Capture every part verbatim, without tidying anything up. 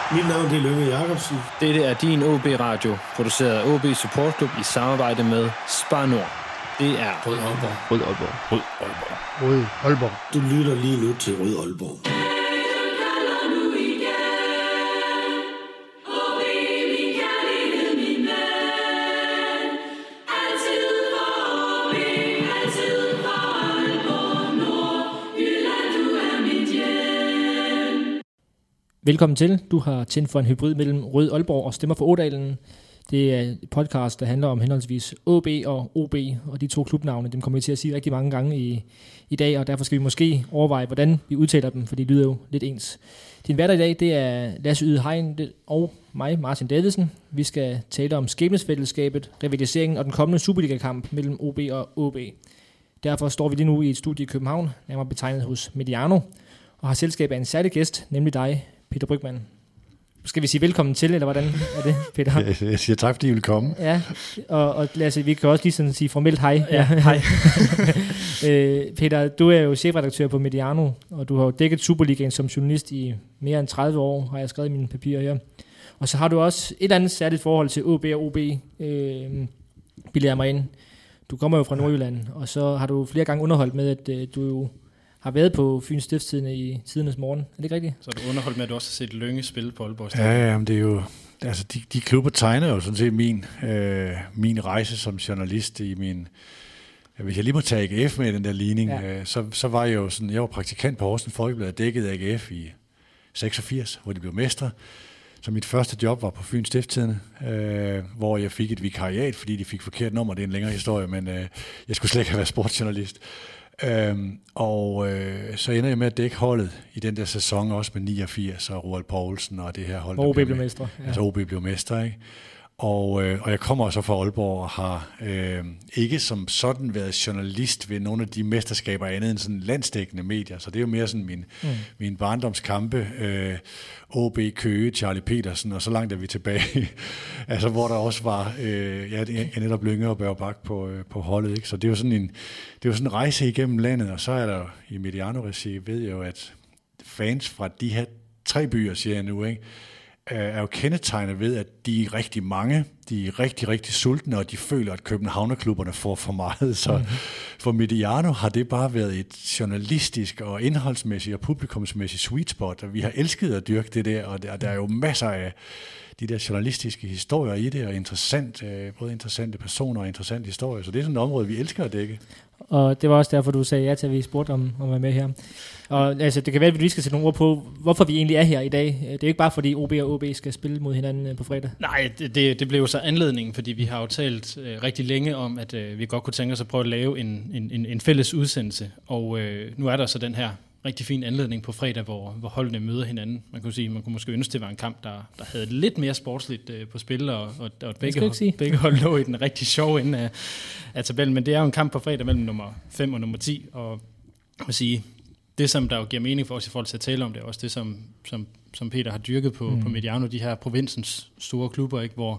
Mit navn er Lønge Jacobsen. Dette er din O B Radio, produceret af O B Support Club i samarbejde med Spar Nord. Det er Rød Aalborg. Rød Aalborg. Rød Aalborg. Rød Aalborg. Du lytter lige nu til Rød Aalborg. Velkommen til. Du har tændt for en hybrid mellem Rød Aalborg og Stemmer for Ådalen. Det er et podcast, der handler om henholdsvis O B og O B, og de to klubnavne, dem kommer vi til at sige rigtig mange gange i, i dag, og derfor skal vi måske overveje, hvordan vi udtaler dem, for de lyder jo lidt ens. Din værter i dag, det er Lasse Yde Hein og mig, Martin Davidsen. Vi skal tale om skæbnesfællesskabet, rivaliseringen og den kommende Superliga-kamp mellem O B og O B. Derfor står vi lige nu i et studie i København, nærmere betegnet hos Mediano, og har selskab af en særlig gæst, nemlig dig, Peter Brygmann. Skal vi sige velkommen til, eller hvordan er det, Peter? Jeg, jeg siger tak, fordi I vil komme. Ja, og, og Lasse, vi kan også lige sådan sige formelt hej. Ja, hej. øh, Peter, du er jo chefredaktør på Mediano, og du har jo dækket Superligaen som journalist i mere end tredive år, har jeg skrevet i mine papirer her. Og så har du også et eller andet særligt forhold til O B og O B, øh, bilder mig ind. Du kommer jo fra Nordjylland, og så har du flere gange underholdt med, at øh, du jo har været på Fyns Stiftstidende i tidernes morgen. Er det ikke rigtigt? Så er du underholdt med, at du også har set Lønge spille på Aalborg Stadion. Ja, ja, men det er jo, altså de, de klubber tegner jo sådan set min, øh, min rejse som journalist i min, hvis jeg lige må tage A G F med i den der ligning, ja. øh, så, så var jeg jo sådan, jeg var praktikant på Horsens Folkeblad og dækkede A G F i seksogfirs, hvor de blev mestre. Så mit første job var på Fyns Stiftstidende, øh, hvor jeg fik et vikariat, fordi de fik forkert nummer. Det er en længere historie, men øh, jeg skulle slet ikke have været sportsjournalist. Øhm, og øh, så ender jeg med at dække holdet i den der sæson også med niogfirs og Roald Poulsen og det her hold. Og O B blev mestre. Ja. Altså O B blev mestre, ikke? Og, øh, og jeg kommer så fra Aalborg og har øh, ikke som sådan været journalist ved nogle af de mesterskaber andet end sådan landsdækkende medier. Så det er jo mere sådan min, mm. min barndomskampe. Øh, O B, Køge, Charlie Petersen, og så langt er vi tilbage. altså hvor der også var øh, ja, netop Lynge og Børge Bak på, øh, på holdet. Ikke? Så det er jo sådan en, det er jo sådan en rejse igennem landet, og så er der i Mediano-regi, ved jeg jo, at fans fra de her tre byer, siger jeg nu, ikke? er jo kendetegnet ved, at de er rigtig mange, de er rigtig, rigtig sultne, og de føler, at københavnerklubberne får for meget. Så mm-hmm. for Mediano har det bare været et journalistisk og indholdsmæssigt og publikumsmæssigt sweet spot, og vi har elsket at dyrke det der, og der, der er jo masser af de der journalistiske historier i det, og interessant, både interessante personer og interessante historier, så det er sådan et område, vi elsker at dække. Og det var også derfor, du sagde ja til, at vi spurgte om, om at være med her. Og altså, det kan være, at vi skal sætte nogle ord på, hvorfor vi egentlig er her i dag. Det er jo ikke bare, fordi O B og O B skal spille mod hinanden på fredag. Nej, det, det, det blev jo så anledningen, fordi vi har jo talt øh, rigtig længe om, at øh, vi godt kunne tænke os at prøve at lave en, en, en, en fælles udsendelse. Og øh, nu er der så den her rigtig fin anledning på fredag, hvor, hvor holdene møder hinanden. Man kunne sige, man kunne måske ønske, det var en kamp, der, der havde lidt mere sportsligt øh, på spil, og, og, og begge, hold, begge hold lå i den rigtig sjove ende af, af tabellen. Men det er jo en kamp på fredag mellem nummer fem og nummer ti, og man kan sige, det som der jo giver mening for os i forhold til at tale om det, er også det, som, som, som Peter har dyrket på, mm. på Mediano, de her provinsens store klubber, ikke, hvor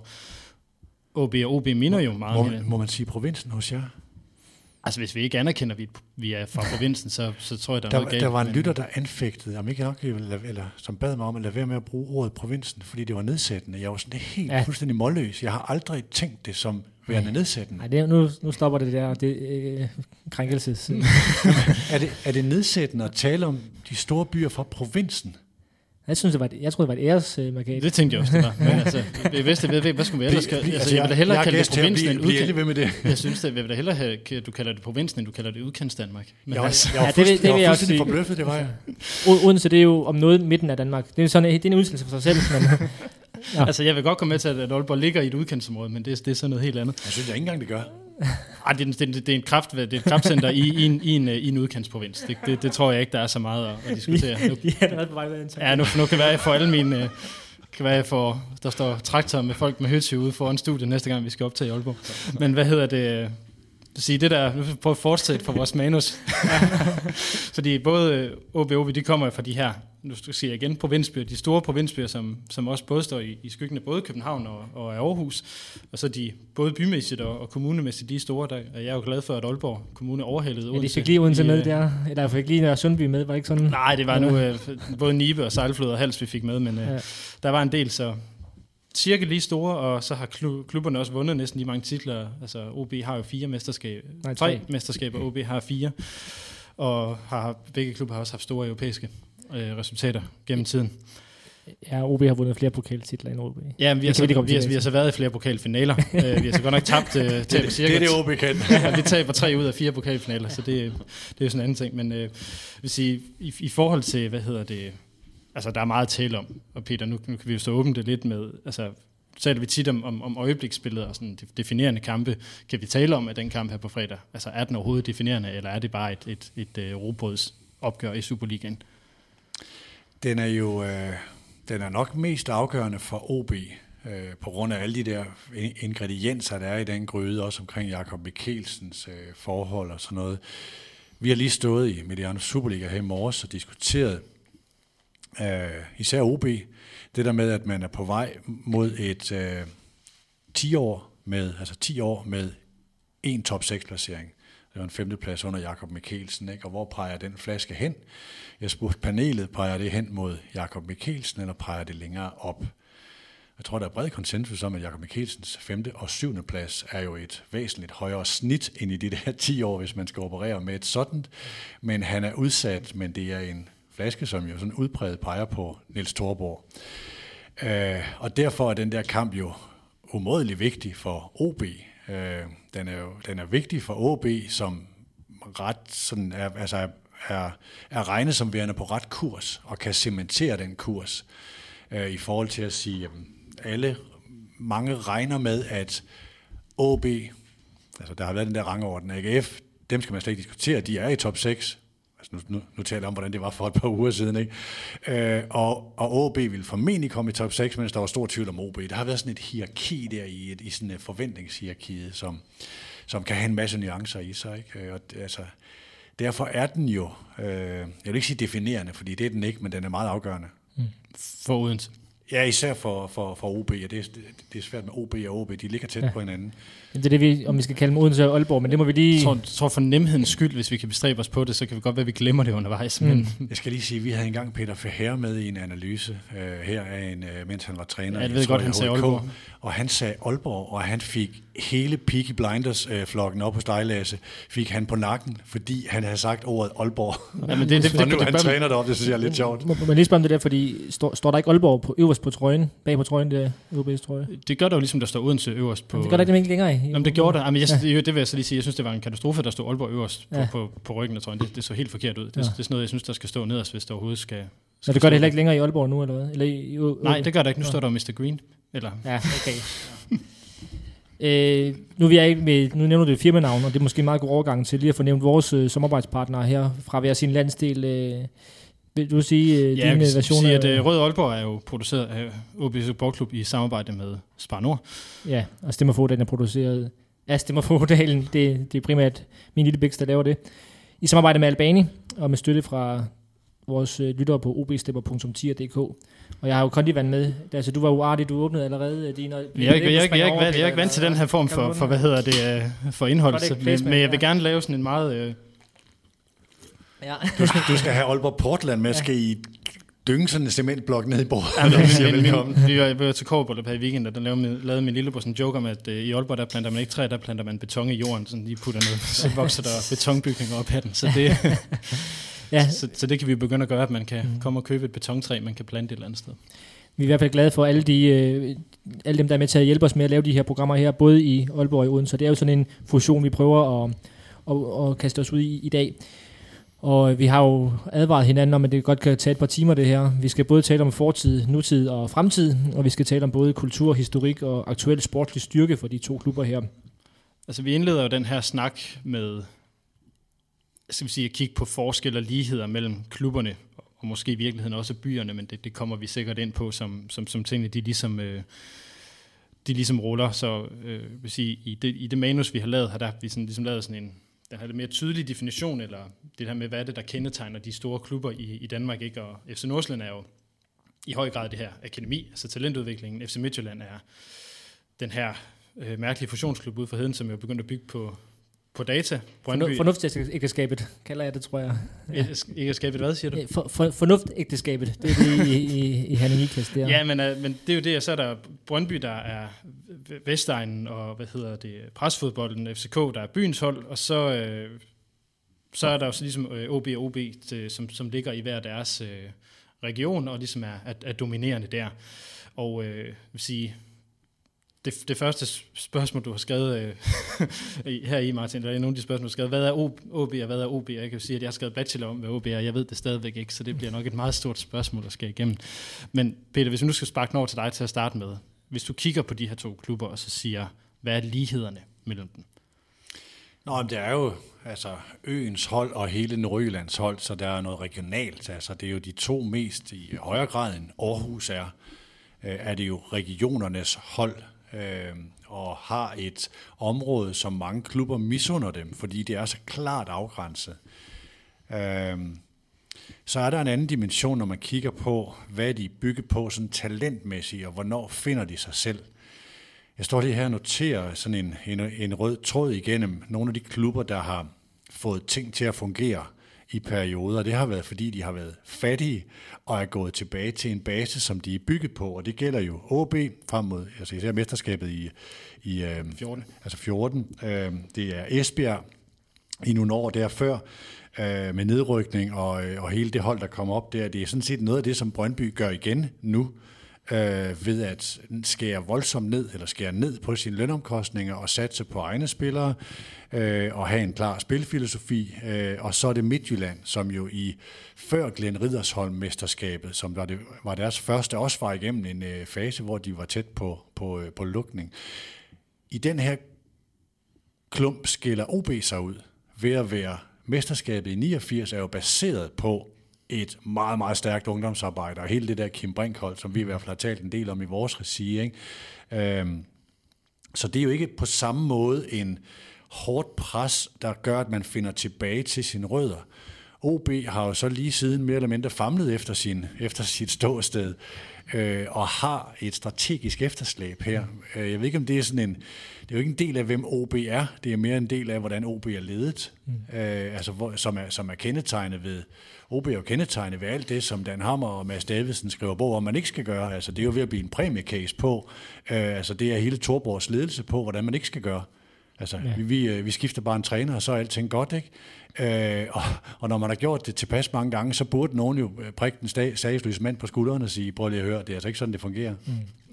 O B og O B minder jo meget. Må, må man sige provinsen hos jer? Altså, hvis vi ikke anerkender, at vi er fra provinsen, så, så tror jeg, der er der, noget galt. Der var en lytter, der anfægtede, om ikke nok, eller, eller som bad mig om at lade være med at bruge ordet provinsen, fordi det var nedsættende. Jeg var sådan, det er helt ja. fuldstændig målløs. Jeg har aldrig tænkt det som værende nedsættende. Nej, det, nu, nu stopper det der det, øh, krænkelses. er, det, er det nedsættende at tale om de store byer fra provinsen? Jeg synes det var, jeg troede det var et æresmarkat. Det tænkte jeg også det var. Men altså, hvis det ved, hvad skulle vi ellers kalde? Altså, jeg vil da hellere kalde det provinsen end udkant. Jeg synes det, jeg vil da hellere have, du kalder det provinsen end du kalder det udkantsdanmark. Men jeg var, altså, jeg var, ja, det, det, jeg var fuldstændig forbløffet, det var jeg. Odense, det er jo om noget midten af Danmark. Det er sådan det er en udsendelse for sig selv. Men, ja. Altså jeg vil godt komme med til at Aalborg ligger i et udkantsområde, men det, det er sådan noget helt andet. Jeg synes jeg ikke engang det gør. Ej, det, det, det er en kraft, det er et kraftcenter i, i, en, i, en, i en udkantsprovins. Det, det, det tror jeg ikke, der er så meget at, at diskutere. Nu, ja, på vej med ja, nu, nu kan være, jeg får alle mine... Kan være, jeg får, der står traktor med folk med høtsø ude foran studiet næste gang, vi skal optage i Aalborg. Men hvad hedder det? Sige det der, nu prøver vi at fortsætte for vores manus. Fordi både O B og O B, de kommer fra de her nu skal jeg igen, provinsbyer, de store provinsbyer, som, som også både står i, i skyggen af både København og, og Aarhus, og så de både bymæssigt og, og kommunemæssigt, de store, der jeg er jo glad for, at Aalborg Kommune overhalede Odense. Ja, de fik lige Odense med der, eller fik lige Sundby med, var det ikke sådan? Nej, det var nu øh, både Nibe og Sejlflod og Hals, vi fik med, men øh, ja. Der var en del, så cirka lige store, og så har klubberne også vundet næsten de mange titler. Altså O B har jo fire mesterskaber, Nej, tre. tre mesterskaber, O B har fire, og har, begge klubber har også haft store europæiske øh, resultater gennem tiden. Ja, O B har vundet flere pokaltitler end O B. Ja, vi har, så, vi, har, vi har så været i flere pokalfinaler. uh, vi har så godt nok tabt uh, det, cirka. Det er det O B kan. Ja, vi taber tre ud af fire pokalfinaler, så det, det er jo sådan en anden ting. Men uh, vil sige, i, i forhold til, hvad hedder det, altså der er meget at tale om, og Peter, nu, nu kan vi jo stå åbent det lidt med, altså taler vi tit om, om, om øjebliksbilleder og sådan definerende kampe. Kan vi tale om, at den kamp her på fredag, altså er den overhovedet definerende, eller er det bare et, et, et, et robrødsopgør i Superligaen? Den er jo øh, den er nok mest afgørende for O B, øh, på grund af alle de der ingredienser, der er i den gryde, også omkring Jakob Mikkelsens øh, forhold og sådan noget. Vi har lige stået i Mediano Superliga her i morges og diskuteret øh, især O B, det der med, at man er på vej mod et øh, ti år med, altså ti år med en top seks placering. Det var en femteplads under Jakob Mikkelsen, ikke? Og hvor peger den flaske hen? Jeg spurgte panelet, peger det hen mod Jakob Mikkelsen, eller peger det længere op? Jeg tror, der er bred konsensus om, at Jakob Mikkelsens femte og syvende plads er jo et væsentligt højere snit end i de der ti år, hvis man skal operere med et sådan. Men han er udsat, men det er en flaske, som jo sådan udpræget peger på Niels Thorborg. Øh, og derfor er den der kamp jo umådelig vigtig for O B. Øh, den, er jo, den er vigtig for O B, som ret sådan er, altså er, er regnet som værende på ret kurs, og kan cementere den kurs øh, i forhold til at sige, at alle, mange regner med, at O B, altså der har været den der rangorden, A G F, dem skal man slet ikke diskutere, de er i top seks. Nu, nu, nu taler jeg om, hvordan det var for et par uger siden. Ikke? Øh, og, og O B vil formentlig komme i top seks, mens der var stor tvivl om O B. Der har været sådan et hierarki der i, et, i sådan et forventningshierarki, som, som kan have en masse nuancer i sig. Ikke? Og, altså, derfor er den jo, øh, jeg vil ikke sige definerende, fordi det er den ikke, men den er meget afgørende. Mm. For Odense. Ja, især for, for, for O B, og det er, det er svært med O B og O B, de ligger tæt ja. på hinanden. Det er det, vi, om vi skal kalde dem Odense og Aalborg, men det må vi lige... Jeg tror, tror for nemhedens skyld, hvis vi kan bestræbe os på det, så kan vi godt være, at vi glemmer det undervejs. Mm. Men jeg skal lige sige, at vi havde engang Peter Verheer med i en analyse øh, her, af en, øh, mens han var træner. Ja, jeg ved godt, han sagde Aalborg. Og han sagde Aalborg, og han fik hele Peaky Blinders-flokken øh, op hos dig, Lasse, fik han på nakken, fordi han havde sagt ordet Aalborg. Ja, men det, det, det, og nu det, han det, træner deroppe, det synes jeg er lidt sjovt. Må man lige spørge om det der, fordi står, står der ikke Aalborg på, øverst på trøjen, bag på trøjen, det er O B's trøje? Det gør der jo ligesom, der står Odense øverst på... Men det gør der ikke længere i. Jamen, det gjorde der. Jamen, jeg, ja. det vil jeg så lige sige, jeg synes, det var en katastrofe, der stod Aalborg øverst på, ja. på, på ryggen af trøjen. Det, det så helt forkert ud. Det, ja. det er sådan noget, jeg synes, der skal stå nederst, hvis der overhovedet skal... skal Så det gør det heller ikke længere i Aalborg nu, eller hvad? Eller i, i, Nej, det gør der ikke. Nu står der mister Green. Eller... Ja, okay. Øh, nu, vi er ikke med, nu nævner du et firmanavn, og det er måske en meget god overgang til lige at få nævnt vores øh, samarbejdspartnere her fra hver sin landsdel. Øh, vil du sige øh, ja, dine versioner? Ja, at øh, Rød Aalborg er jo produceret af O B Sportklub i samarbejde med Spar Nord. Ja, og Stemmer for Ådalen er produceret af Stemmer for Ådalen. Det, det er primært min lille bæks, der laver det. I samarbejde med Albani, og med støtte fra vores øh, lyttere på o b stemmer punktum tier punktum d k. Og jeg har jo Condivand med. Altså, du var uartig, du åbnede allerede dine... Jeg, jeg, jeg, jeg, jeg, jeg, jeg er ikke vant til den her form for, for hvad hedder det, for indhold, så, men, men jeg vil gerne lave sådan en meget... Øh... Ja. du, skal, du skal have Aalborg Portland med, ja. Skal I dynge sådan en cementblok ned i bordet? Ja, men, men, vi var, vi var til Kårbolle her i weekenden, og der lavede, lavede min lillebror sådan en joke om, at uh, i Aalborg, der planter man ikke træ, der planter man beton i jorden, sådan lige putter noget, så vokser der betonbygninger op af den. Så det... Ja. Så, så det kan vi jo begynde at gøre, at man kan mm. komme og købe et betontræ, man kan plante et eller andet sted. Vi er i hvert fald glade for alle, de, øh, alle dem, der er med til at hjælpe os med at lave de her programmer her, både i Aalborg og i Odense. Så det er jo sådan en fusion, vi prøver at, at, at kaste os ud i i dag. Og vi har jo advaret hinanden om, at det godt kan tage et par timer det her. Vi skal både tale om fortid, nutid og fremtid, og vi skal tale om både kultur, historik og aktuel sportslig styrke for de to klubber her. Altså vi indleder jo den her snak med... skal vi sige, at kigge på forskel og ligheder mellem klubberne, og måske i virkeligheden også byerne, men det, det kommer vi sikkert ind på, som, som, som tingene, de ligesom, øh, de ligesom ruller. Så øh, vil sige, i, det, i det manus, vi har lavet, har der vi sådan, ligesom lavet sådan en den her lidt mere tydelige definition, eller det her med, hvad er det, der kendetegner de store klubber i, i Danmark, ikke? Og F C Nordsjælland er jo i høj grad det her akademi, altså talentudviklingen. F C Midtjylland er den her øh, mærkelige fusionsklub ude for Heden, som jo begyndt at bygge på, på data. Brøndby, fornuftsægteskabet kalder jeg det, tror jeg. Ja. Ægteskabet, hvad siger du? For, for, fornuftægteskabet, det er det i, i, i Herning Ikast der. Ja, men, uh, men det er jo det, og så er der Brøndby, der er Vestegnen, og hvad hedder det, presfodbolden, F C K, der er byens hold, og så, øh, så er der jo så ligesom øh, O B og O B, til, som, som ligger i hver deres øh, region, og ligesom er, er, er dominerende der. Og øh, vil sige, det, det første spørgsmål, du har skrevet øh, her i, Martin, der er nogle af de spørgsmål, du har skrevet, hvad er O B og hvad er O B? Jeg kan jo sige, at jeg har skrevet bachelor om, hvad O B er, og jeg ved det stadigvæk ikke, så det bliver nok et meget stort spørgsmål, der skal igennem. Men Peter, hvis vi nu skal sparke den over til dig til at starte med, hvis du kigger på de her to klubber, og så siger, hvad er lighederne mellem dem? Nå, men det er jo altså øens hold og hele Nordjyllands hold, så der er noget regionalt. Altså, det er jo de to mest i højere grad end Aarhus er, øh, er det jo regionernes hold, øh, og har et område, som mange klubber misunder dem, fordi det er så klart afgrænset. Øh, så er der en anden dimension, når man kigger på, hvad de er bygget på sådan talentmæssigt, og hvornår finder de sig selv. Jeg står lige her og noterer sådan en, en, en rød tråd igennem nogle af de klubber, der har fået ting til at fungere i perioder. Det har været, fordi de har været fattige og er gået tilbage til en base, som de er bygget på. Og det gælder jo O B frem mod, altså især mesterskabet i, i øh, fjorten. Altså fjorten. Øh, det er Esbjerg i nogle år derfør øh, med nedrykning og, og hele det hold, der kommer op der. Det er sådan set noget af det, som Brøndby gør igen nu, Øh, ved at skære voldsomt ned, eller skære ned på sine lønomkostninger og satse på egne spillere øh, og have en klar spilfilosofi. Øh, og så er det Midtjylland, som jo i før Glenn Riddersholm-mesterskabet, som var, det, var deres første, også var igennem en øh, fase, hvor de var tæt på, på, øh, på lukning. I den her klump skiller O B sig ud ved at være mesterskabet i niogfirs, er jo baseret på et meget, meget stærkt ungdomsarbejde, og hele det der Kim Brink-hold, som vi i hvert fald har talt en del om i vores regi, ikke? Øhm, så det er jo ikke på samme måde en hårdt pres, der gør, at man finder tilbage til sine rødder. O B har jo så lige siden mere eller mindre famlet efter, sin, efter sit ståsted, øh, og har et strategisk efterslæb her. Øh, jeg ved ikke, om det er sådan en... Det er jo ikke en del af, hvem O B er. Det er mere en del af, hvordan O B er ledet. Mm. Øh, altså, hvor, som, er, som er kendetegnet ved... O B er jo kendetegnet ved alt det, som Dan Hammer og Mads Davidsen skriver bog om, man ikke skal gøre. Altså, det er jo ved at blive en præmiecase på. Øh, altså, det er hele Torborgs ledelse på, hvordan man ikke skal gøre. Altså, ja. vi, vi, vi skifter bare en træner, og så er alting godt, ikke? Øh, og, og når man har gjort det tilpas mange gange, så burde nogen jo prikke den sagesløse mand på skulderen og sige, prøv lige at høre, det er altså ikke sådan, det fungerer. Mm.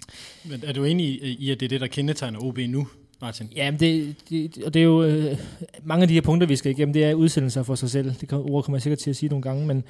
Men er du enig i, i, at det er det, der kendetegner O B nu, Martin? Ja, men det, det, og det er jo øh, mange af de her punkter, vi skal igennem, det er udsendelser for sig selv. Det kan, ord kommer jeg sikkert til at sige nogle gange, men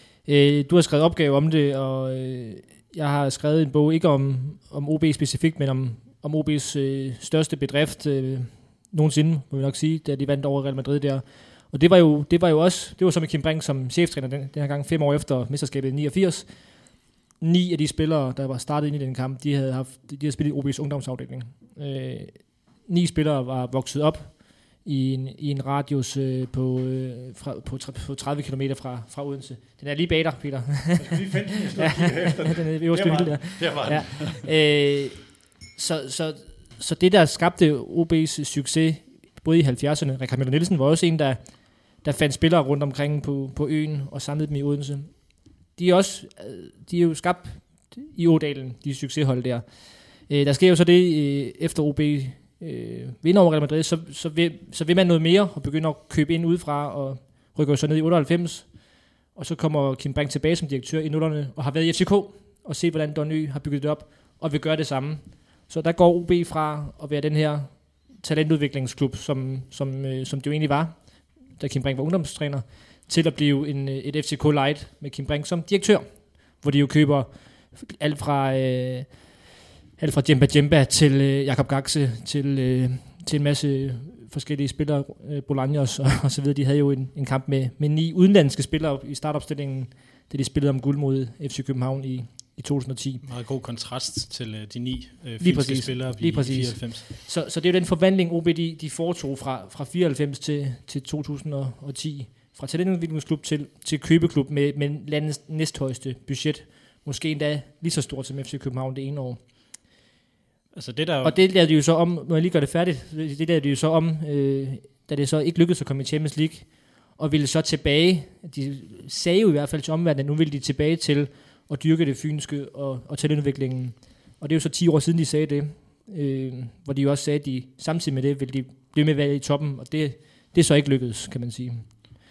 øh, du har skrevet opgave om det, og øh, jeg har skrevet en bog, ikke om, om O B specifikt, men om, om O B's øh, største bedrift øh, nogensinde, må vi nok sige, da de vandt over Real Madrid der. Og det var jo, det var jo også, det var så med Kim Brink som cheftræner den, den her gang, fem år efter mesterskabet i niogfirs. Ni af de spillere, der var startet ind i den kamp, de havde, haft, de havde spillet i O B's ungdomsafdeling. Øh, ni spillere var vokset op i en, i en radius øh, på, øh, fra, på, på tredive kilometer fra, fra Odense. Den er lige bag dig, Peter. Jeg skal lige finde den, jeg skal lige efter den. Den er i øverste hylde der. Der var den. Ja. Øh, så, så, så det, der skabte O B's succes, både i halvfjerdserne, Rikard Møller Nielsen var også en, der, der fandt spillere rundt omkring på, på øen og samlede dem i Odense. De er, også, de er jo skabt i Ådalen, de succeshold der. Øh, der sker jo så det, øh, efter O B øh, vinder over Real Madrid, så, så, vil, så vil man noget mere og begynder at købe ind udefra og rykker så ned i otteoghalvfems. Og så kommer Kim Brink tilbage som direktør i nullerne og har været i F C K og set, hvordan Don Ø har bygget det op og vil gøre det samme. Så der går O B fra at være den her talentudviklingsklub, som, som, øh, som det jo egentlig var, da Kim Brink var ungdomstræner, til at blive en, et F C K Light med Kim Brink som direktør, hvor de jo køber alt fra øh, alt fra Djemba Djemba til øh, Jakob Gaxe til, øh, til en masse forskellige spillere, øh, Bolaños og, og så videre. De havde jo en, en kamp med, med ni udenlandske spillere i startopstillingen, da de spillede om guld mod F C København i, i i to tusind og ti. Meget god kontrast til øh, de ni øh, Lige præcis. spillere Lige præcis. i fireoghalvfems. Så, så det er jo den forvandling, O B de, de foretog fra, fra fireoghalvfems til, til to tusind og ti. Fra talentudviklingsklub til, til købeklub med, med landets næsthøjeste budget. Måske endda lige så stort som F C København det ene år. Altså det der... Og det lavede de jo så om, når jeg lige gør det færdigt, det lavede de jo så om, øh, da det så ikke lykkedes at komme i Champions League, og ville så tilbage, de sagde jo i hvert fald til omverdenen, at nu ville de tilbage til at dyrke det fynske og, og talentudviklingen. Og det er jo så ti år siden, de sagde det, øh, hvor de jo også sagde, at de samtidig med det ville de blive med at være i toppen, og det, det er så ikke lykkedes, kan man sige.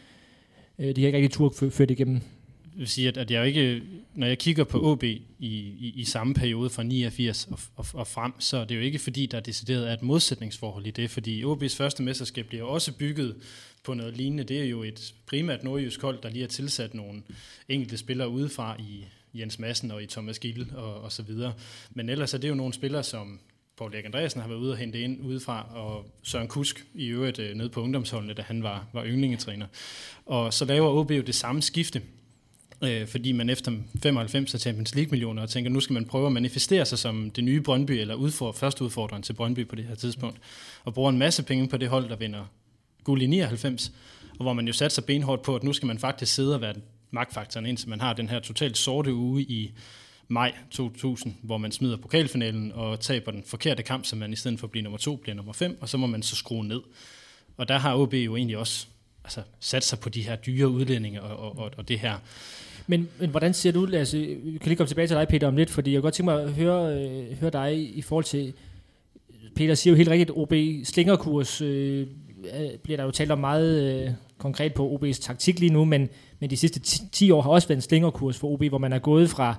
Øh, de har ikke rigtig tur ført igennem. Jeg vil sige, at, at jeg ikke, når jeg kigger på O B i, i, i samme periode fra niogfirs og, og, og frem, så er det jo ikke fordi, der er decideret af et modsætningsforhold i det, fordi O B's første mesterskab bliver også bygget på noget lignende. Det er jo et primært nordjysk hold, der lige har tilsat nogle enkelte spillere udefra i Jens Madsen og i Thomas Gilde og, og så videre. Men ellers er det jo nogle spillere, som Poul Erik Andreasen har været ude og hente ind udefra, og Søren Kusk i øvrigt øh, nede på ungdomsholdene, da han var, var yndlingetræner. Og så laver O B jo det samme skifte, øh, fordi man efter femoghalvfems har Champions League-millioner og tænker, nu skal man prøve at manifestere sig som det nye Brøndby, eller udfordre, første udfordreren til Brøndby på det her tidspunkt, og bruger en masse penge på det hold, der vinder guld i nioghalvfems, og hvor man jo satte sig benhårdt på, at nu skal man faktisk sidde og være magtfaktoren, indtil man har den her totalt sorte uge i maj to tusind, hvor man smider pokalfinalen og taber den forkerte kamp, så man i stedet for at blive nummer to, bliver nummer fem, og så må man så skrue ned. Og der har O B jo egentlig også altså, sat sig på de her dyre udlændinge og, og, og det her. Men, men hvordan ser det ud? Altså, vi kan lige komme tilbage til dig, Peter, om lidt, fordi jeg kunne godt tænke mig at høre, øh, høre dig i forhold til, Peter siger jo helt rigtigt, O B slingerkurs øh, bliver der jo talt om meget øh, konkret på O B's taktik lige nu, men, men de sidste ti år har også været en slingerkurs for O B, hvor man er gået fra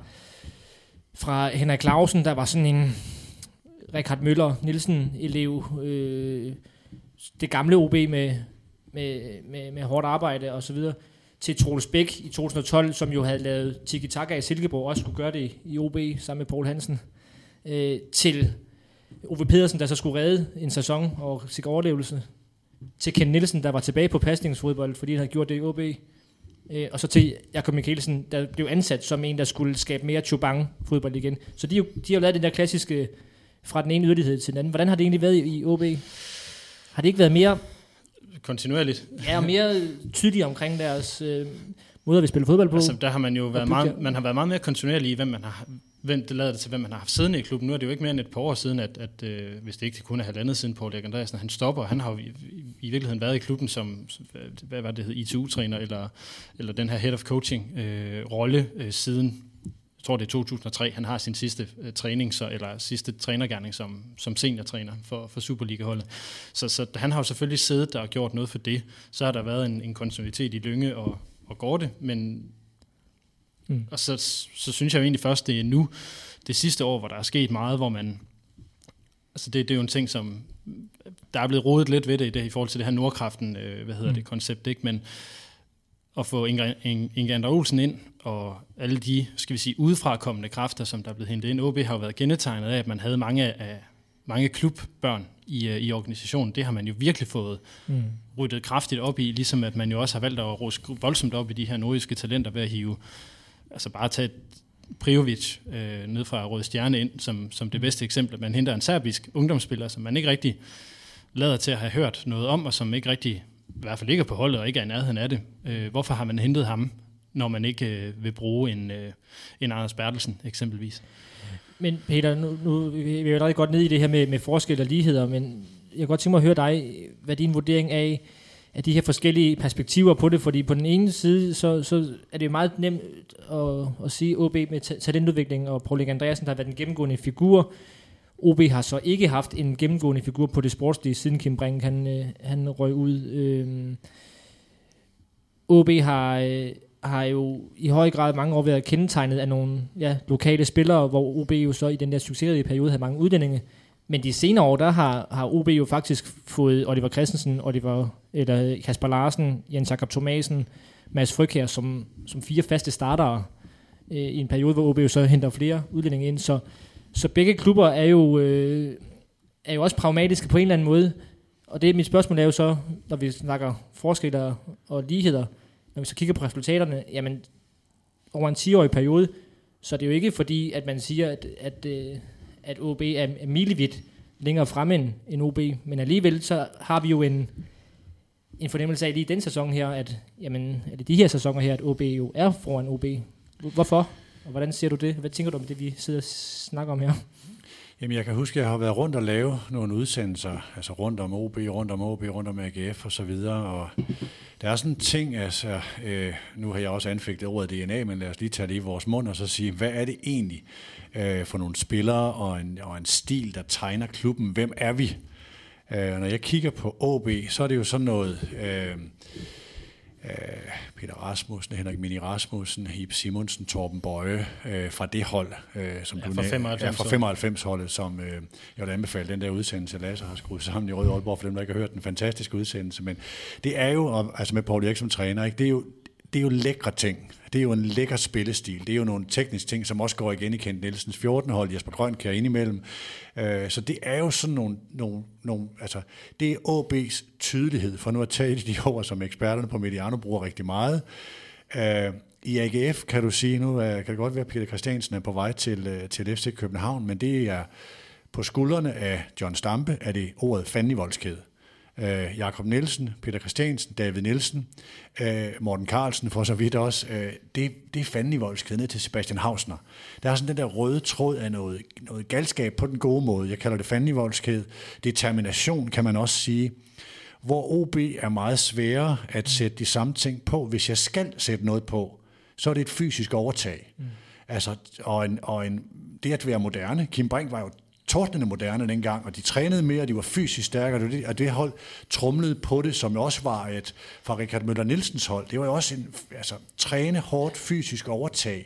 fra Henrik Clausen, der var sådan en Richard Møller Nielsen-elev, øh, det gamle O B med, med, med, med hårdt arbejde og så videre, til Troels Bæk i to tusind og tolv, som jo havde lavet tiki-taka i Silkeborg, også skulle gøre det i O B sammen med Poul Hansen, øh, til Ove Pedersen, der så skulle redde en sæson og sikre overlevelse, til Ken Nielsen, der var tilbage på pasningsfodbold, fordi han havde gjort det i O B, øh, og så til Jakob Mikkelsen, der blev ansat som en, der skulle skabe mere Chubang-fodbold igen. Så de, de har lavet den der klassiske fra den ene yderlighed til den anden. Hvordan har det egentlig været i, i O B? Har det ikke været mere kontinuerligt? Ja, mere tydeligt omkring deres øh, måde at spille fodbold på. Altså, der har man jo været meget, man har været meget mere kontinuerlig i, hvem man har, hvem det lader det til, hvem man har haft siddende i klubben. Nu er det jo ikke mere end et par år siden, at, at øh, hvis det ikke kun er halvandet siden, Poul Erik Andreasen, han stopper. Han har jo i, i, i virkeligheden været i klubben som, hvad var det hed, I T U-træner, eller, eller den her head of coaching øh, rolle øh, siden, jeg tror det er to tusind og tre, han har sin sidste øh, træning, så, eller sidste trænergerning som, som seniortræner for, for Superliga-holdet. Så, så han har jo selvfølgelig siddet der og gjort noget for det. Så har der været en, en kontinuitet i Lynge og, og Gorte, men mm. og så, så synes jeg jo egentlig først, det er nu, det sidste år, hvor der er sket meget, hvor man, altså det, det er jo en ting, som, der er blevet rodet lidt ved det i, det, i forhold til det her Nordkraften, øh, hvad hedder mm. det, koncept, ikke? Men at få Inge, Inge André Olsen ind, og alle de, skal vi sige, udefrakommende kræfter, som der er blevet hentet ind. O B har jo været kendetegnet af, at man havde mange af mange klubbørn i, i organisationen. Det har man jo virkelig fået mm. ryddet kraftigt op i, ligesom at man jo også har valgt at ruske voldsomt op i de her nordiske talenter ved at hive, altså bare tage Prijovic øh, ned fra Røde Stjerne ind, som, som det bedste eksempel. Man henter en serbisk ungdomsspiller, som man ikke rigtig lader til at have hørt noget om, og som ikke rigtig, i hvert fald ikke er på holdet, og ikke er i nærheden af det. Øh, hvorfor har man hentet ham, når man ikke øh, vil bruge en, øh, en Anders Bertelsen eksempelvis? Men Peter, nu, nu vi er jo rigtig godt ned i det her med, med forskel og ligheder, men jeg kan godt tænke mig at høre dig, hvad din vurdering af, af de her forskellige perspektiver på det, fordi på den ene side, så, så er det jo meget nemt at, at sige O B med talentudvikling, og Poul Erik Andreasen, der har været en gennemgående figur. O B har så ikke haft en gennemgående figur på det sportslige, siden Kim Brink, han, han røg ud. Øhm, O B har... har jo i høj grad mange år været kendetegnet af nogle ja, lokale spillere, hvor O B jo så i den der succesrige periode havde mange udlændinge. Men de senere år, der har, har O B jo faktisk fået Oliver Christensen, Oliver, eller Kasper Larsen, Jens Jakob Thomasen, Mads Frykjær som, som fire faste startere øh, i en periode, hvor O B jo så henter flere udlændinge ind. Så, så begge klubber er jo, øh, er jo også pragmatiske på en eller anden måde. Og det mit spørgsmål er jo så, når vi snakker forskelle og ligheder, når vi så kigger på resultaterne, jamen over en ti-årig periode, Så det er jo ikke fordi, at man siger, at, at, at O B er, er milevidt længere fremme end, end O B, men alligevel så har vi jo en, en fornemmelse af lige den sæson her, at jamen, er det de her sæsoner her, at O B jo er foran O B. Hvorfor? Og hvordan ser du det? Hvad tænker du om det, vi sidder og snakker om her? Jamen, jeg kan huske, at jeg har været rundt og lave nogle udsendelser, altså rundt om O B, rundt om O B, rundt om A G F og så videre, og der er sådan en ting, altså, øh, nu har jeg også anfægtet ordet D N A, men lad os lige tage det i vores mund og så sige, hvad er det egentlig øh, for nogle spillere og en, og en stil, der tegner klubben? Hvem er vi? Øh, når jeg kigger på O B, så er det jo sådan noget... Øh, Peter Rasmussen, Henrik Mini Rasmussen, Ib Simonsen, Torben Bøje øh, fra det hold, øh, som ja, du fra femoghalvfems, ja, fra femoghalvfems-holdet, som øh, jeg vil anbefale den der udsendelse, Lasse har skruet sammen i Røde Aalborg, for dem, der ikke har hørt den fantastiske udsendelse. Men det er jo, altså med Poul Erik som træner, ikke? Det er jo det er jo lækre ting. Det er jo en lækker spillestil. Det er jo nogle tekniske ting, som også går igen i Kent Nielsens fjorten-hold, Jesper Grønkjær indimellem. Så det er jo sådan nogle, nogle, nogle altså det er O B's tydelighed, for nu at tale de ord, som eksperterne på Mediano bruger rigtig meget. I A G F kan du sige, nu kan det godt være, at Peter Christiansen er på vej til, til F C København, men det er på skuldrene af John Stampe, er det ordet fandenivoldskæde. Uh, Jakob Nielsen, Peter Christiansen, David Nielsen, uh, Morten Carlsen for så vidt også, uh, det, det er fanden i voldskæde ned til Sebastian Hausner. Der er sådan den der røde tråd af noget, noget galskab på den gode måde. Jeg kalder det fanden i voldskæde. Determination kan man også sige. Hvor O B er meget sværere at sætte de samme ting på. Hvis jeg skal sætte noget på, så er det et fysisk overtag. Mm. Altså, og en, og en, det at være moderne. Kim Brink var jo tordnende moderne dengang, og de trænede mere, og de var fysisk stærkere, og det, og det hold tromlede på det, som også var et fra Richard Møller Nielsens hold. Det var jo også en altså, træne hårdt fysisk overtag.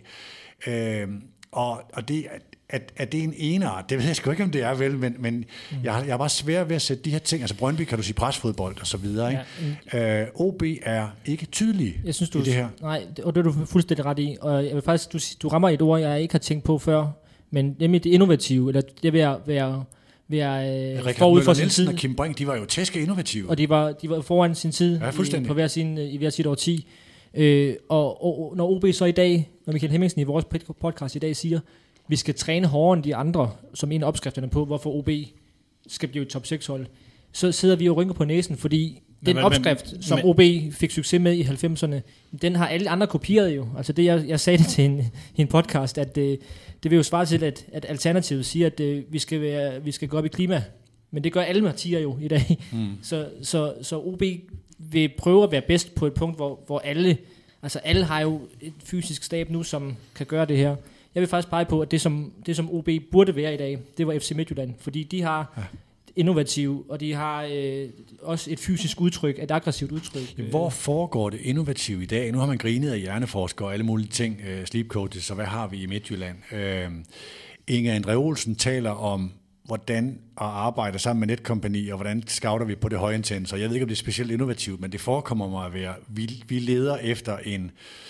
Øh, og og det, at, at det er en enart, det ved jeg sgu ikke, om det er vel, men, men mm. jeg, jeg var svær ved at sætte de her ting, altså Brøndby kan du sige presfodbold og så videre, ikke? Ja, mm. øh, O B er ikke tydelig jeg synes, du, i det her. Nej, og det er du fuldstændig ret i, og jeg vil faktisk, du, du rammer et ord, jeg ikke har tænkt på før, men nemlig det innovative, eller det vil være, være, være øh, forud for sin tid. Og Kim Brink, de var jo tæske innovative. Og de var, de var foran sin tid ja, i, på hver sin, i hver sit årti. Øh, og, og når O B så i dag, når Michael Hemmingsen i vores podcast i dag siger, vi skal træne hårdere end de andre, som en af opskrifterne på, hvorfor O B skal blive et top seks hold, så sidder vi og rynker på næsen, fordi den men, opskrift, men, som men, O B fik succes med i halvfemserne, den har alle andre kopieret jo. Altså det, jeg, jeg sagde det til en, i en podcast, at det, det vil jo svare til, at, at Alternativet siger, at det, vi, skal være, vi skal gå op i klima. Men det gør alle partier jo i dag. Mm. Så, så, så O B vil prøve at være bedst på et punkt, hvor, hvor alle, altså alle har jo et fysisk stab nu, som kan gøre det her. Jeg vil faktisk pege på, at det som, det som O B burde være i dag, det var F C Midtjylland, fordi de har... Ja. Innovative, og de har øh, også et fysisk udtryk, et aggressivt udtryk. Hvor foregår det innovativt i dag? Nu har man grinet af hjerneforskere og alle mulige ting, øh, sleep coaches, så hvad har vi i Midtjylland? Øh, Inge Andre Olsen taler om, hvordan at arbejde sammen med Netcompany, og hvordan scouter vi på det høje intens. Og jeg ved ikke, om det er specielt innovativt, men det forekommer mig at være, vi, vi leder efter en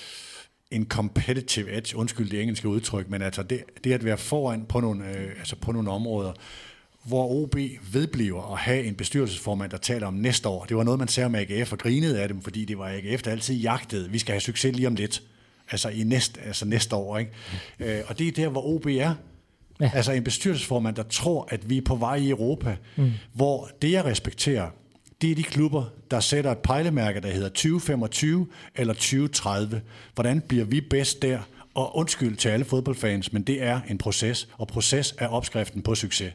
en competitive edge, undskyld det engelske udtryk, men altså det, det at være foran på nogle, øh, altså på nogle områder, hvor O B vedbliver at have en bestyrelsesformand, der taler om næste år. Det var noget, man sagde om A G F og grinede af dem, fordi det var A G F, der altid jagtede. Vi skal have succes lige om lidt. Altså, i næste, altså næste år. Ikke? Mm. Øh, og det er der, hvor O B er. Ja. Altså en bestyrelsesformand, der tror, at vi er på vej i Europa. Mm. Hvor det, jeg respekterer, det er de klubber, der sætter et pejlemærke, der hedder tyve femogtyve eller tyve tredive. Hvordan bliver vi bedst der? Og undskyld til alle fodboldfans, men det er en proces, og proces er opskriften på succes.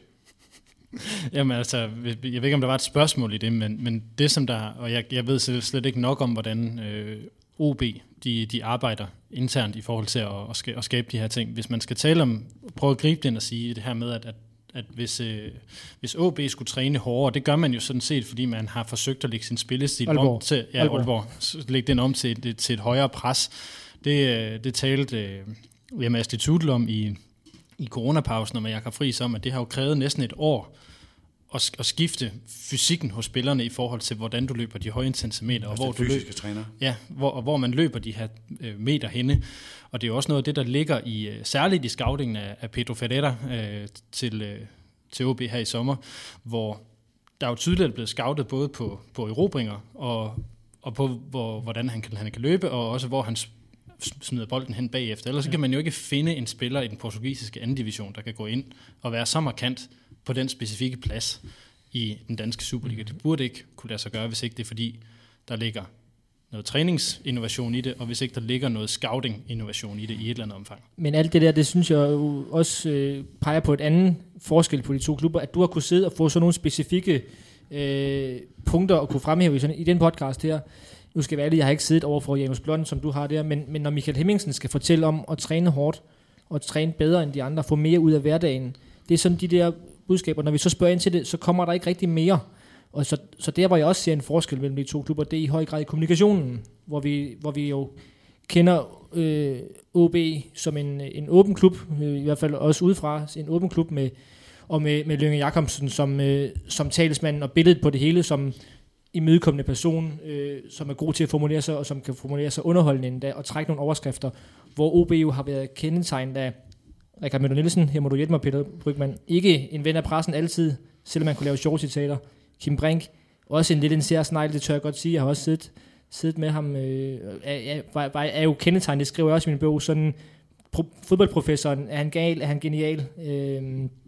Jamen altså, jeg ved ikke, om der var et spørgsmål i det, men, men det som der, og jeg, jeg ved slet ikke nok om, hvordan øh, O B, de, de arbejder internt i forhold til at, at skabe de her ting. Hvis man skal tale om, prøve at gribe den og sige det her med, at, at, at hvis, øh, hvis O B skulle træne hårdere, det gør man jo sådan set, fordi man har forsøgt at lægge sin spillestil Aalborg. om til, ja, Aalborg. Aalborg, lægge den om til, til, til et højere pres. Det, det talte øh, Emma Asli Tudel om i i coronapausen og med Jakob Friis om, at det har jo krævet næsten et år at, at skifte fysikken hos spillerne i forhold til, hvordan du løber de høje intense meter. Og hvor du løber, træner. Ja, hvor, og hvor man løber de her øh, meter henne. Og det er jo også noget af det, der ligger i, øh, særligt i scoutingen af, af Pedro Ferreira øh, til, øh, til O B her i sommer, hvor der er jo tydeligt er blevet scoutet både på, på erobringer og, og på, hvor, hvordan han kan, han kan løbe, og også hvor hans smider bolden hen bagefter. Ellers ja. kan man jo ikke finde en spiller i den portugisiske anden division, der kan gå ind og være så markant på den specifikke plads i den danske Superliga. Det burde ikke kunne lade sig gøre, hvis ikke det er fordi, der ligger noget træningsinnovation i det, og hvis ikke der ligger noget scouting-innovation i det i et eller andet omfang. Men alt det der, det synes jeg jo også øh, peger på et andet forskel på de to klubber, at du har kunnet sidde og få sådan nogle specifikke øh, punkter at kunne fremhæve i, sådan, i den podcast her. Nu skal jeg være ærlig, jeg har ikke siddet over for Janus Blond, som du har der, men, men når Michael Hemmingsen skal fortælle om at træne hårdt, og træne bedre end de andre, få mere ud af hverdagen, det er sådan de der budskaber. Når vi så spørger ind til det, så kommer der ikke rigtig mere. Og så, så der, hvor jeg også ser en forskel mellem de to klubber, det er i høj grad i kommunikationen, hvor vi, hvor vi jo kender øh, O B som en, en åben klub, øh, i hvert fald også udefra, en åben klub, med, og med, med Lynge Jacobsen som, øh, som talsmand, og billedet på det hele som imødekommende person, øh, som er god til at formulere sig, og som kan formulere sig underholdende endda, og trække nogle overskrifter, hvor O B jo har været kendetegnet af Richard Møller Nielsen, her må du hjælpe mig, Peter Brygmann, ikke en ven af pressen altid, selvom man kunne lave sjove citater. Kim Brink, også en lidt en særsnegl, det tør jeg godt sige, jeg har også siddet, siddet med ham, øh, er, er, er jo kendetegnet, det skriver jeg også i min bog, sådan, pro, fodboldprofessoren, er han gal, er han genial, øh,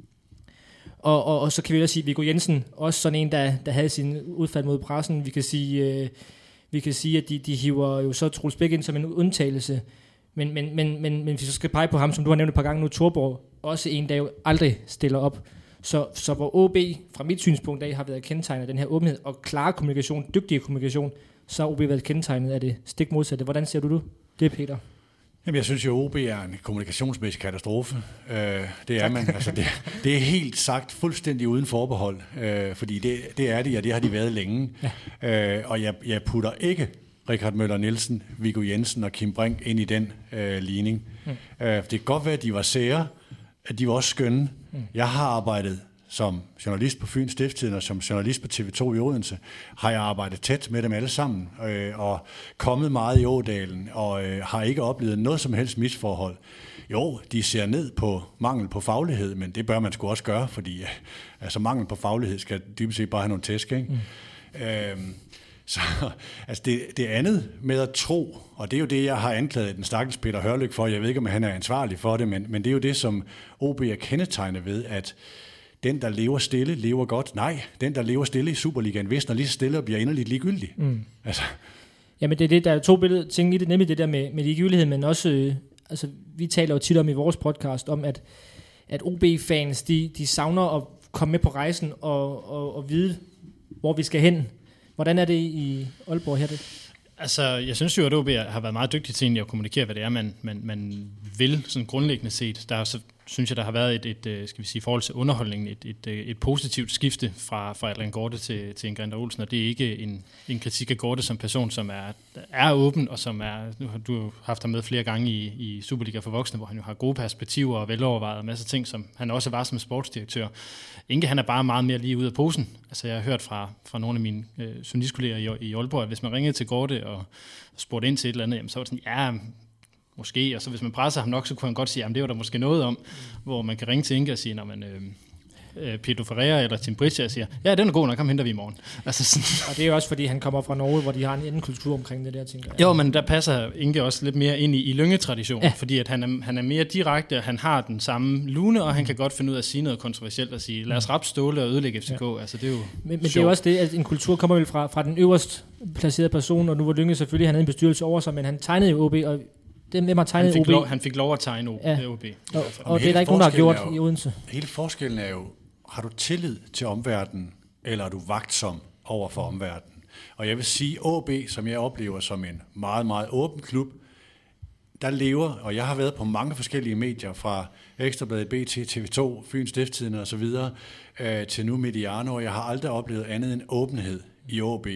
og, og, og så kan vi også sige, Viggo Jensen, også sådan en, der, der havde sin udfald mod pressen, vi kan sige, øh, vi kan sige at de, de hiver jo så Troels Bæk ind som en undtagelse, men, men, men, men, men hvis vi så skal pege på ham, som du har nævnt et par gange nu, Thorborg, også en, der jo aldrig stiller op. Så, så hvor O B fra mit synspunkt af har været kendetegnet af den her åbenhed og klare kommunikation, dygtige kommunikation, så har O B været kendetegnet af det stik modsatte. Hvordan ser du det, Peter? Jamen, jeg synes jo, O B er en kommunikationsmæssig katastrofe. Øh, det er man. Altså, det, det er helt sagt fuldstændig uden forbehold, øh, fordi det, det er de, og det har de været længe. Ja. Øh, og jeg, jeg putter ikke Richard Møller Nielsen, Viggo Jensen og Kim Brink ind i den øh, ligning. Mm. Øh, det kan godt være, at de var sære, at de var også skønne. Mm. Jeg har arbejdet som journalist på Fyns Stiftstidende og som journalist på T V to i Odense, har jeg arbejdet tæt med dem alle sammen, øh, og kommet meget i Ådalen, og øh, har ikke oplevet noget som helst misforhold. Jo, de ser ned på mangel på faglighed, men det bør man sgu også gøre, fordi øh, altså, mangel på faglighed skal dybest set bare have nogle tæsk, ikke? Mm. Øh, Så altså det, det andet med at tro, og det er jo det, jeg har anklaget den stakkels Peter Hørlyk for, jeg ved ikke, om han er ansvarlig for det, men, men det er jo det, som O B er kendetegnet ved, at den, der lever stille, lever godt. Nej, den, der lever stille i Superligaen, visner lige så stille og bliver inderligt ligegyldig. Mm. Altså. Jamen det er det, der er to billeder, ting i det, nemlig det der med, med ligegyldighed, men også, øh, altså vi taler jo tit om i vores podcast, om at, at O B-fans, de, de savner at komme med på rejsen og, og, og vide, hvor vi skal hen. Hvordan er det i Aalborg her? Det? Altså, jeg synes jo, at O B har været meget dygtig til at kommunikere, hvad det er, man, man, man vil, sådan grundlæggende set. Der er så, synes jeg, der har været et, et skal vi sige, forhold til underholdningen, et, et, et positivt skifte fra, fra Adrian Gorte til, til Ingrid Olsen, og det er ikke en, en kritik af Gorte som person, som er, er åben, og som er, nu har du haft ham med flere gange i, i Superliga for voksne, hvor han jo har gode perspektiver og velovervejet en masse ting, som han også var som sportsdirektør. Inge, han er bare meget mere lige ude af posen. Altså, jeg har hørt fra, fra nogle af mine øh, journalistkolleger i, i Aalborg, at hvis man ringede til Gorte og spurgte ind til et eller andet, jamen, så var det sådan, ja, måske, og så hvis man presser ham nok, så kunne han godt sige, jamen det var der måske noget om, hvor man kan ringe til Inge og sige, når man... Øh, Pedro Ferreira eller Tim Bridger siger, ja, den er god nok, ham henter vi i morgen. Altså sådan. Og det er jo også, fordi han kommer fra Norge, hvor de har en anden kultur omkring det der, tænker jeg. Jo, men der passer Inge også lidt mere ind i, i Lynge-traditionen, ja. Fordi at han, er, han er mere direkte, han har den samme lune, og han kan godt finde ud af at sige noget kontroversielt og sige, lad os rappe Ståle og ødelægge F C K. Ja. Altså, det er jo men, men det er jo også det, at en kultur kommer vel fra, fra den øverst placerede person, og nu var Lynge selvfølgelig, han havde en bestyrelse over sig, men han tegnede jo O B, og dem har tegnet han fik O B. Lov, han fik lov at tegne O B. Ja. O B. Og, og det er der ikke nogen, der har gjort jo, i Odense. Hele forskellen er jo, har du tillid til omverdenen, eller er du vagtsom over for omverdenen? Og jeg vil sige, O B, som jeg oplever som en meget, meget åben klub, der lever, og jeg har været på mange forskellige medier, fra Ekstrabladet, B T, T V to, Fyns Stiftstidende og så videre, øh, til nu Mediano, og jeg har aldrig oplevet andet end åbenhed i O B. Øh,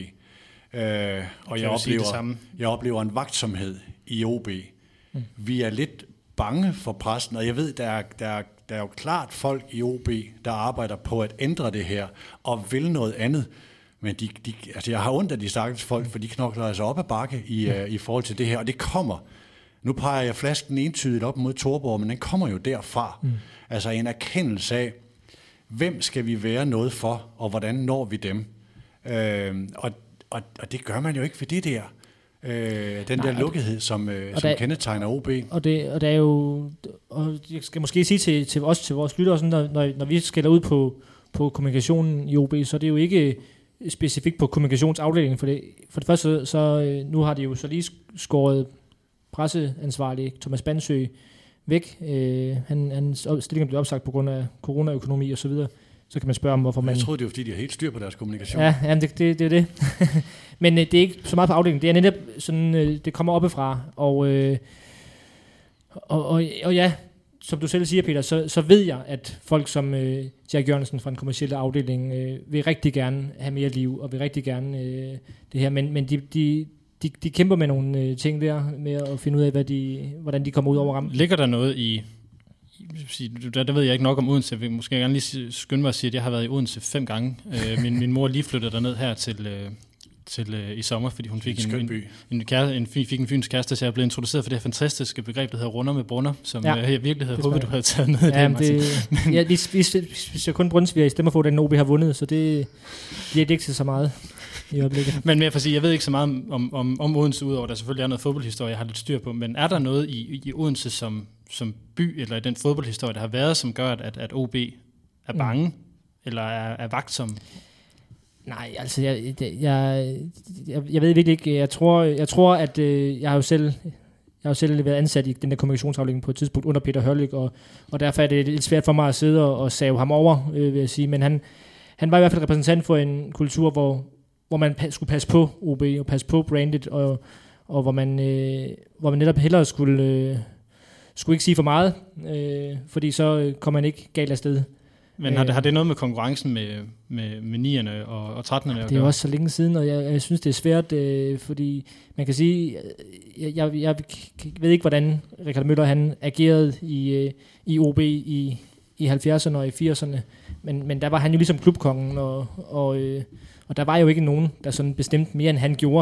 og jeg oplever, jeg oplever en vagtsomhed i O B. Mm. Vi er lidt bange for pressen, og jeg ved, der er, der er Der er jo klart folk i O B, der arbejder på at ændre det her, og vil noget andet. Men de, de, altså jeg har ondt af de stakkels folk, for de knokler altså op ad bakke i, uh, i forhold til det her, og det kommer. Nu peger jeg flasken entydigt op mod Thorborg, men den kommer jo derfra. Mm. Altså en erkendelse af, hvem skal vi være noget for, og hvordan når vi dem? Uh, og, og, og det gør man jo ikke ved det der. Øh, den Nej, der lukkethed, som, øh, som der, kendetegner O B. Og det, og det er jo, og jeg skal måske sige til, til os, til vores lyttere, sådan, når, når, når vi skælder ud på, på kommunikationen i O B, så er det jo ikke specifikt på kommunikationsafdelingen. For det, for det første, så nu har de jo så lige skåret presseansvarlig Thomas Bandsø væk. Øh, han, hans stilling blev opsagt på grund af coronaøkonomi og så videre. Så kan man spørge om, hvorfor man... Jeg troede, det var, fordi de har helt styr på deres kommunikation. Ja, jamen det, det, det er det. Men øh, det er ikke så meget på afdelingen. Det er netop sådan, øh, det kommer oppefra. Og, øh, og, og, og ja, som du selv siger, Peter, så, så ved jeg, at folk som øh, Jack Jørgensen fra den kommercielle afdeling øh, vil rigtig gerne have mere liv, og vil rigtig gerne øh, det her. Men, men de, de, de, de kæmper med nogle øh, ting der, med at finde ud af, hvad de, hvordan de kommer ud over rammen. Ligger der noget i... Der, der ved jeg ikke nok om Odense. Jeg vil måske gerne lige skynde mig at sige, at jeg har været i Odense fem gange. Øh, min, min mor lige flyttede derned her til, øh, til øh, i sommer, fordi hun fik en, en, en, en, kære, en, fik en fyns kæreste, så jeg blev introduceret for det her fantastiske begreb, der hedder runder med brunner, som ja, øh, jeg virkelig havde håbet, du havde taget ned ja, i det. det men, ja, vi, vi, vi, vi ser kun Brunsviger i stemmer for, at O B har vundet, så det bliver det ikke så meget i øjeblikket. Men jeg, sige, jeg ved ikke så meget om, om, om Odense, udover der selvfølgelig er noget fodboldhistorie, jeg har lidt styr på, men er der noget i, i Odense som som by, eller i den fodboldhistorie, der har været, som gør, at, at O B er bange, mm. eller er, er vagtsom? Nej, altså, jeg, jeg, jeg, jeg ved virkelig ikke. Jeg tror, jeg tror at øh, jeg har jo selv, jeg har jo selv været ansat i den der kommunikationsafdeling på et tidspunkt under Peter Hørlyk, og, og derfor er det lidt svært for mig at sidde og, og save ham over, øh, vil jeg sige. Men han, han var i hvert fald repræsentant for en kultur, hvor, hvor man pa- skulle passe på O B, og passe på brandet, og, og hvor, man, øh, hvor man netop hellere skulle... Øh, skulle ikke sige for meget, øh, fordi så øh, kommer man ikke galt afsted. Men har det, har det noget med konkurrencen med, med, med nierne og, og trettenerne? Det er også så længe siden, og jeg, jeg synes, det er svært, øh, fordi man kan sige, jeg, jeg, jeg ved ikke, hvordan Richard Møller han agerede i, øh, i O B i, i halvfjerdserne og i firserne, men, men der var han jo ligesom klubkongen, og, og, øh, og der var jo ikke nogen, der sådan bestemte mere, end han gjorde.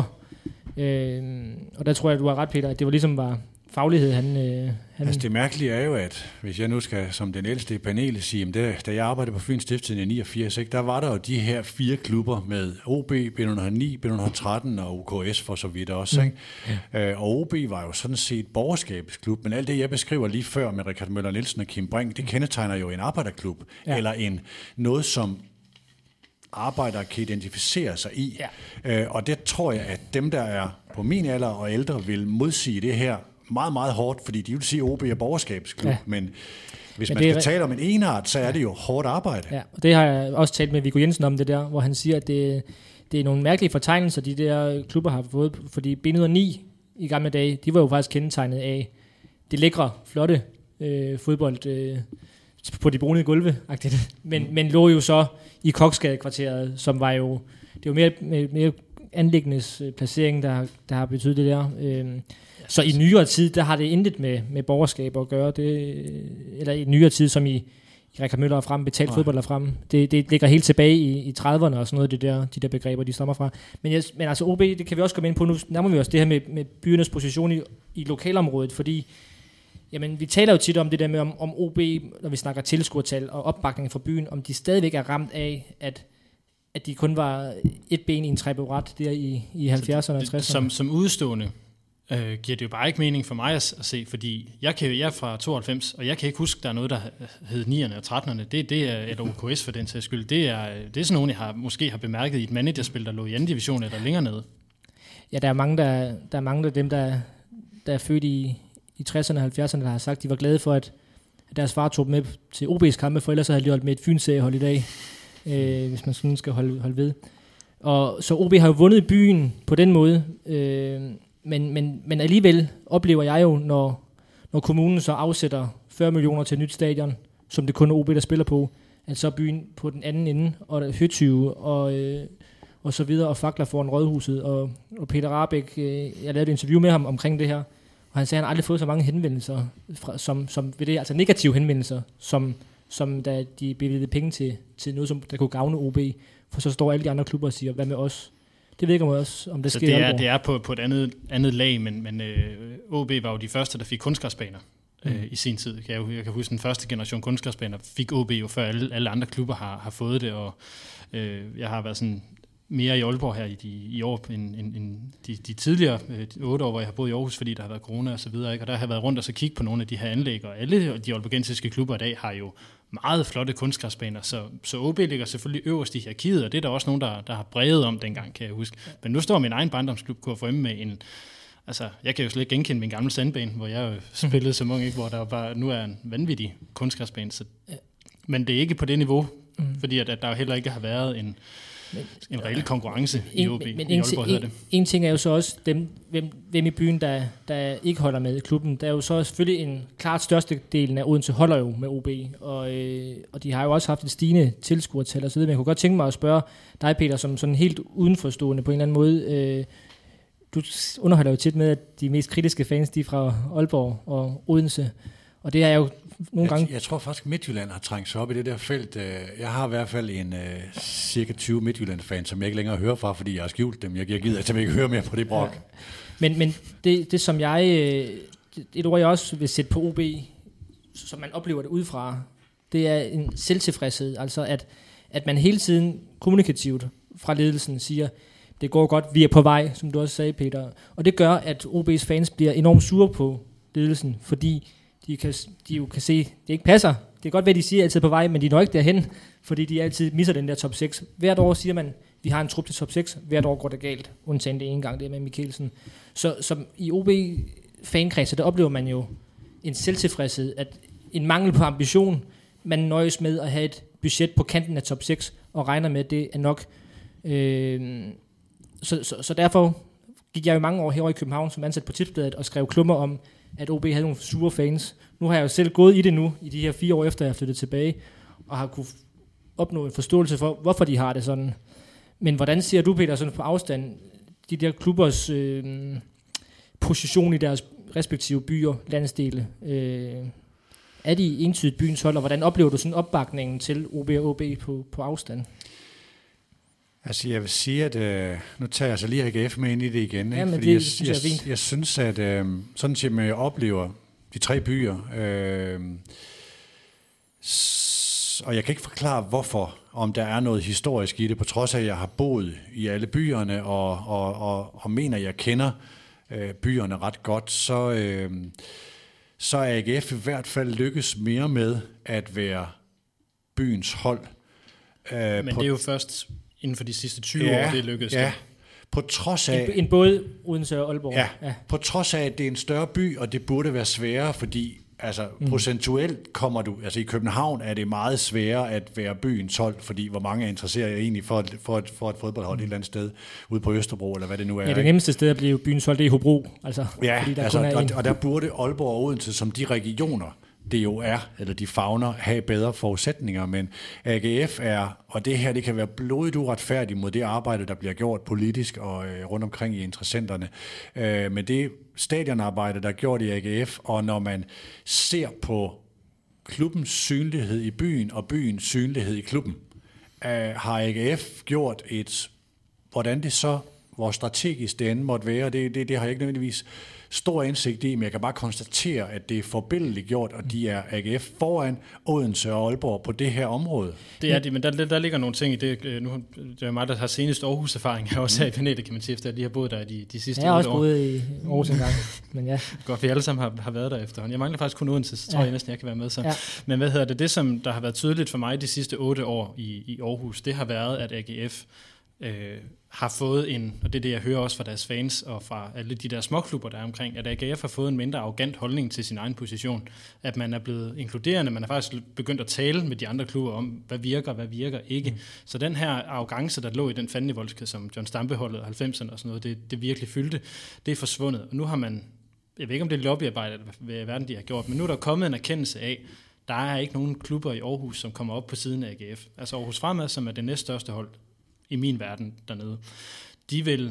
Øh, og der tror jeg, du har ret, Peter, at det var ligesom var... faglighed, han, øh, han... Altså det mærkelige er jo, at hvis jeg nu skal som den ældste i panelet sige, at da jeg arbejdede på Fyns Stiftstidende i niogfirs, ikke, der var der jo de her fire klubber med O B, B et nul ni, B et nul tretten og O K S for så vidt også. Mm. Ikke? Ja. Øh, og O B var jo sådan set borgerskabsklub, men alt det, jeg beskriver lige før med Richard Møller Nielsen og Kim Brink, det kendetegner jo en arbejderklub, ja. Eller en noget, som arbejdere kan identificere sig i. Ja. Øh, og det tror jeg, at dem, der er på min alder og ældre, vil modsige det her meget, meget hårdt, fordi de vil sige, at O B er borgerskabsklub, ja. Men hvis men man skal er... tale om en enart, så er det jo hårdt arbejde. Ja, og det har jeg også talt med Viggo Jensen om det der, hvor han siger, at det, det er nogle mærkelige fortegnelser, de der klubber har fået, fordi B et nul ni i gamle dage, de var jo faktisk kendetegnet af det lækre, flotte øh, fodbold øh, på de brune gulve, men, mm. men lå jo så i Koksgadekvarteret, som var jo, det var mere, mere, mere anlæggendes placering, der, der har betydet det der. Øh, Så i nyere tid, der har det intet med, med borgerskab at gøre, det, eller i nyere tid, som i, i Richard Møller er frem, betalt Nej. fodbold er frem, det, det ligger helt tilbage i, i trediverne og sådan noget, det der, de der begreber, de stammer fra. Men, jeg, men altså O B, det kan vi også komme ind på, nu nærmer vi os det her med, med byernes position i, i lokalområdet, fordi jamen, vi taler jo tit om det der med, om, om O B, når vi snakker tilskuertal og opbakning fra byen, om de stadigvæk er ramt af, at at de kun var et ben i en træberet der i, i halvfjerdserne og tresserne. Som, som udstående øh, giver det jo bare ikke mening for mig at, at se, fordi jeg, kan, jeg er fra tooghalvfems, og jeg kan ikke huske, der er noget, der hed nierne og trettenerne. Det, det er, eller O K S for den sags skyld. Det er, det er sådan nogle, jeg har, måske har bemærket i et managerspil, der lå i anden division eller længere nede. Ja, der er mange, der, der er mange af dem, der, der er født i, i tresserne og halvfjerdserne, der har sagt, de var glade for, at deres far tog med til O B's kampe, for ellers havde de holdt med et Fyn-seriehold i dag, øh, hvis man sådan skal holde, holde ved. Og så O B har jo vundet i byen på den måde, øh, men, men, men alligevel oplever jeg jo, når, når kommunen så afsætter fyrre millioner til et nyt stadion, som det kun er O B, der spiller på, at så byen på den anden ende, og Høtyve og, øh, og så videre, og fakler foran Rådhuset, og, og Peter Rahbæk, øh, jeg lavede et interview med ham omkring det her, og han sagde, at han aldrig fået så mange henvendelser, fra, som, som ved det, altså negative henvendelser, som, som da de bevilgede penge til, til noget, som der kunne gavne O B, for så står alle de andre klubber og siger, hvad med os? Det ved jeg ikke også, om det så sker. Det er, det er på, på et andet, andet lag, men, men øh, O B var jo de første, der fik kunstgræsbaner øh, mm. i sin tid. Jeg, jeg kan huske, den første generation kunstgræsbaner fik O B jo før alle, alle andre klubber har, har fået det, og øh, jeg har været sådan mere i Aalborg her i, de, i år, end, end, end de, de tidligere øh, de otte år, hvor jeg har boet i Aarhus, fordi der har været corona og så videre, ikke? Og der har jeg været rundt og så kigge på nogle af de her anlæg, og alle de aalborgensiske klubber i dag har jo meget flotte kunstgræsbaner, så, så O B ligger selvfølgelig øverst i hierarkiet, og det er der også nogen, der, der har brevet om dengang, kan jeg huske. Men nu står min egen barndomsklub K F M med en, altså jeg kan jo slet ikke genkende min gamle sandbane, hvor jeg jo spillede som ung, ikke? Hvor der bare nu er en vanvittig kunstgræsbane, så, men det er ikke på det niveau, mm. fordi at, at der jo heller ikke har været en Men, en reel konkurrence en, i O B. Men, men i Aalborg hedder det. En, en ting er jo så også dem, hvem, hvem i byen, der, der ikke holder med i klubben. Der er jo så selvfølgelig en klart største delen af Odense holder jo med O B, og, øh, og de har jo også haft et stigende tilskuertal og så videre. Men jeg kunne godt tænke mig at spørge dig, Peter, som sådan helt udenforstående på en eller anden måde. Øh, du underholder jo tit med, at de mest kritiske fans, de er fra Aalborg og Odense, og det er jo nogle gange... Jeg, jeg tror faktisk, Midtjylland har trængt sig op i det der felt. Jeg har i hvert fald en uh, cirka tyve Midtjylland-fans, som jeg ikke længere hører fra, fordi jeg har skjult dem. Jeg, jeg gider simpelthen ikke høre mere på det brok. Ja. Men, men det, det, som jeg... Et ord, jeg også vil sætte på O B, som man oplever det udefra, det er en selvtilfredshed. Altså, at, at man hele tiden kommunikativt fra ledelsen siger, det går godt, vi er på vej, som du også sagde, Peter. Og det gør, at O B's fans bliver enormt sure på ledelsen, fordi de, kan, de jo kan se, det ikke passer. Det kan godt være, de siger altid på vej, men de når ikke derhen, fordi de altid misser den der top seks. Hvert år siger man, vi har en trup til top seks. Hvert år går det galt, undtagen det ene gang, det med Mikkelsen. Så som i O B-fankredser, der oplever man jo en selvtilfredshed, at en mangel på ambition, man nøjes med at have et budget på kanten af top seks, og regner med, at det er nok. Øh, så, så, så derfor gik jeg jo mange år herovre i København som ansat på Tipsbladet og skrev klummer om, at O B havde nogle sure fans. Nu har jeg jo selv gået i det nu, i de her fire år efter, jeg flyttede tilbage, og har kunne opnå en forståelse for, hvorfor de har det sådan. Men hvordan ser du, Peter, sådan på afstand, de der klubbers øh, position i deres respektive byer, landsdele? Øh, er de entydigt byens hold, og hvordan oplever du sådan opbakningen til O B og O B på, på afstand? Altså jeg vil sige, at øh, nu tager jeg så lige A G F med ind i det igen, ikke? Ja, Fordi det, jeg, synes jeg, jeg, jeg, jeg synes, at øh, sådan set, jeg oplever de tre byer, øh, s- og jeg kan ikke forklare, hvorfor, om der er noget historisk i det, på trods af, at jeg har boet i alle byerne, og, og, og, og mener, at jeg kender øh, byerne ret godt, så, øh, så er A G F i hvert fald lykkes mere med at være byens hold. Øh, Men på, det er jo først inden for de sidste tyve ja, år, det lykkedes. Ja, på trods af... En, en både Odense og Aalborg. Ja, ja, på trods af, at det er en større by, og det burde være sværere, fordi altså, mm. procentuelt kommer du... Altså i København er det meget sværere at være byens hold, fordi hvor mange er interesseret egentlig for, et, for, et, for et fodboldhold mm. et eller andet sted, ude på Østerbro, eller hvad det nu er. Ja, det nemmeste sted at blive byens hold, det er i Hobro. Altså, ja, fordi der altså, kun er og, en. og der burde Aalborg og Odense, som de regioner, det jo er, eller de favner, have bedre forudsætninger, men A G F er, og det her, det kan være blodigt uretfærdigt mod det arbejde, der bliver gjort politisk og øh, rundt omkring i interessenterne, øh, men det stadionarbejde, der er gjort i A G F, og når man ser på klubbens synlighed i byen, og byens synlighed i klubben, øh, har A G F gjort et, hvordan det så, hvor strategisk det end måtte være, det, det, det har jeg ikke nødvendigvis stor indsigt i, men jeg kan bare konstatere, at det er forbindeligt gjort, og de er A G F foran Odense og Aalborg på det her område. Det er de, men der, der ligger nogle ting i det. Nu, det er mig, der har senest Aarhus-erfaring, jeg også her i panelet, kan man sige, efter at de har boet der de, de sidste år. Jeg har også boet i Aarhus en gang, men ja. Godt, vi alle sammen har, har været der efterhånden. Jeg mangler faktisk kun Odense, så tror ja. jeg næsten, jeg kan være med. Så. Ja. Men hvad hedder det? Det, som der har været tydeligt for mig de sidste otte år i, i Aarhus, det har været, at A G F øh, har fået en, og det er det, jeg hører også fra deres fans og fra alle de der småklubber, der er omkring, at A G F har fået en mindre arrogant holdning til sin egen position. At man er blevet inkluderende, man har faktisk begyndt at tale med de andre klubber om, hvad virker, hvad virker ikke. Mm. Så den her arrogance, der lå i den fandenivoldske, som John Stampe-holdet og halvfemserne og sådan noget, det, det virkelig fyldte, det er forsvundet. Og nu har man, jeg ved ikke om det er lobbyarbejde, hvad verden de har gjort, men nu er der kommet en erkendelse af, der er ikke nogen klubber i Aarhus, som kommer op på siden af A G F. Altså Aarhus Fremad, som er det næststørste hold i min verden dernede. De vil,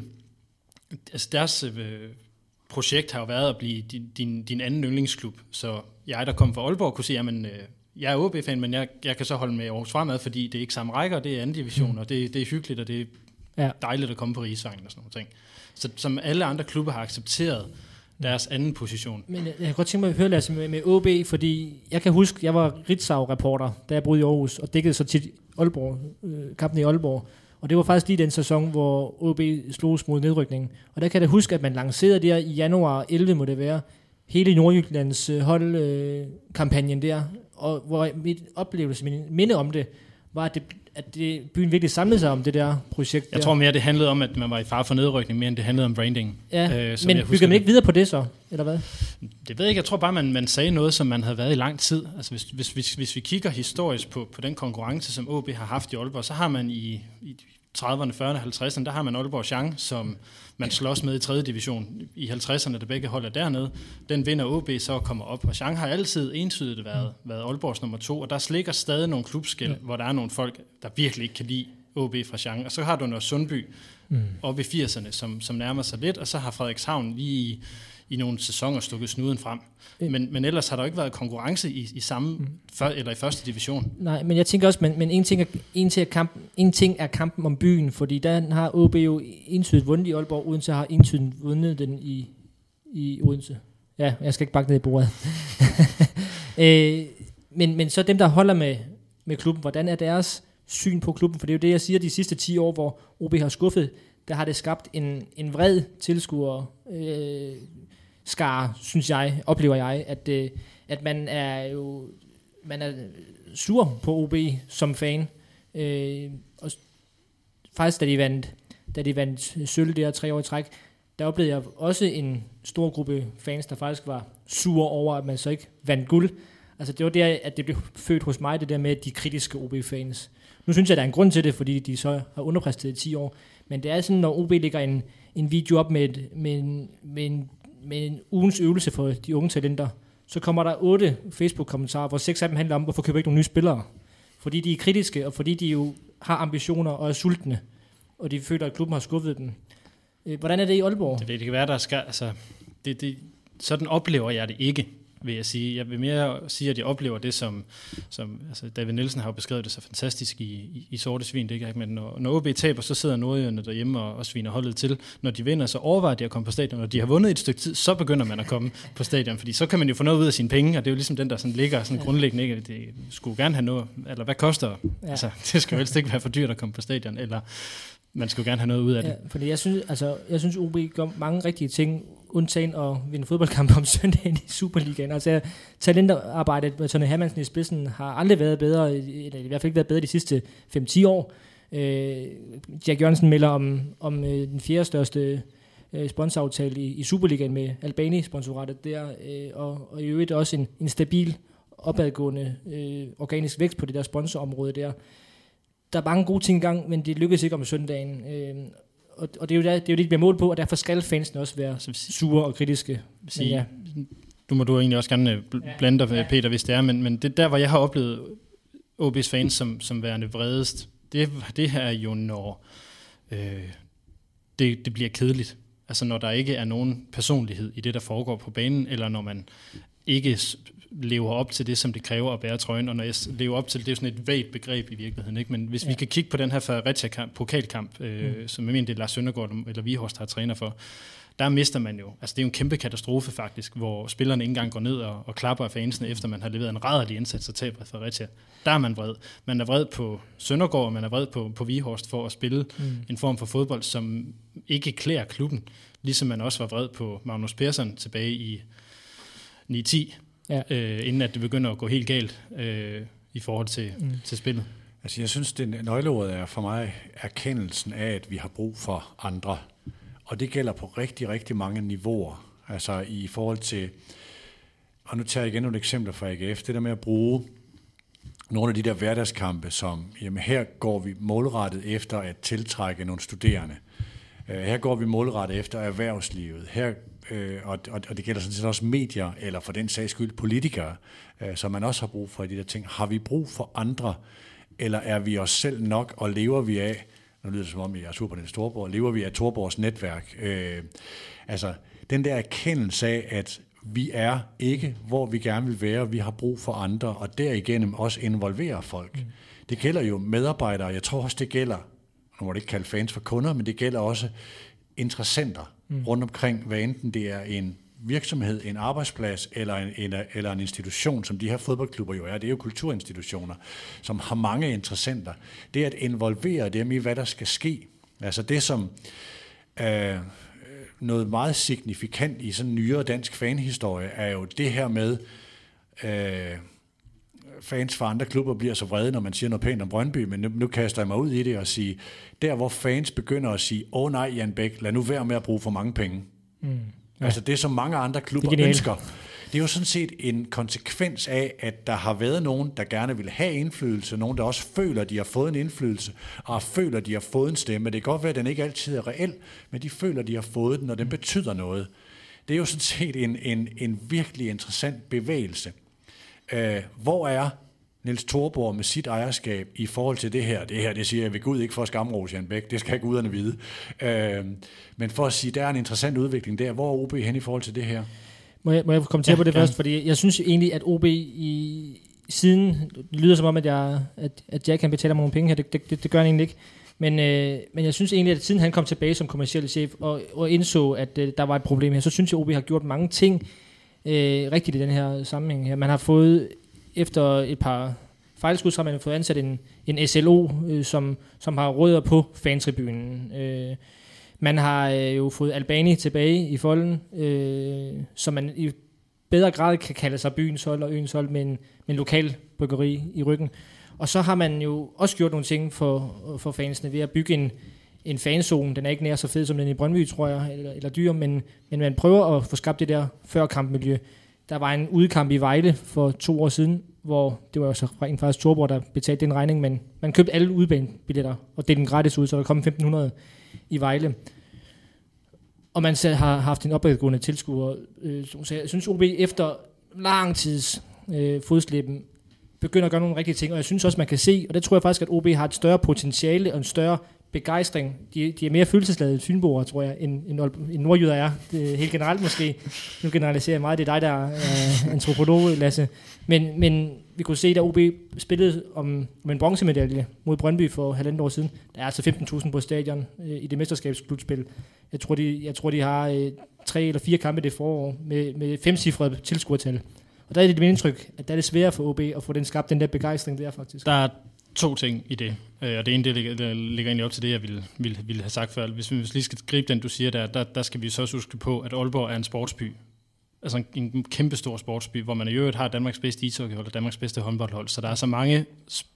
altså deres øh, projekt har jo været at blive din, din, din anden yndlingsklub, så jeg, der kom fra Aalborg, kunne sige, jamen, øh, jeg er O B-fan, men jeg, jeg kan så holde med Aarhus Fremad, fordi det er ikke samme rækker, det er anden division, mm. og det, det er hyggeligt, og det er ja. dejligt at komme på Rigsvangen og sådan nogle ting. Så som alle andre klubber har accepteret deres anden position. Men jeg, jeg kan godt tænke mig at høre, Lasse, med, med O B, fordi jeg kan huske, jeg var Ritzau-reporter, da jeg boede i Aarhus, og dækkede så tit Aalborg, øh, kampen i Aalborg. Og det var faktisk lige den sæson, hvor O B slogs mod nedrykningen. Og der kan jeg da huske, at man lancerede der i januar elleve, må det være, hele Nordjyllands holdkampagnen der, og hvor mit oplevelse, min minde om det, var, at, det, at det, byen virkelig samlede sig om det der projekt. Jeg der. tror mere, det handlede om, at man var i fare for nedrykning, mere end det handlede om branding. Ja, øh, men bygger man ikke videre på det så, eller hvad? Det ved jeg ikke. Jeg tror bare, man, man sagde noget, som man havde været i lang tid. Altså hvis, hvis, hvis, hvis vi kigger historisk på, på den konkurrence, som O B har haft i Aalborg, så har man i, i trediverne, fyrrerne, halvtredserne, der har man Aalborg Chang, som man slås med i tredje division. I halvtredserne, der begge hold er dernede, den vinder O B så og kommer op. Og Chang har altid entydigt været, været Aalborgs nummer to, og der slikker stadig nogle klubskæld, ja. hvor der er nogle folk, der virkelig ikke kan lide O B fra Chang. Og så har du noget Sundby mm. oppe i firserne, som, som nærmer sig lidt, og så har Frederikshavn lige i, i nogle sæsoner stukket snuden frem. Men, men ellers har der jo ikke været konkurrence i, i samme mm. før, eller i første division. Nej, men jeg tænker også, men, men en, ting er, en, ting er kampen, en ting er kampen om byen, fordi der har O B jo entydigt vundet i Aalborg, Odense har entydigt vundet den i, i Odense. Ja, jeg skal ikke bakke ned i bordet. øh, men, men så dem, der holder med, med klubben, hvordan er deres syn på klubben? For det er jo det, jeg siger, de sidste ti år, hvor O B har skuffet, der har det skabt en, en vred tilskuer øh, skare, synes jeg, oplever jeg, at, øh, at man er jo man er sur på O B som fan. Øh, og faktisk, da de vandt, da de vandt sølv der tre år i træk, der oplevede jeg også en stor gruppe fans, der faktisk var sure over, at man så ikke vandt guld. Altså det var der, at det blev født hos mig, det der med de kritiske O B-fans. Nu synes jeg, der er en grund til det, fordi de så har underpræsteret i ti år. Men det er sådan, når O B lægger en, en video op med, et, med, en, med, en, med en ugens øvelse for de unge talenter, så kommer der otte Facebook-kommentarer, hvor seks af dem handler om, hvorfor køber ikke nogle nye spillere. Fordi de er kritiske, og fordi de jo har ambitioner og er sultne, og de føler, at klubben har skuffet dem. Hvordan er det i Aalborg? Det, det kan være, der skal... Altså, det, det, sådan oplever jeg det ikke, vil jeg sige. Jeg vil mere sige, at jeg oplever det, som, som altså David Nielsen har jo beskrevet det så fantastisk i, i, i Sorte Svin, det ikke? Men når, når O B taber, så sidder nordjyderne derhjemme og, og sviner holdet til. Når de vinder, så overvejer de at komme på stadion. Når de har vundet et stykke tid, så begynder man at komme på stadion, fordi så kan man jo få noget ud af sine penge, og det er jo ligesom den, der sådan ligger sådan grundlæggende, ikke? Det skulle gerne have noget, eller hvad koster? Ja. Altså, det skal jo helst ikke være for dyrt at komme på stadion, eller man skulle gerne have noget ud af det. Ja, fordi jeg synes, altså, jeg synes O B gør mange rigtige ting, undtagen at vinde fodboldkamp om søndagen i Superligaen. Altså talentarbejdet med Tony Hermansen i spidsen har aldrig været bedre, eller i hvert fald ikke været bedre de sidste fem til ti år. Øh, Jack Jørgensen melder om, om øh, den fjerde største øh, sponsoraftale i, i Superligaen med Albani-sponsoratet der, øh, og, og i øvrigt også en, en stabil, opadgående øh, organisk vækst på det der sponsorområde der. Der er mange gode ting i gang, men det lykkes ikke om søndagen. Øh, Og, og det er jo der, det er jo det, de bliver målt på, og derfor skal fansene også være sure og kritiske. Men ja. Nu må du egentlig også gerne blande dig, Peter, hvis det er, men, men det der, hvor jeg har oplevet O B's fans som, som værende vredest, det, det her er jo, når øh, det, det bliver kedeligt. Altså når der ikke er nogen personlighed i det, der foregår på banen, eller når man ikke lever op til det, som det kræver at bære trøjen, og når jeg lever op til det, det er sådan et vagt begreb i virkeligheden, ikke? Men hvis ja. vi kan kigge på den her Fredericia-pokalkamp, øh, mm. som jeg mener, det er Lars Søndergaard eller Vihorst har træner for, der mister man jo, altså det er jo en kæmpe katastrofe faktisk, hvor spillerne ikke engang går ned og, og klapper af fansene, efter man har leveret en rædderlig indsats og taber Fredericia. Der er man vred. Man er vred på Søndergaard, man er vred på, på Vihorst for at spille mm. en form for fodbold, som ikke klæder klubben, ligesom man også var vred på Magnus Persson tilbage i ni ti, ja. øh, inden at det begynder at gå helt galt øh, i forhold til, mm. til spillet. Altså jeg synes, det nøgleordet er for mig erkendelsen af, at vi har brug for andre. Og det gælder på rigtig, rigtig mange niveauer. Altså i forhold til, og nu tager jeg igen nogle eksempler fra A G F, det der med at bruge nogle af de der hverdagskampe, som, jamen her går vi målrettet efter at tiltrække nogle studerende. Her går vi målrettet efter erhvervslivet. Her, øh, og, og det gælder sådan set også medier, eller for den sags skyld politikere, øh, som man også har brug for i de der ting. Har vi brug for andre, eller er vi os selv nok, og lever vi af, nu lyder det som om, jeg er Supernet Storborg, lever vi af Torborgs netværk? Øh, altså, den der erkendelse af, at vi er ikke, hvor vi gerne vil være, vi har brug for andre, og derigennem også involvere folk. Mm. Det gælder jo medarbejdere, jeg tror også, det gælder, nu må det ikke kalde fans for kunder, men det gælder også interessenter mm. rundt omkring, hvad enten det er en virksomhed, en arbejdsplads eller en, en, eller en institution, som de her fodboldklubber jo er, det er jo kulturinstitutioner, som har mange interessenter. Det er at involvere dem i, hvad der skal ske. Altså det, som øh, noget meget signifikant i sådan en nyere dansk fanhistorie, er jo det her med, øh, fans fra andre klubber bliver så vrede, når man siger noget pænt om Brøndby, men nu, nu kaster jeg mig ud i det og sige, der hvor fans begynder at sige, åh oh, nej, Jan Bæk, lad nu være med at bruge for mange penge. Mm, ja. Altså det, som mange andre klubber det ønsker, det er jo sådan set en konsekvens af, at der har været nogen, der gerne vil have indflydelse, nogen, der også føler, at de har fået en indflydelse, og føler, at de har fået en stemme. Det kan godt være, at den ikke altid er reel, men de føler, at de har fået den, og den betyder noget. Det er jo sådan set en, en, en virkelig interessant bevægelse. Uh, hvor er Niels Thorborg med sit ejerskab i forhold til det her? Det her, det siger jeg ved Gud ikke for at skamrose Jan Bæk, det skal ikke guderne vide. Uh, men for at sige, der er en interessant udvikling der. Hvor er O B hen i forhold til det her? Må jeg, må jeg kommentere ja, på det ja. først? Fordi jeg synes egentlig, at O B i siden, det lyder som om, at, jeg, at, at Jack kan betale mig nogle penge her, det, det, det, det gør han egentlig ikke. Men, øh, men jeg synes egentlig, at siden han kom tilbage som kommerciel chef og, og indså, at øh, der var et problem her, så synes jeg, at O B har gjort mange ting øh, rigtigt i den her sammenhæng her. Man har fået, efter et par fejlskud, så har man fået ansat en, en S L O, øh, som, som har rødder på fantribunen. Øh, man har øh, jo fået Albani tilbage i folden, øh, som man i bedre grad kan kalde sig byens hold og øens hold med en, med en lokal bryggeri i ryggen. Og så har man jo også gjort nogle ting for, for fansene ved at bygge en, en fanzone. Den er ikke nær så fed som den i Brøndby, tror jeg, eller, eller Dyr, men, men man prøver at få skabt det der førkampmiljø. Der var en udkamp i Vejle for to år siden, hvor det var jo så rent faktisk Thorborg, der betalte den regning, men man købte alle udebanebilletter, og det er den gratis ud, så der kom femten hundrede i Vejle. Og man har haft en opadgående tilskuer. Så jeg synes, O B efter lang tids øh, fodslæben begynder at gøre nogle rigtige ting, og jeg synes også, man kan se, og det tror jeg faktisk, at O B har et større potentiale og en større begejstring. De, de er mere følelsesladede fynboer, tror jeg, end, end, end nordjyder er. Det er helt generelt måske. Nu generaliserer jeg meget. Det er dig, der er antropolog, Lasse. Men, men vi kunne se, da O B spillede om, om en bronzemedalje mod Brøndby for halvandet år siden. Der er altså femten tusind på stadion øh, i det mesterskabsslutspil. Jeg tror, de, jeg tror, de har øh, tre eller fire kampe det forår med, med femcifrede tilskuertal. Og der er det mit indtryk, at der er det sværere for O B at få den skabt, den der begejstring der faktisk. Der er to ting i det, og det ene det ligger, der ligger egentlig op til det, jeg ville, ville, ville have sagt før. Hvis vi lige skal gribe den, du siger der, der, der skal vi så også huske på, at Aalborg er en sportsby. Altså en, en kæmpe stor sportsby, hvor man i øvrigt har Danmarks bedste ishockeyhold og Danmarks bedste håndboldhold. Så der er så mange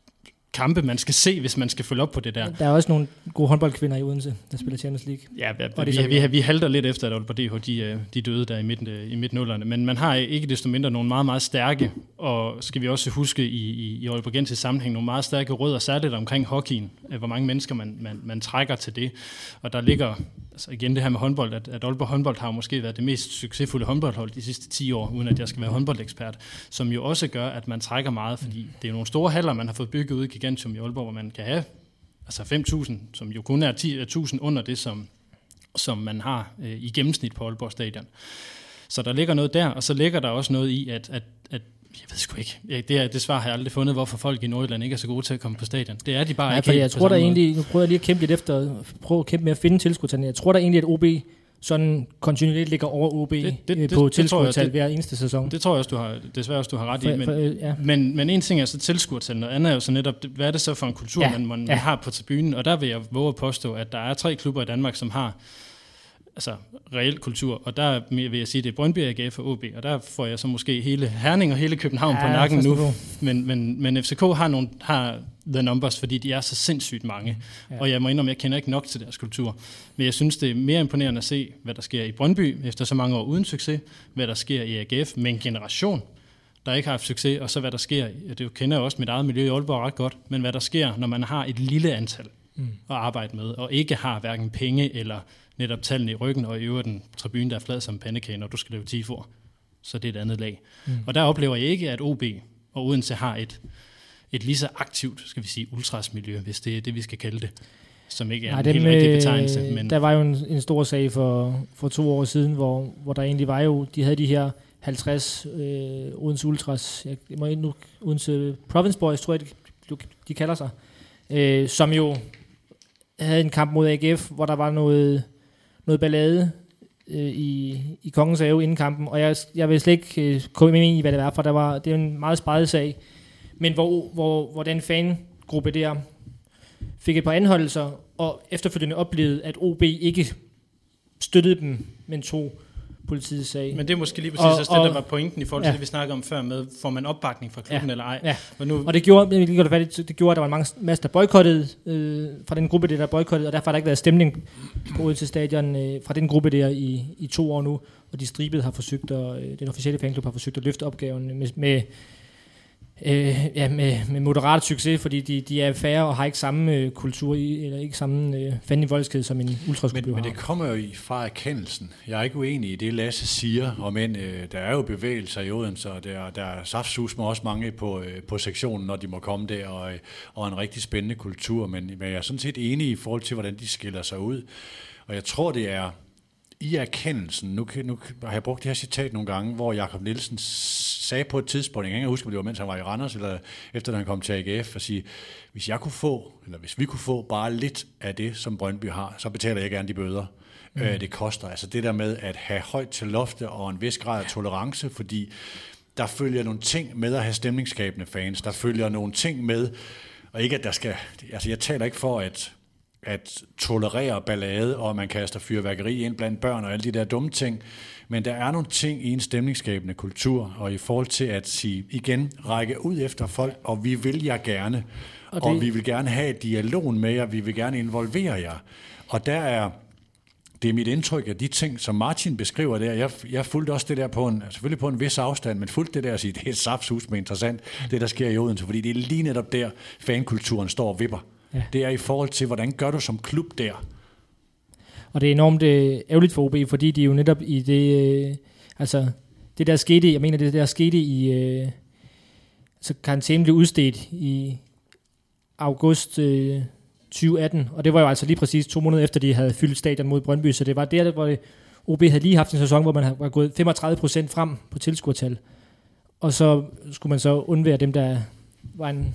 kampe, man skal se, hvis man skal følge op på det der. Der er også nogle gode håndboldkvinder i Odense, der spiller Champions League. Ja, vi, vi, vi, vi halter lidt efter, at Aalborg D H, de, de døde der i midten, i midten-nullerne. Men man har ikke desto mindre nogle meget, meget stærke, og skal vi også huske i, i, i Aalborgensis sammenhæng, nogle meget stærke rødder, særligt omkring hockeyen, hvor mange mennesker man, man, man trækker til det. Og der ligger, altså igen det her med håndbold, at, at Aalborg håndbold har måske været det mest succesfulde håndboldhold de sidste ti år, uden at jeg skal være håndboldekspert, som jo også gør, at man trækker meget, fordi det er nogle store haller, man har fået bygget ud i Gigantium i Aalborg, hvor man kan have altså fem tusind, som jo kun er ti tusind under det, som, som man har øh, i gennemsnit på Aalborg Stadion. Så der ligger noget der, og så ligger der også noget i, at, at, at jeg ved sgu ikke, det, er, det svar har jeg aldrig fundet, hvorfor folk i Nordjylland ikke er så gode til at komme på stadion. Det er de bare ja, ikke helt jeg tror der egentlig, nu prøver jeg lige at kæmpe lidt efter, prøve at kæmpe med at finde tilskuertallene. Jeg tror der egentlig, at O B sådan kontinuerligt ligger over O B det, det, på tilskuertal hver eneste sæson. Det tror jeg også, du har, desværre også, du har ret for, i. Men, for, ja. men, men en ting er så tilskuertal, noget andet er jo så netop, hvad er det så for en kultur, ja, man, man ja. har på tribunen? Og der vil jeg våge at påstå, at der er tre klubber i Danmark, som har altså reel kultur, og der vil jeg sige, det er Brøndby, A G F og O B, og der får jeg så måske hele Herning og hele København ja, på nakken nu. Men, men, men F C K har, nogle, har the numbers, fordi de er så sindssygt mange, ja. Og jeg må indrømme, jeg kender ikke nok til deres kultur. Men jeg synes, det er mere imponerende at se, hvad der sker i Brøndby, efter så mange år uden succes, hvad der sker i A G F med en generation, der ikke har haft succes, og så hvad der sker, det kender jeg også mit eget miljø i Aalborg ret godt, men hvad der sker, når man har et lille antal mm. at arbejde med, og ikke har hverken penge eller netop tallene i ryggen, og i øvrigt en tribune, der er flad som pandekage, når du skal lave tifo. Så det er et andet lag. Mm. Og der oplever jeg ikke, at O B og Odense har et, et lige så aktivt, skal vi sige, ultrasmiljø, hvis det er det, vi skal kalde det, som ikke er Nej, en helt rigtig betegnelse. Men der var jo en, en stor sag for, for to år siden, hvor, hvor der egentlig var jo, de havde de her halvtreds øh, Odense Ultras, jeg må nu, Odense Province Boys, tror jeg, de, de kalder sig, øh, som jo havde en kamp mod A G F, hvor der var noget noget ballade, øh, i, i Kongens Have inden kampen, og jeg, jeg vil slet ikke øh, komme med i, hvad det var, for der var, det er en meget spejet sag, men hvor, hvor, hvor den fangruppe der fik et par anholdelser, og efterfølgende oplevede, at O B ikke støttede dem, men tog politiets sag. Men det er måske lige præcis og, også det, der var pointen i forhold til ja. det, vi snakkede om før med, får man opbakning fra klubben ja. eller ej. Ja. Og, nu, og det gjorde, det gjorde, at der var mange masse, der boykottede, øh, fra den gruppe der, der boykottede, og derfor har der ikke været stemning på Odense Stadion øh, fra den gruppe der i, i to år nu, og de stribede har forsøgt, og øh, den officielle fanklub har forsøgt at løfte opgaven med, med Øh, ja, med, med moderat succes, fordi de, de er færre og har ikke samme øh, kultur i, eller ikke samme øh, fandelig voldsked som en ultraskub har. Men det kommer jo i fra erkendelsen. Jeg er ikke uenig i det, Lasse siger, og men øh, der er jo bevægelser i Odense, og der, der er saftsus med også mange på, øh, på sektionen, når de må komme der, og, øh, og en rigtig spændende kultur, men, men jeg er sådan set enig i forhold til, hvordan de skiller sig ud. Og jeg tror, det er i erkendelsen, nu, nu har jeg brugt det her citat nogle gange, hvor Jakob Nielsen sagde på et tidspunkt, jeg kan ikke huske, om det var, mens han var i Randers, eller efter han kom til A G F, at sige, hvis jeg kunne få, eller hvis vi kunne få bare lidt af det, som Brøndby har, så betaler jeg gerne de bøder. Mm. Øh, det koster. Altså det der med at have højt til loftet og en vis grad af tolerance, fordi der følger nogle ting med at have stemningsskabende fans, der følger nogle ting med, og ikke at der skal, altså jeg taler ikke for at at tolerere ballade, og man kaster fyrværkeri ind blandt børn og alle de der dumme ting. Men der er nogle ting i en stemningsskabende kultur, og i forhold til at sige, igen, række ud efter folk, og vi vil jer gerne, og, og vi vil gerne have dialogen med jer, vi vil gerne involvere jer. Og der er, det er mit indtryk af de ting, som Martin beskriver der, jeg, jeg fulgte også det der på en, selvfølgelig på en vis afstand, men fulgte det der at sige, det er et saftsus med interessant, det der sker i Odense, fordi det er lige netop der, fankulturen står og vipper. Ja. Det er i forhold til, hvordan gør du som klub der? Og det er enormt øh, ærgerligt for O B, fordi de jo netop i det, øh, altså det der skete, jeg mener det der skete i, øh, altså karantænen blev udstedt i august øh, tyve atten, og det var jo altså lige præcis to måneder efter, de havde fyldt stadion mod Brøndby, så det var der, hvor det, O B havde lige haft en sæson, hvor man var gået femogtredive procent frem på tilskuertal, og så skulle man så undvære dem, der var en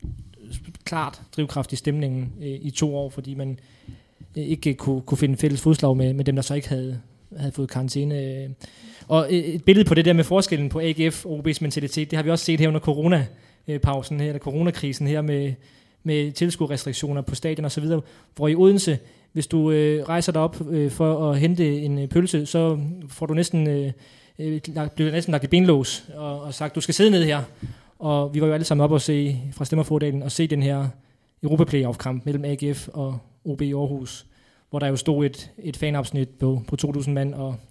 klart drivkraft i stemningen øh, i to år, fordi man øh, ikke kunne, kunne finde fælles fodslag med, med dem, der så ikke havde, havde fået karantæne. Og øh, et billede på det der med forskellen på A G F og O B's mentalitet, det har vi også set her under coronapausen her, eller coronakrisen her med, med tilskuerrestriktioner på stadion og så videre, hvor i Odense, hvis du øh, rejser dig op øh, for at hente en øh, pølse, så får du næsten, øh, øh, bliver næsten lagt i benlås og, og sagt, du skal sidde ned her. Og vi var jo alle sammen op og se fra Stemmerfordalen og se den her Europa-playoff-kamp mellem A G F og O B i Aarhus, hvor der jo stod et, et fanafsnit på, på to tusind mand og,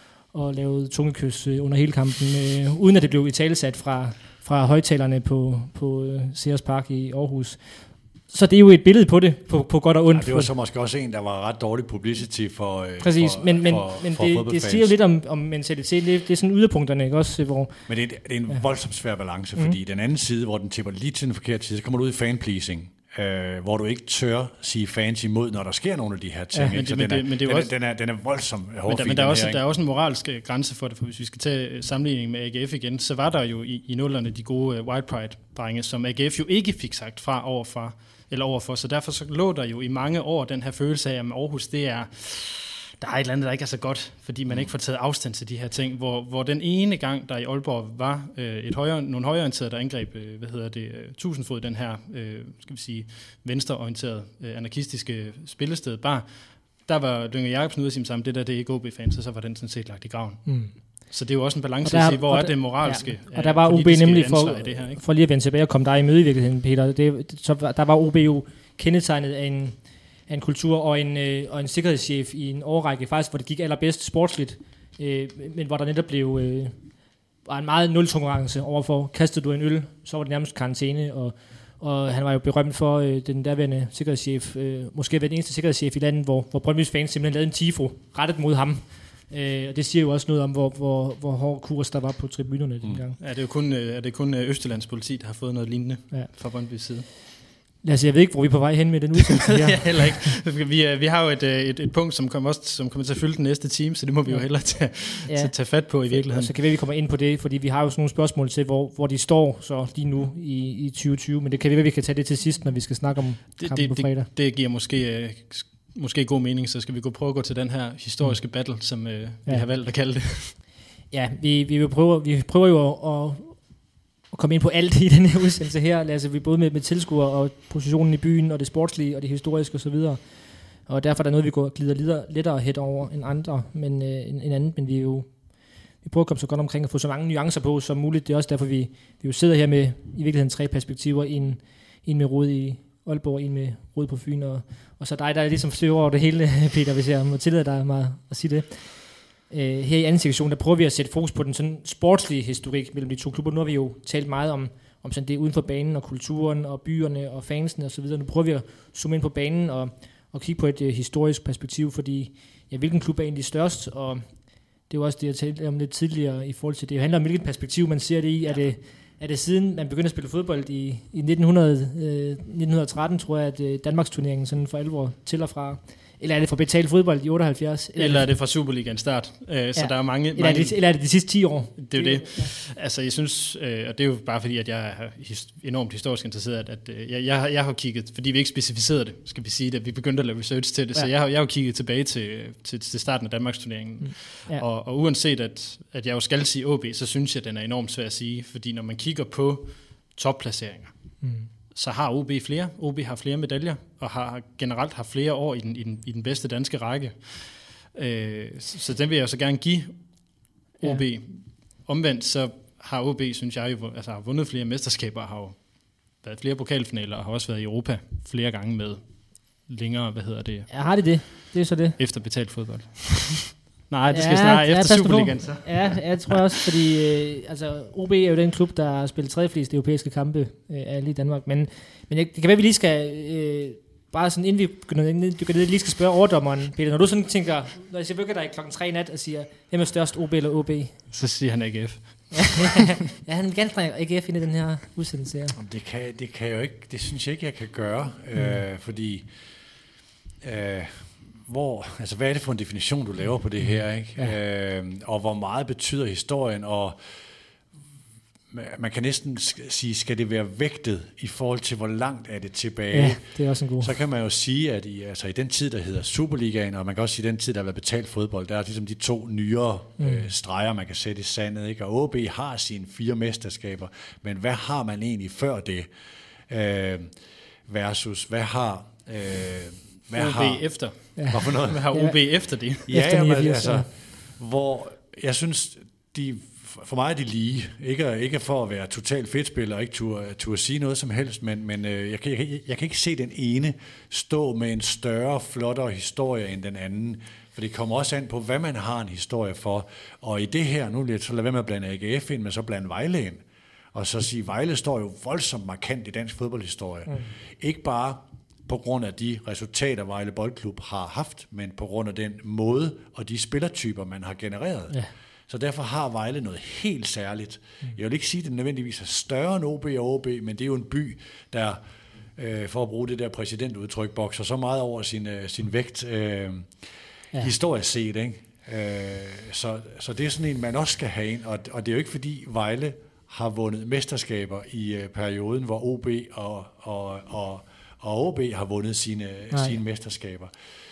og lavede tungekys under hele kampen, øh, uden at det blev italesat fra, fra højtalerne på, på uh, Sears Park i Aarhus. Så det er jo et billede på det, på, på godt og ondt. Ja, det var så måske også en, der var ret dårlig publicity for Præcis, for, men, men, for, men for det, det siger jo lidt om, om mentalitet. Det, det er sådan yderpunkterne, ikke også? Hvor, men det er, det er en ja. voldsomt svær balance, fordi mm. den anden side, hvor den tipper lige til den forkerte side, så kommer du ud i fanpleasing, øh, hvor du ikke tør sige fans imod, når der sker nogle af de her ting. Ja, men, så men, den, det, men det er den, også, den, er, den er voldsomt hård. Men, men der, er også, der er også en moralsk grænse for det, for hvis vi skal tage sammenligning med A G F igen, så var der jo i, i nullerne de gode uh, White Pride-drenge, som A G F jo ikke fik sagt fra overfor, eller overfor, så derfor så lå der jo i mange år den her følelse af, at Aarhus, det er, der er et eller andet, der ikke er så godt, fordi man ikke får taget afstand til de her ting, hvor, hvor den ene gang, der i Aalborg var øh, et højre, nogle højreorienterede, der angreb, øh, hvad hedder det, øh, Tusindfod, den her, øh, skal vi sige, venstreorienterede, øh, anarkistiske spillested, bar, der var Lynge Jacobsen ude at sige sammen, det der, det er ikke O B-fans, og så var den sådan set lagt i graven. Mm. Så det er jo også en balance at sige, hvor er det moralske, ja, og der var O B nemlig for, det her, ikke? For lige at vende tilbage og komme dig i møde i virkeligheden, Peter, det, så der var O B jo kendetegnet af en, af en kultur og en, øh, og en sikkerhedschef i en årrække, faktisk, hvor det gik allerbedst sportsligt, øh, men hvor der netop blev øh, var en meget nul-tolerance overfor, kastede du en øl, så var det nærmest karantæne, og, og han var jo berømt for øh, den derværende sikkerhedschef, øh, måske den eneste sikkerhedschef i landet, hvor, hvor Brøndbys fans simpelthen lavede en tifo rettet mod ham. Øh, og det siger jo også noget om, hvor, hvor, hvor hård kurs der var på tribunerne mm. dengang. Ja, det er jo kun, er det kun Østjyllands politi, der har fået noget lignende ja. fra Brøndbys side. Lad os, jeg ved ikke, hvor vi er på vej hen med den udsendelse her. Ja, heller ikke. Vi, vi har jo et, et, et punkt, som kommer, også, som kommer til at fylde den næste time, så det må vi jo hellere tage, ja. tage fat på i virkeligheden. Og så kan vi, vi kommer ind på det, fordi vi har jo sådan nogle spørgsmål til, hvor, hvor de står så lige nu i, i tyve tyve, men det kan vi, vi kan tage det til sidst, når vi skal snakke om det, kampen det, på fredag. Det, det giver måske måske god mening, så skal vi gå prøve at gå til den her historiske battle, som øh, vi Ja. har valgt at kalde det. Ja, vi, vi, vil prøve, vi prøver jo at, at, at komme ind på alt i den her udsendelse her. Altså, vi både med, med tilskuere og positionen i byen, og det sportslige, og det historiske osv. Og derfor er der noget, vi går glider lettere, lettere hen over end andre, men, øh, en, en anden, men vi er jo vi prøver at komme så godt omkring at få så mange nuancer på som muligt. Det er også derfor, vi, vi jo sidder her med i virkeligheden tre perspektiver. En, en med rod i Aalborg, en med rod på Fyn, og, og så dig, der er ligesom styrer over det hele, Peter, hvis jeg må tillade dig meget at sige det. Uh, her i anden sektion, der prøver vi at sætte fokus på den sådan sportslige historik mellem de to klubber. Nu har vi jo talt meget om, om sådan det uden for banen, og kulturen, og byerne, og fansene osv. Nu prøver vi at zoome ind på banen, og, og kigge på et uh, historisk perspektiv, fordi ja, hvilken klub er egentlig størst, og det er jo også det, jeg talte om lidt tidligere i forhold til det. Det handler om, hvilket perspektiv man ser det i. Er det, er det siden man begyndte at spille fodbold i, i nitten hundrede, øh, nitten tretten, tror jeg, at øh, Danmarks turneringen sådan for alvor til og fra? Eller er det for betalt fodbold i otteoghalvfjerds? Eller, eller er det fra Superligaen start? Uh, ja. Så der er mange... Eller, mange er det, eller er det de sidste ti år? Det er jo det. Ja. Altså, jeg synes, øh, og det er jo bare fordi, at jeg er his, enormt historisk interesseret, at øh, jeg, jeg, jeg har kigget, fordi vi ikke specificerede det, skal vi sige det, vi begyndte at lave research til det, ja. Så jeg har, jeg har kigget tilbage til, til, til starten af Danmarks turneringen. Mm. Ja. Og, og uanset, at, at jeg jo skal sige O B, så synes jeg, at den er enormt svær at sige, fordi når man kigger på topplaceringer, mm. så har O B flere. O B har flere medaljer, og har generelt har flere år i den, i den, i den bedste danske række. Øh, så, så den vil jeg så gerne give O B. Ja. Omvendt så har O B, synes jeg, jo, altså har vundet flere mesterskaber, har jo været flere pokalfinaler, og har også været i Europa flere gange med længere, hvad hedder det? Ja, har det det? Det er så det. Efter betalt fodbold. Nej, det skal ja, snarere ja, efter Superligaen så. Ja, jeg tror også, fordi øh, altså, O B er jo den klub, der har spillet tredje flest europæiske kampe øh, alle i Danmark. Men, men det kan være, vi lige skal, øh, bare sådan inden vi dykker ned, lige skal spørge overdommeren, Peter. Når du sådan tænker, når jeg siger dig klokken tre i nat og siger, hvem er størst, O B eller O B? Så siger han A G F. Ja, han vil gerne trække A G F ind i den her udsendelse her. Det kan, det kan jeg jo ikke, det synes jeg ikke, jeg kan gøre, mm. øh, fordi... Øh, Hvor, altså hvad er det for en definition, du laver på det her, ikke? Ja. Øh, og hvor meget betyder historien, og man kan næsten sige, skal det være vægtet i forhold til, hvor langt er det tilbage? Ja, det er også en god. Så kan man jo sige, at i, altså i den tid, der hedder Superligaen, og man kan også sige, at den tid, der har været betalt fodbold, der er ligesom de to nyere mm. øh, streger, man kan sætte i sandet, ikke? Og O B har sine fire mesterskaber, men hvad har man egentlig før det? Øh, versus, hvad har... Øh, Hvad O B har, efter. Ja. Hvad for noget? Hvad har O B ja. efter det? Ja, efter jamen, altså, hvor jeg synes, de, for mig er de lige. Ikke, ikke for at være totalt fedtspiller, og ikke turde, turde sige noget som helst, men, men jeg, kan, jeg, jeg kan ikke se den ene stå med en større, flottere historie end den anden. For det kommer også an på, hvad man har en historie for. Og i det her, nu vil jeg så lade være med at blande A G F ind, men så blande Vejle ind. Og så sige, Vejle står jo voldsomt markant i dansk fodboldhistorie. Mm. Ikke bare på grund af de resultater, Vejle Boldklub har haft, men på grund af den måde og de spillertyper, man har genereret. Ja. Så derfor har Vejle noget helt særligt. Mm. Jeg vil ikke sige, at det nødvendigvis er større end O B og O B, men det er jo en by, der, øh, for at bruge det der præsidentudtryk, bokser så meget over sin, øh, sin vægt, øh, ja. historisk set, ikke? Øh, så, så det er sådan en, man også skal have ind, og, og det er jo ikke fordi Vejle har vundet mesterskaber i øh, perioden, hvor O B og, og, og og O B har vundet sine, sine mesterskaber.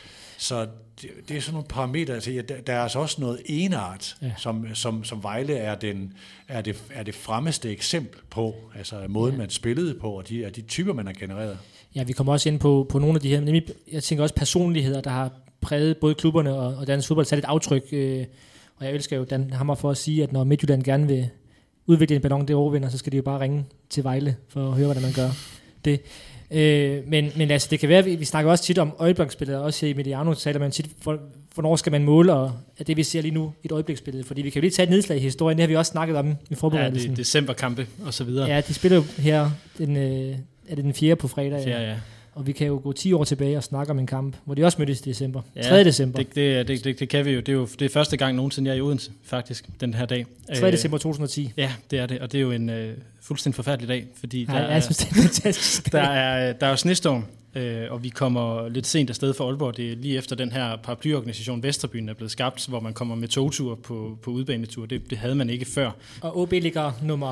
Så det, det er sådan nogle parametre, altså, ja, der, der er altså også noget enart, ja. som, som, som Vejle er, den, er, det, er det fremmeste eksempel på, altså måden, ja. man spillede på, og de, de typer, man har genereret. Ja, vi kommer også ind på, på nogle af de her, nemlig, jeg tænker også personligheder, der har præget både klubberne og, og dansk fodbold, sat et aftryk, øh, og jeg elsker jo Dan Hammer for at sige, at når Midtjylland gerne vil udvikle en ballon, det overvinder, så skal de jo bare ringe til Vejle, for at høre, hvordan man gør det. Øh, men, men altså, det kan være, vi, vi snakker også tit om øjebliksbilleder, også her i Mediano taler man tit, for, hvornår skal man måle, og er det, vi ser lige nu, et øjebliksbillede, fordi vi kan jo lige tage et nedslag i historien, det har vi også snakket om i forberedelsen. Ja, det er decemberkampe og så videre. Ja, de spiller jo her, den, øh, er det den fjerde på fredag? Fjerde, ja. Og vi kan jo gå ti år tilbage og snakke om en kamp, hvor de også mødtes i december. Ja, tredje december. Det, det, det, det, det kan vi jo. Det er jo det er første gang nogensinde, jeg er i Odense, faktisk, den her dag. tredje december to tusind og ti. Ja, det er det. Og det er jo en øh, fuldstændig forfærdelig dag, fordi ja, der, jeg synes, det er fantastisk. der, er, der er jo snestorm, øh, og vi kommer lidt sent afsted fra Aalborg. Det er lige efter den her paraplyorganisation Vesterbyen er blevet skabt, hvor man kommer med togtur på, på udbanetur. Det, det havde man ikke før. Og O B ligger nummer...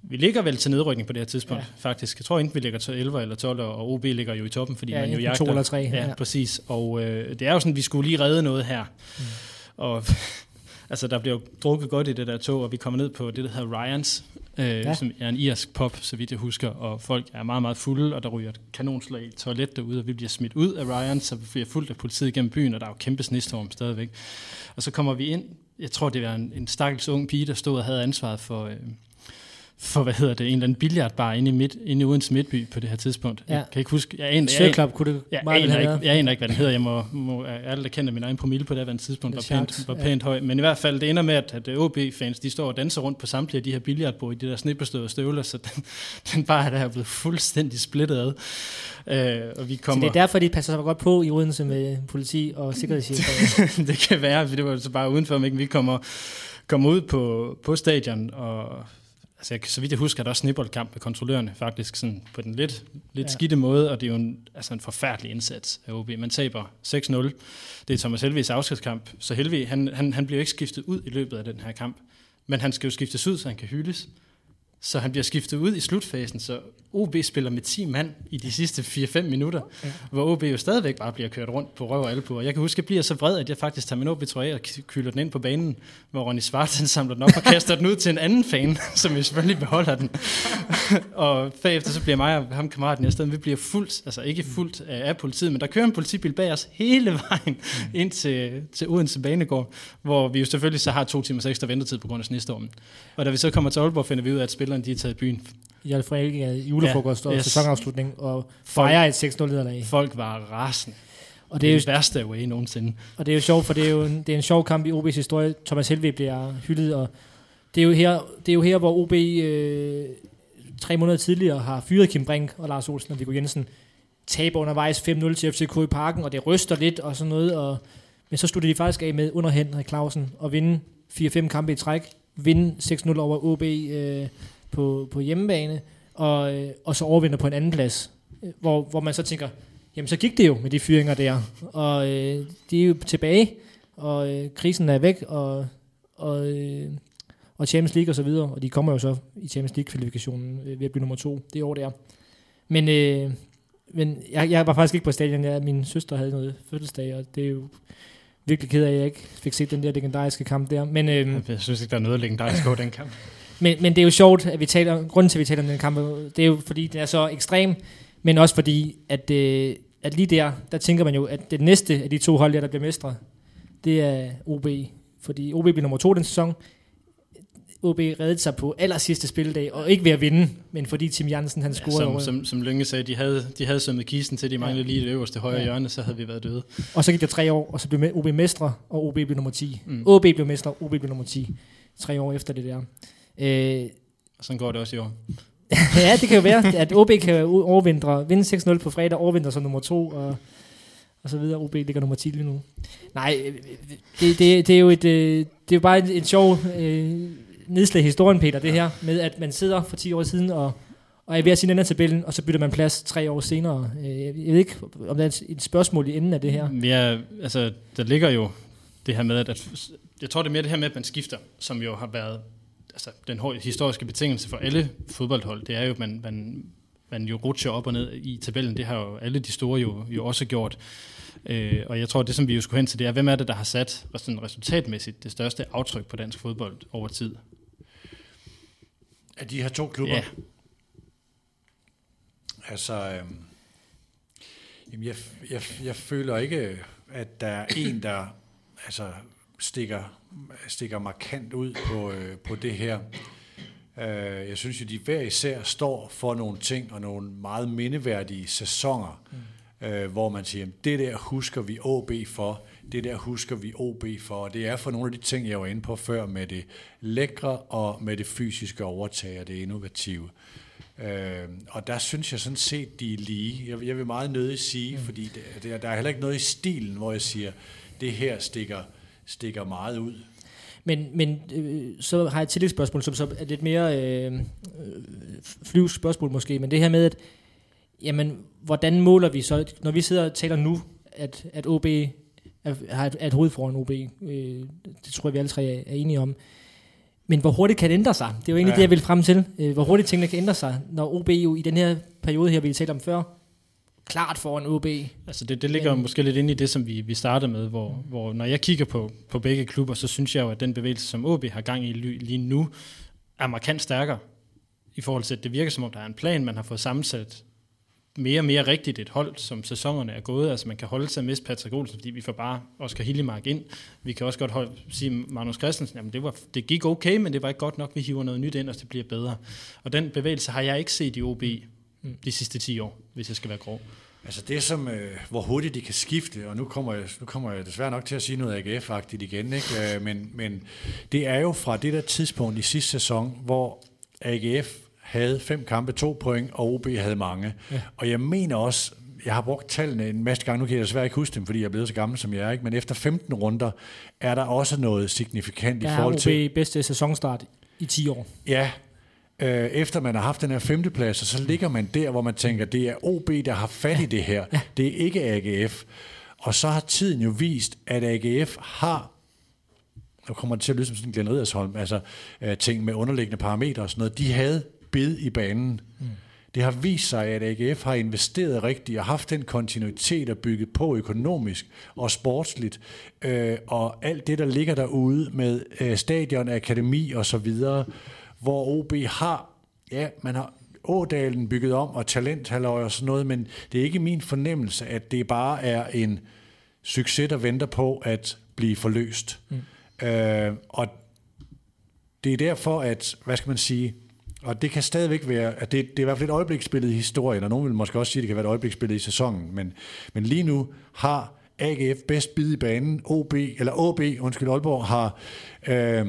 vi ligger vel til nedrykning på det her tidspunkt, ja. faktisk. Jeg tror ikke, vi ligger til elleve eller tolv, og O B ligger jo i toppen, fordi ja, man jo jagter. to eller tre. Ja, ja. præcis. Og øh, det er jo sådan, at vi skulle lige redde noget her. Mm. Og altså, der bliver jo drukket godt i det der tog, og vi kommer ned på det, der hedder Ryans, øh, ja. som er en irsk pop, så vidt jeg husker, og folk er meget, meget fulde, og der ryger et kanonslag i toilet derude, og vi bliver smidt ud af Ryans, så vi bliver fuldt af politiet gennem byen, og der er jo kæmpe snestorm stadigvæk. Og så kommer vi ind, jeg tror, det var en, en stakkels ung pige, der stod og havde ansvaret for... Øh, for, hvad hedder det, en eller anden billiardbar inde i, midt, inde i Odense Midtby på det her tidspunkt. Ja. Jeg kan ikke huske... Jeg aner, jeg, jeg, kunne det jeg, meget aner ikke, have jeg aner ikke, hvad den hedder. Jeg må, må ærligt erkende, at min egen promille på det her tidspunkt var pænt, var pænt ja. høj. Men i hvert fald, det ender med, at, at O B-fans, de står og danser rundt på samtlige af de her billiardbord i de der snebestøvede støvler, så den, den bar der er blevet fuldstændig splittet ad. Øh, og vi kommer... Så det er derfor, de passer sig godt på i Odense med politi og sikkerhedschef? Det kan være, for det var så bare udenfor, men vi kommer, kommer ud på, på stadion, og... Altså, jeg, så vidt jeg husker, er der også snibboldkamp med kontrollørerne, faktisk sådan på den lidt, lidt ja. skidte måde, og det er jo en, altså en forfærdelig indsats af O B. Man taber seks nul. Det er Thomas Helvigs afskedskamp, så Helvig, han, han, han bliver ikke skiftet ud i løbet af den her kamp, men han skal jo skiftes ud, så han kan hyldes. Så han bliver skiftet ud i slutfasen, så O B spiller med ti mand i de sidste fire fem minutter, ja. hvor O B jo stadigvæk bare bliver kørt rundt på røv og albu. Og jeg kan huske, at jeg bliver så vred, at jeg faktisk tager min O B-trøje og kylder den ind på banen, hvor Ronny Svartsen samler den op og kaster den ud til en anden fan, som jo selvfølgelig beholder den. Og bagefter så bliver mig og ham kammeraten i stedet, vi bliver fuldt, altså ikke fuldt af, af politiet, men der kører en politibil bag os hele vejen ind til, til Odense Banegård, hvor vi jo selvfølgelig så har to timers ekstra ventetid på grund af snestormen. Og da vi så kommer til Aalborg, finder vi ud af, at spillerne de er taget i byen. Hjalp Frederik julefrokost ja, og yes. sæsonafslutning og fejrer et seks nul nederlag. Folk var rasende. Og det er det jo værste away nogensinde. Og det er jo sjovt, for det er jo en, det er en sjov kamp i O B's historie. Thomas Helvig bliver hyldet, og det er jo her, det er jo her hvor O B øh, tre måneder tidligere har fyret Kim Brink og Lars Olsen og Viggo Jensen. Taber undervejs fem nul til F C K i Parken, og det ryster lidt og sådan noget. Og, men så slutter de faktisk af med under Henrik Clausen og vinde fire fem kampe i træk. Vinde seks nul over O B øh, på, på hjemmebane, og, øh, og så overvinder på en anden plads, hvor, hvor man så tænker, jamen så gik det jo med de fyringer der, og øh, de er jo tilbage, og øh, krisen er væk, og, og, øh, og Champions League og så videre, og de kommer jo så i Champions League-kvalifikationen øh, ved at blive nummer to det år der. Men, øh, men jeg, jeg var faktisk ikke på stadion, jeg, min søster havde noget fødselsdag, og det er jo virkelig ked af, at jeg ikke fik set den der legendariske kamp der. Men, øh, jeg synes ikke, der er noget legendarisk over den kamp. Men, men det er jo sjovt, at vi taler, grunden til, at vi taler om den kamp, det er jo fordi, den er så ekstrem, men også fordi, at, øh, at lige der, der tænker man jo, at det næste af de to hold, der bliver mestre, det er O B. Fordi O B bliver nummer to den sæson. O B reddede sig på aller sidste spilledag, og ikke ved at vinde, men fordi Tim Jansen han scorede ja, som, over. som, som Lynge sagde, de havde, de havde sømmet kisten til, de manglede ja. lige det øverste højre ja. hjørne, så havde vi været døde. Og så gik der tre år, og så blev O B mestre, og O B blev nummer ti. Mm. O B blev mestre, og O B blev nummer ti. Tre år efter det der. Øh, og sådan går det også i år. Ja, det kan jo være, at O B kan overvintre, vinde seks nul på fredag, overvintre som nummer to, og, og så videre. O B ligger nummer ti lige nu. Nej, det, det, det er jo et, det er jo bare en, en sjov øh, nedslag i historien, Peter, det her, med at man sidder for ti år siden, og, og er ved at sige enden af tabellen, og så bytter man plads tre år senere. Jeg ved ikke, om der er et spørgsmål i enden af det her. Ja, altså, der ligger jo det her med, at, at jeg tror det er mere det her med, at man skifter, som jo har været altså, den historiske betingelse for alle fodboldhold. Det er jo, at man, man, man jo rutscher op og ned i tabellen. Det har jo alle de store jo, jo også gjort. Øh, og jeg tror, det som vi jo skulle hen til, det er, hvem er det, der har sat sådan resultatmæssigt det største aftryk på dansk fodbold over tid? Af de her to klubber? Ja. Altså, øh, jamen jeg, jeg, jeg føler ikke, at der er en, der altså, stikker, stikker markant ud på, øh, på det her. Øh, jeg synes jo, de hver især står for nogle ting og nogle meget mindeværdige sæsoner, mm. øh, hvor man siger, det der husker vi O B for, det der husker vi O B for, og det er for nogle af de ting, jeg var inde på før, med det lækre og med det fysiske overtag og det innovative. Øh, og der synes jeg sådan set, de er lige. Jeg, jeg vil meget nødig sige, mm. fordi det, det, der er heller ikke noget i stilen, hvor jeg siger, det her stikker, stikker meget ud. Men, men øh, så har jeg et tillægsspørgsmål, som så er lidt mere øh, flyvsk spørgsmål måske, men det her med, at jamen, hvordan måler vi så, når vi sidder og taler nu, at, at O B er, har et, er et hoved foran O B, øh, det tror jeg, vi alle tre er, er enige om. Men hvor hurtigt kan det ændre sig? Det er jo egentlig ja. det, jeg vil frem til. Hvor hurtigt tingene kan ændre sig, når O B jo i den her periode her, vi talte om før, klart foran O B. Altså det, det ligger Men, måske lidt inde i det, som vi, vi startede med, hvor, mm. hvor når jeg kigger på, på begge klubber, så synes jeg jo, at den bevægelse, som O B har gang i lige nu, er markant stærkere. I forhold til, at det virker som om, der er en plan, man har fået sammensat mere og mere rigtigt et hold, som sæsonerne er gået. Altså man kan holde sig med Patrick Olsen, fordi vi får bare Oscar Hillemark ind. Vi kan også godt holde, sige Magnus Christensen, jamen det, var, det gik okay, men det var ikke godt nok. Vi hiver noget nyt ind, og det bliver bedre. Og den bevægelse har jeg ikke set i O B mm. de sidste ti år, hvis jeg skal være grov. Altså det som, øh, hvor hurtigt de kan skifte, og nu kommer jeg, nu kommer jeg desværre nok til at sige noget A G F-agtigt igen, ikke? Men, men det er jo fra det der tidspunkt i sidste sæson, hvor A G F havde fem kampe, to point, og O B havde mange. Ja. Og jeg mener også, jeg har brugt tallene en masse gange, nu kan jeg desværre ikke huske dem, fordi jeg er blevet så gammel, som jeg er, ikke? Men efter femten runder er der også noget signifikant i forhold til... Der er O B bedste sæsonstart i ti år. Ja, øh, efter man har haft den her femteplads, så ligger man der, hvor man tænker, det er O B, der har fat i det her. Ja. Det er ikke A G F. Og så har tiden jo vist, at A G F har... Nu kommer det til at lyde som sådan en Glenn Riddersholm, altså øh, ting med underliggende parametre og sådan noget. De havde bid i banen. Mm. Det har vist sig, at A G F har investeret rigtigt og haft den kontinuitet og bygget på økonomisk og sportsligt. Øh, og alt det, der ligger derude med øh, stadion, akademi og så videre, hvor O B har, ja, man har Ådalen bygget om og talenthalløj og sådan noget, men det er ikke min fornemmelse, at det bare er en succes, der venter på at blive forløst. Mm. Øh, og det er derfor, at, hvad skal man sige, og det kan stadigvæk være, at det, det er i hvert fald et øjebliksbillede i historien, og nogen vil måske også sige, at det kan være et øjebliksbillede i sæsonen, men, men lige nu har A G F bedst bid i banen, O B, eller O B, undskyld, Aalborg, har, øh,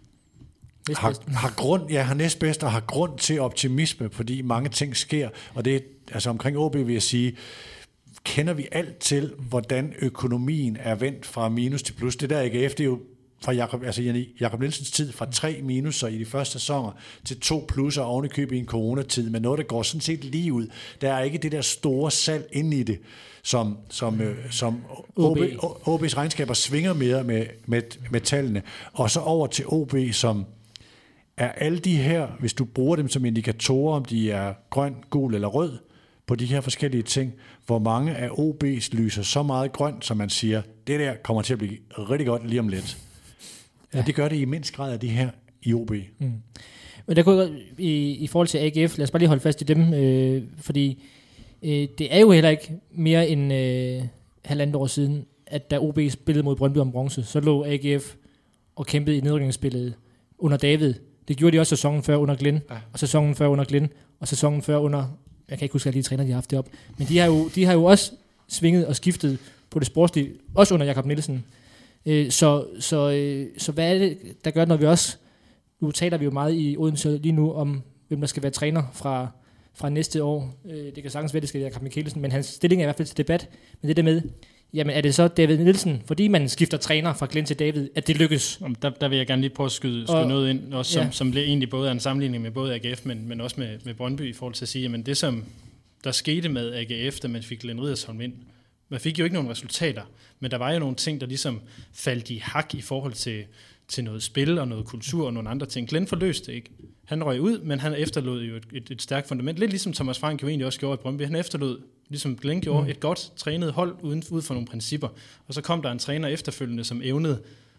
har, har grund, ja, har næstbedst og har grund til optimisme, fordi mange ting sker, og det altså omkring O B vil jeg sige, kender vi alt til, hvordan økonomien er vendt fra minus til plus. Det der A G F, det er jo fra Jakob, altså Jakob Nielsens tid, fra tre minuser i de første sæsoner til to plusser oven i køb i en coronatid, men noget, der går sådan set lige ud. Der er ikke det der store salg inde i det, som, som, mm. som O B. O B's regnskaber svinger mere med, med, med tallene. Og så over til O B, som er alle de her, hvis du bruger dem som indikatorer, om de er grøn, gul eller rød, på de her forskellige ting, hvor mange af O B's lyser så meget grønt, som man siger, det der kommer til at blive rigtig godt lige om lidt. Ja. Det gør det i mindst grad af de her i O B. Mm. Men der kunne i, i forhold til A G F, lad os bare lige holde fast i dem, øh, fordi øh, det er jo heller ikke mere end øh, halvandet år siden, at da O B spillede mod Brøndby om bronze, så lå A G F og kæmpede i nedrykningsspillet under David. Det gjorde de også sæsonen før under Glenn, ja. og sæsonen før under Glenn, og sæsonen før under, jeg kan ikke huske, at de træner, de har haft det op, men de har jo, de har jo også svinget og skiftet på det sportslige, også under Jakob Nielsen. Så, så, så hvad er det, der gør, når vi også, nu taler vi jo meget i Odense lige nu om, hvem der skal være træner fra, fra næste år. Det kan sagtens være, det skal være Jakob Mikkelsen, men hans stilling er i hvert fald til debat. Men det der med, jamen er det så David Nielsen, fordi man skifter træner fra Glenn til David, at det lykkes? Der, der vil jeg gerne lige prøve at skyde, skyde og, noget ind, også som, ja. som egentlig både er en sammenligning med både A G F, men, men også med, med Brøndby i forhold til at sige, jamen det som der skete med A G F, da man fik Glenn Riddersholm ind, man fik jo ikke nogen resultater, men der var jo nogle ting, der ligesom faldt i hak i forhold til, til noget spil og noget kultur og nogle andre ting. Glenn forløste ikke. Han røg ud, men han efterlod jo et, et, et stærkt fundament. Lidt ligesom Thomas Frank jo egentlig også gjorde i Brøndby. Han efterlod, ligesom Glenn gjorde, mm. et godt trænet hold uden, ud for nogle principper. Og så kom der en træner efterfølgende, som evnede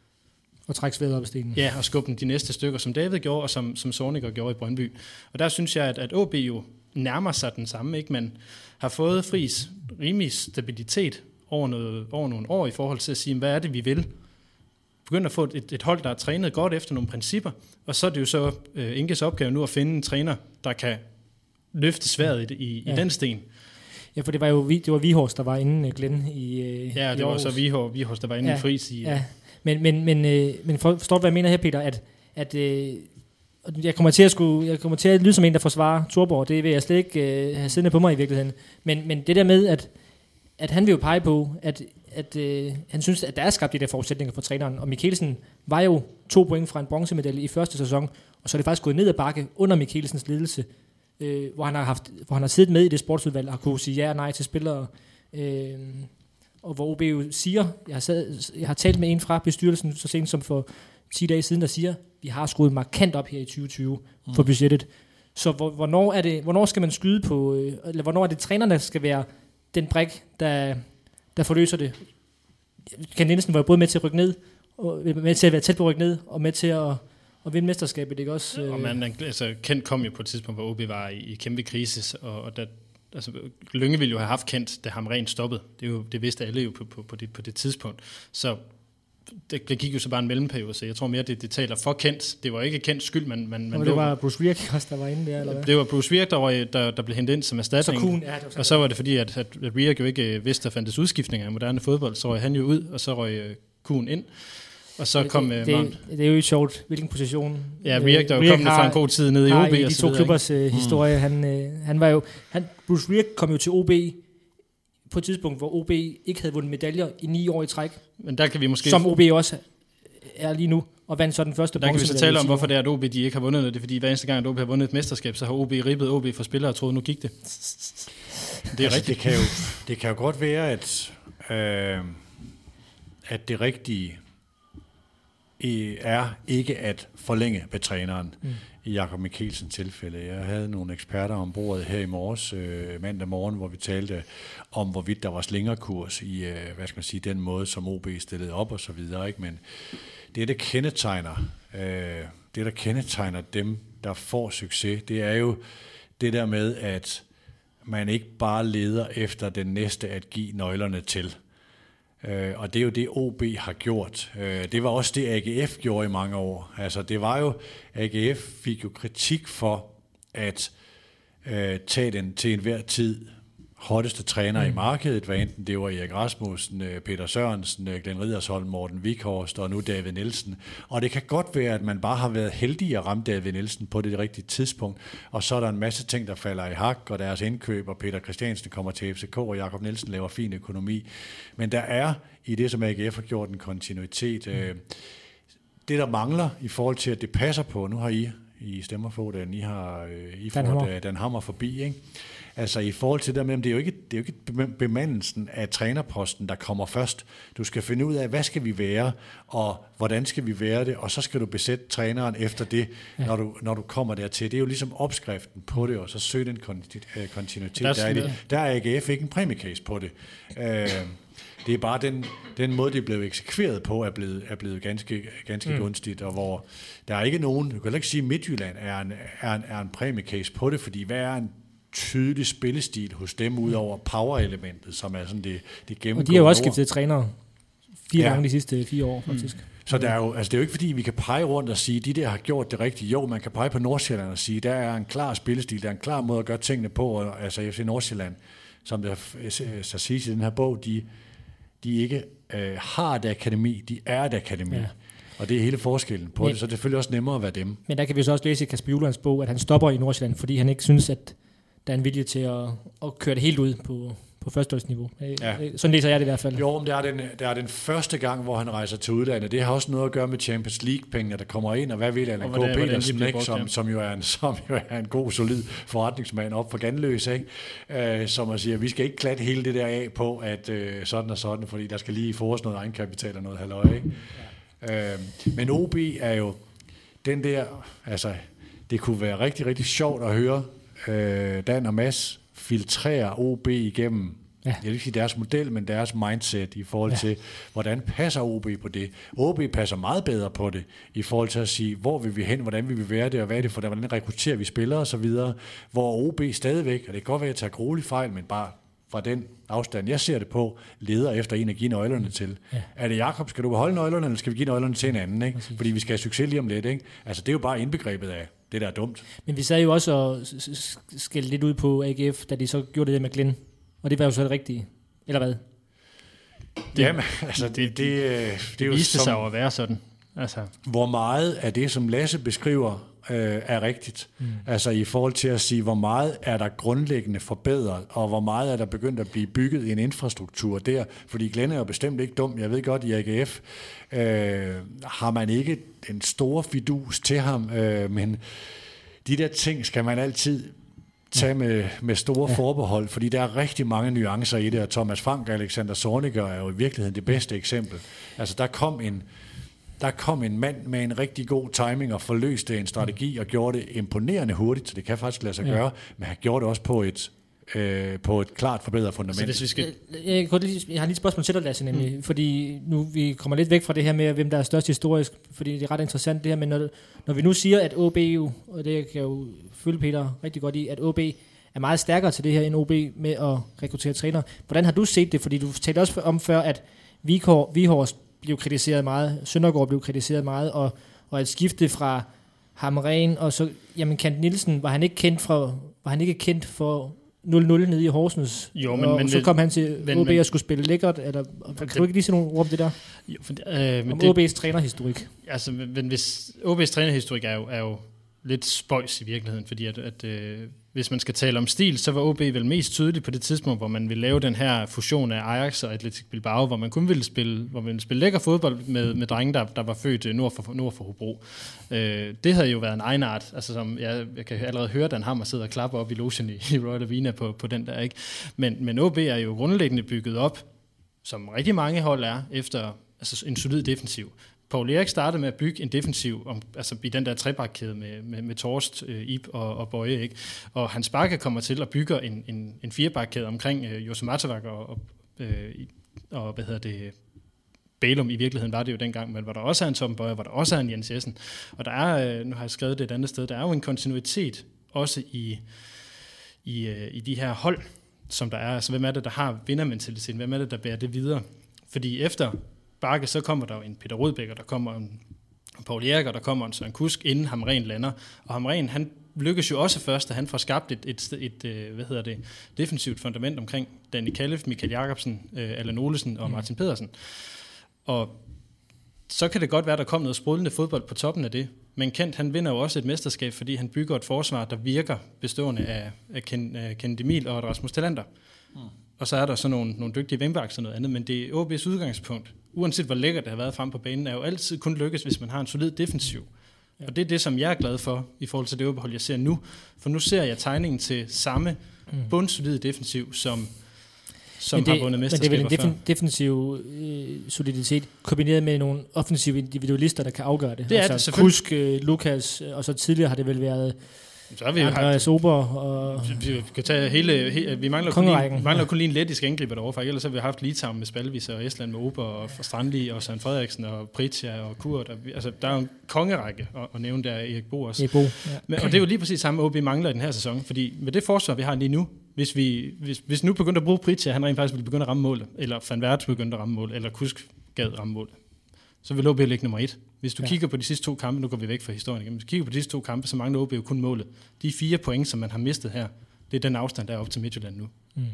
og trække sved op i stenen. Ja, og skubbe de næste stykker, som David gjorde, og som, som Zorniger gjorde i Brøndby. Og der synes jeg, at, at O B jo nærmer sig den samme. Ikke? Man har fået Friis rimelig stabilitet over, noget, over nogle år i forhold til at sige, hvad er det, vi vil? Begynde at få et, et hold, der er trænet godt efter nogle principper, og så er det jo så uh, Inkes opgave nu at finde en træner, der kan løfte sværdet i, i, ja. i den sten. Ja, for det var jo det var Vihors, der var inde Glenn i uh, Ja, det i var så Vihors, Vihors, der var inde ja. i Friis i... Ja. Men, men, men, øh, men forstår du, hvad jeg mener her, Peter? At, at øh, jeg kommer til at skulle, jeg kommer til at lyde som en, der forsvarer Thorborg. Det vil jeg slet ikke øh, have siddende på mig i virkeligheden. Men, men det der med, at, at han vil jo pege på, at, at øh, han synes, at der er skabt de der forudsætninger for træneren. Og Mikkelsen var jo to point fra en bronzemedalje i første sæson, og så er det faktisk gået ned ad bakke under Mikkelsens ledelse, øh, hvor, han har haft, hvor han har siddet med i det sportsudvalg og har kunne sige ja og nej til spillere. Øh, og hvor O B jo siger, jeg har, sad, jeg har talt med en fra bestyrelsen så sent som for ti dage siden, der siger, vi har skruet markant op her i tyve tyve mm. for budgettet. Så hvor, hvornår, er det, hvornår skal man skyde på, øh, eller hvornår er det trænerne, der skal være den brik, der, der forløser det? Ken Nielsen var jo både med til at rykke ned, og med til at være tæt på at rykke ned, og med til at, at vinde mesterskabet, ikke også? Og man, altså, Kent kom jo på et tidspunkt, hvor O B var i, i kæmpe krise, og, og der, altså, Lynge ville jo have haft Kent, da ham rent stoppet. Det, er jo, det vidste alle jo på, på, på, det, på det tidspunkt. Så det, det gik jo så bare en mellemperiode, så jeg tror mere, det, det taler for Kent. Det var ikke Kents skyld, man, man, man og det var Bruce Wirk også, der var inde der, eller hvad? Det var Bruce Wirk, der, var, der, der blev hentet ind som erstatning. Så Kuhn, ja, det var så og så var det fordi, at, at, at Wirk jo ikke vidste, at fandtes udskiftninger i moderne fodbold. Så røg han jo ud, og så røg uh, Kuhn ind. Og så det, kom det, uh, det, det er jo ikke sjovt, hvilken position. Ja, Wirk, der jo kom fra en god tid nede i O B. I de og to så videre, klubbers uh, historie. Han, uh, han var jo, han, Bruce Wirk kom jo til O B på et tidspunkt, hvor O B ikke havde vundet medaljer i ni år i træk. Men der kan vi måske... Som O B også er lige nu, og vandt så den første bronze. Der kan vi så tale om, hvorfor det er, at O B de ikke har vundet noget. Det er fordi, hver eneste gang, at O B har vundet et mesterskab, så har O B ribbet O B for spillere og troede, nu gik det. Det er altså, rigtigt. Det kan, jo, det kan jo godt være, at, øh, at det rigtige er ikke at forlænge med træneren mm. i Jakob Michelsens tilfælde. Jeg havde nogle eksperter om bordet her i morges, øh, mandag morgen, hvor vi talte om, hvorvidt der var slingerkurs i, øh, hvad skal man sige, den måde, som O B stillede op og så videre, ikke? Men det, der kendetegner, øh, det, der kendetegner dem, der får succes, det er jo det der med, at man ikke bare leder efter den næste at give nøglerne til. Øh, og det er jo det, O B har gjort. Øh, det var også det, A G F gjorde i mange år. Altså, det var jo, A G F fik jo kritik for at øh, tage den til enhver tid hotteste træner mm. i markedet, hvad enten det var Erik Rasmussen, Peter Sørensen, Glenn Riddersholm, Morten Wighorst og nu David Nielsen. Og det kan godt være, at man bare har været heldig at ramme David Nielsen på det rigtige tidspunkt, og så er der en masse ting, der falder i hak, og deres indkøb, og Peter Christiansen kommer til F C K, og Jakob Nielsen laver fin økonomi. Men der er i det, som A G F har gjort, en kontinuitet. Mm. Det, der mangler i forhold til, at det passer på, nu har I i stemmer for den, I har I får Dan Hammer. Dan Hammer forbi, ikke? Altså i forhold til det med, det er jo ikke, det er jo ikke bemandelsen af trænerposten, der kommer først. Du skal finde ud af, hvad skal vi være, og hvordan skal vi være det, og så skal du besætte træneren efter det, ja. når, du, når du kommer dertil. Det er jo ligesom opskriften på det, og så søg den kontinuitet. Der, der, er det. Der er A G F ikke en præmiecase på det. Øh, det er bare den, den måde, det er blevet eksekveret på, er blevet, er blevet ganske, ganske mm. gunstigt, og hvor der er ikke nogen, du kan ikke sige, at Midtjylland er en, er, en, er en præmiecase på det, fordi hvad er en tydelig spillestil hos dem, ud over power-elementet, som er sådan det, det gennemgående. Og de har jo også skiftet trænere fire ja. gange de sidste fire år, faktisk. Mm. Så der er jo, altså det er jo ikke fordi, vi kan pege rundt og sige, de der har gjort det rigtigt. Jo, man kan pege på Nordsjælland og sige, der er en klar spillestil, der er en klar måde at gøre tingene på, og, altså F C Nordsjælland, som der så siges i den her bog, de, de ikke øh, har et akademi, de er et akademi. Ja. Og det er hele forskellen på men, det, så det er selvfølgelig også nemmere at være dem. Men der kan vi så også læse i Kasper Juhlands bog, at han stopper i Nordsjælland, fordi han ikke synes, at der er en vilje til at, at køre det helt ud på, på førsteholdsniveau. Ja. Sådan læser jeg det i hvert fald. Jo, men det er, den, det er den første gang, hvor han rejser til udlandet. Det har også noget at gøre med Champions League-pengene, der kommer ind, og hvad ved Allan K. Petersen, brugt, som, som, jo er en, som jo er en god, solid forretningsmand op for Ganløs, ikke? Øh, som man siger, vi skal ikke klatte hele det der af på, at øh, sådan og sådan, fordi der skal lige få os noget egenkapital og noget halløj, ikke? Ja. Øh, men O B er jo den der, altså, det kunne være rigtig, rigtig sjovt at høre Dan og Mads filtrerer O B igennem, ja. Jeg vil ikke sige deres model, men deres mindset i forhold ja. til, hvordan passer O B på det. O B passer meget bedre på det, i forhold til at sige, hvor vil vi hen, hvordan vil vi være det, og hvad er det for, hvordan rekrutterer vi spillere og så videre, hvor O B stadigvæk, og det kan godt være, at jeg tager gruelige fejl, men bare fra den afstand, jeg ser det på, leder efter en at give nøglerne til. Ja. Er det Jakob, skal du beholde nøglerne, eller skal vi give nøglerne til en anden? Ikke? Fordi vi skal have succes lige om lidt. Ikke? Altså, det er jo bare indbegrebet af det, der er dumt. Men vi sad jo også og skældte lidt ud på A G F, da de så gjorde det med Glenn. Og det var jo så det rigtige. Eller hvad? Det, Jamen, altså, det, det, det, det, det viste sig jo at være sådan. Altså. Hvor meget af det, som Lasse beskriver, øh, er rigtigt. Mm. Altså i forhold til at sige, hvor meget er der grundlæggende forbedret, og hvor meget er der begyndt at blive bygget en infrastruktur der. Fordi Glenn er jo bestemt ikke dum. Jeg ved godt, i A G F øh, har man ikke den store fidus til ham, øh, men de der ting skal man altid tage med, med store ja. forbehold, fordi der er rigtig mange nuancer i det, og Thomas Frank og Alexander Zorniger er jo i virkeligheden det bedste eksempel. Altså der kom en der kom en mand med en rigtig god timing og forløste en strategi og gjorde det imponerende hurtigt, så det kan faktisk lade sig ja. gøre, men han gjorde det også på et, øh, på et klart forbedret fundament. Så hvis vi skal... jeg, jeg, jeg har lige et spørgsmål til dig, Lasse, nemlig, mm. fordi nu vi kommer lidt væk fra det her med, hvem der er størst historisk, fordi det er ret interessant det her, men når, når vi nu siger, at O B jo, og det kan jeg jo følge Peter rigtig godt i, at O B er meget stærkere til det her end O B med at rekruttere træner. Hvordan har du set det? Fordi du talte også om før, at Vihorst blev kritiseret meget, Søndergaard blev kritiseret meget, og, og at skifte fra Hamrén, og så, jamen Kent Nielsen, var han ikke kendt for, var han ikke kendt for nul nul nede i Horsens, jo, men, og men, så kom han til men, O B og skulle spille lækkert, eller kan det, du ikke lige sige nogle ord om det der? Jo, for, øh, om det, O B's trænerhistorik. Altså, men hvis O B's trænerhistorik er jo, er jo lidt spøjs i virkeligheden, fordi at, at øh, hvis man skal tale om stil, så var O B vel mest tydelig på det tidspunkt, hvor man ville lave den her fusion af Ajax og Athletic Bilbao, hvor man kun ville spille, hvor man ville spille lækker fodbold med, med drenge, der, der var født nord for, nord for Hobro. Øh, det havde jo været en egenart, altså som jeg, jeg kan allerede høre, Dan Hammer sidder og klapper op i logen i, i Royal Arena på, på den der, ikke? Men, men O B er jo grundlæggende bygget op, som rigtig mange hold er, efter altså en solid defensiv. Poul Erik startede med at bygge en defensiv, om, altså i den der trebakkæde med, med, med Torst, øh, Ib og, og Bøje, ikke? Og Hans Bakke kommer til at bygge en, en, en firebakkæde omkring øh, Jose Matavak og, og, øh, og, hvad hedder det, Bælum i virkeligheden var det jo dengang, men hvor der også er en Torben Bøje, hvor der også er en Jens Jessen. Og der er, øh, nu har jeg skrevet det et andet sted, der er jo en kontinuitet også i, i, øh, i de her hold, som der er. Altså hvem er det, der har vindermentaliteten? Hvem er det, der bærer det videre? Fordi efter Bakke, så kommer der jo en Peter Rødbæk, der kommer en Poul Erik, og der kommer en Søren Kusk, inden Hamrén lander. Og Hamrén, han lykkes jo også først, at han får skabt et, et, et, et hvad hedder det, defensivt fundament omkring Danny Kallef, Michael Jacobsen, øh, Allan Olesen og Martin Pedersen. Og så kan det godt være, der kommer noget sprudlende fodbold på toppen af det. Men Kent, han vinder jo også et mesterskab, fordi han bygger et forsvar, der virker bestående af, af Ken, uh, Kenneth Emil og Rasmus Talander. Mm. Og så er der så nogle, nogle dygtige vingbaks og noget andet, men det er O B's udgangspunkt. Uanset hvor lækkert det har været frem på banen, er jo altid kun lykkes, hvis man har en solid defensiv. Ja. Og det er det, som jeg er glad for, i forhold til det O B-hold, jeg ser nu. For nu ser jeg tegningen til samme mm. bundsolide defensiv, som, som det, har vundet mesterskaber før. Men det er vel en defen, defensiv øh, soliditet, kombineret med nogle offensive individualister, der kan afgøre det. Det er altså, det Kusk, øh, Lukas, og så tidligere har det vel været så er vi jo Andreas Ober og vi kan tage hele, hele vi mangler kun lige, vi mangler kun lige en lettisk angriber derovre, for ellers har vi haft Litam med Spalvis og Estland med Ober og Strandli og Søren Frederiksen og Pritja og Kurt. Og, altså der er jo en kongerække at, at nævne der, Erik Bo også. Erik Bo, ja. Men, og det er jo lige præcis samme O B mangler i den her sæson, fordi med det forsvar vi har lige nu, hvis vi hvis, hvis nu begynder at bruge Pritja, han rent faktisk vil begynde at ramme mål, eller Van Wert begynder at ramme mål, eller Kusk gad ramme mål, så vil O B ligge nummer et. Hvis du ja. kigger på de sidste to kampe, nu går vi væk fra historien igen, hvis du kigger på de sidste to kampe, så mangler O B jo kun målet. De fire point, som man har mistet her, det er den afstand, der er op til Midtjylland nu. Mm.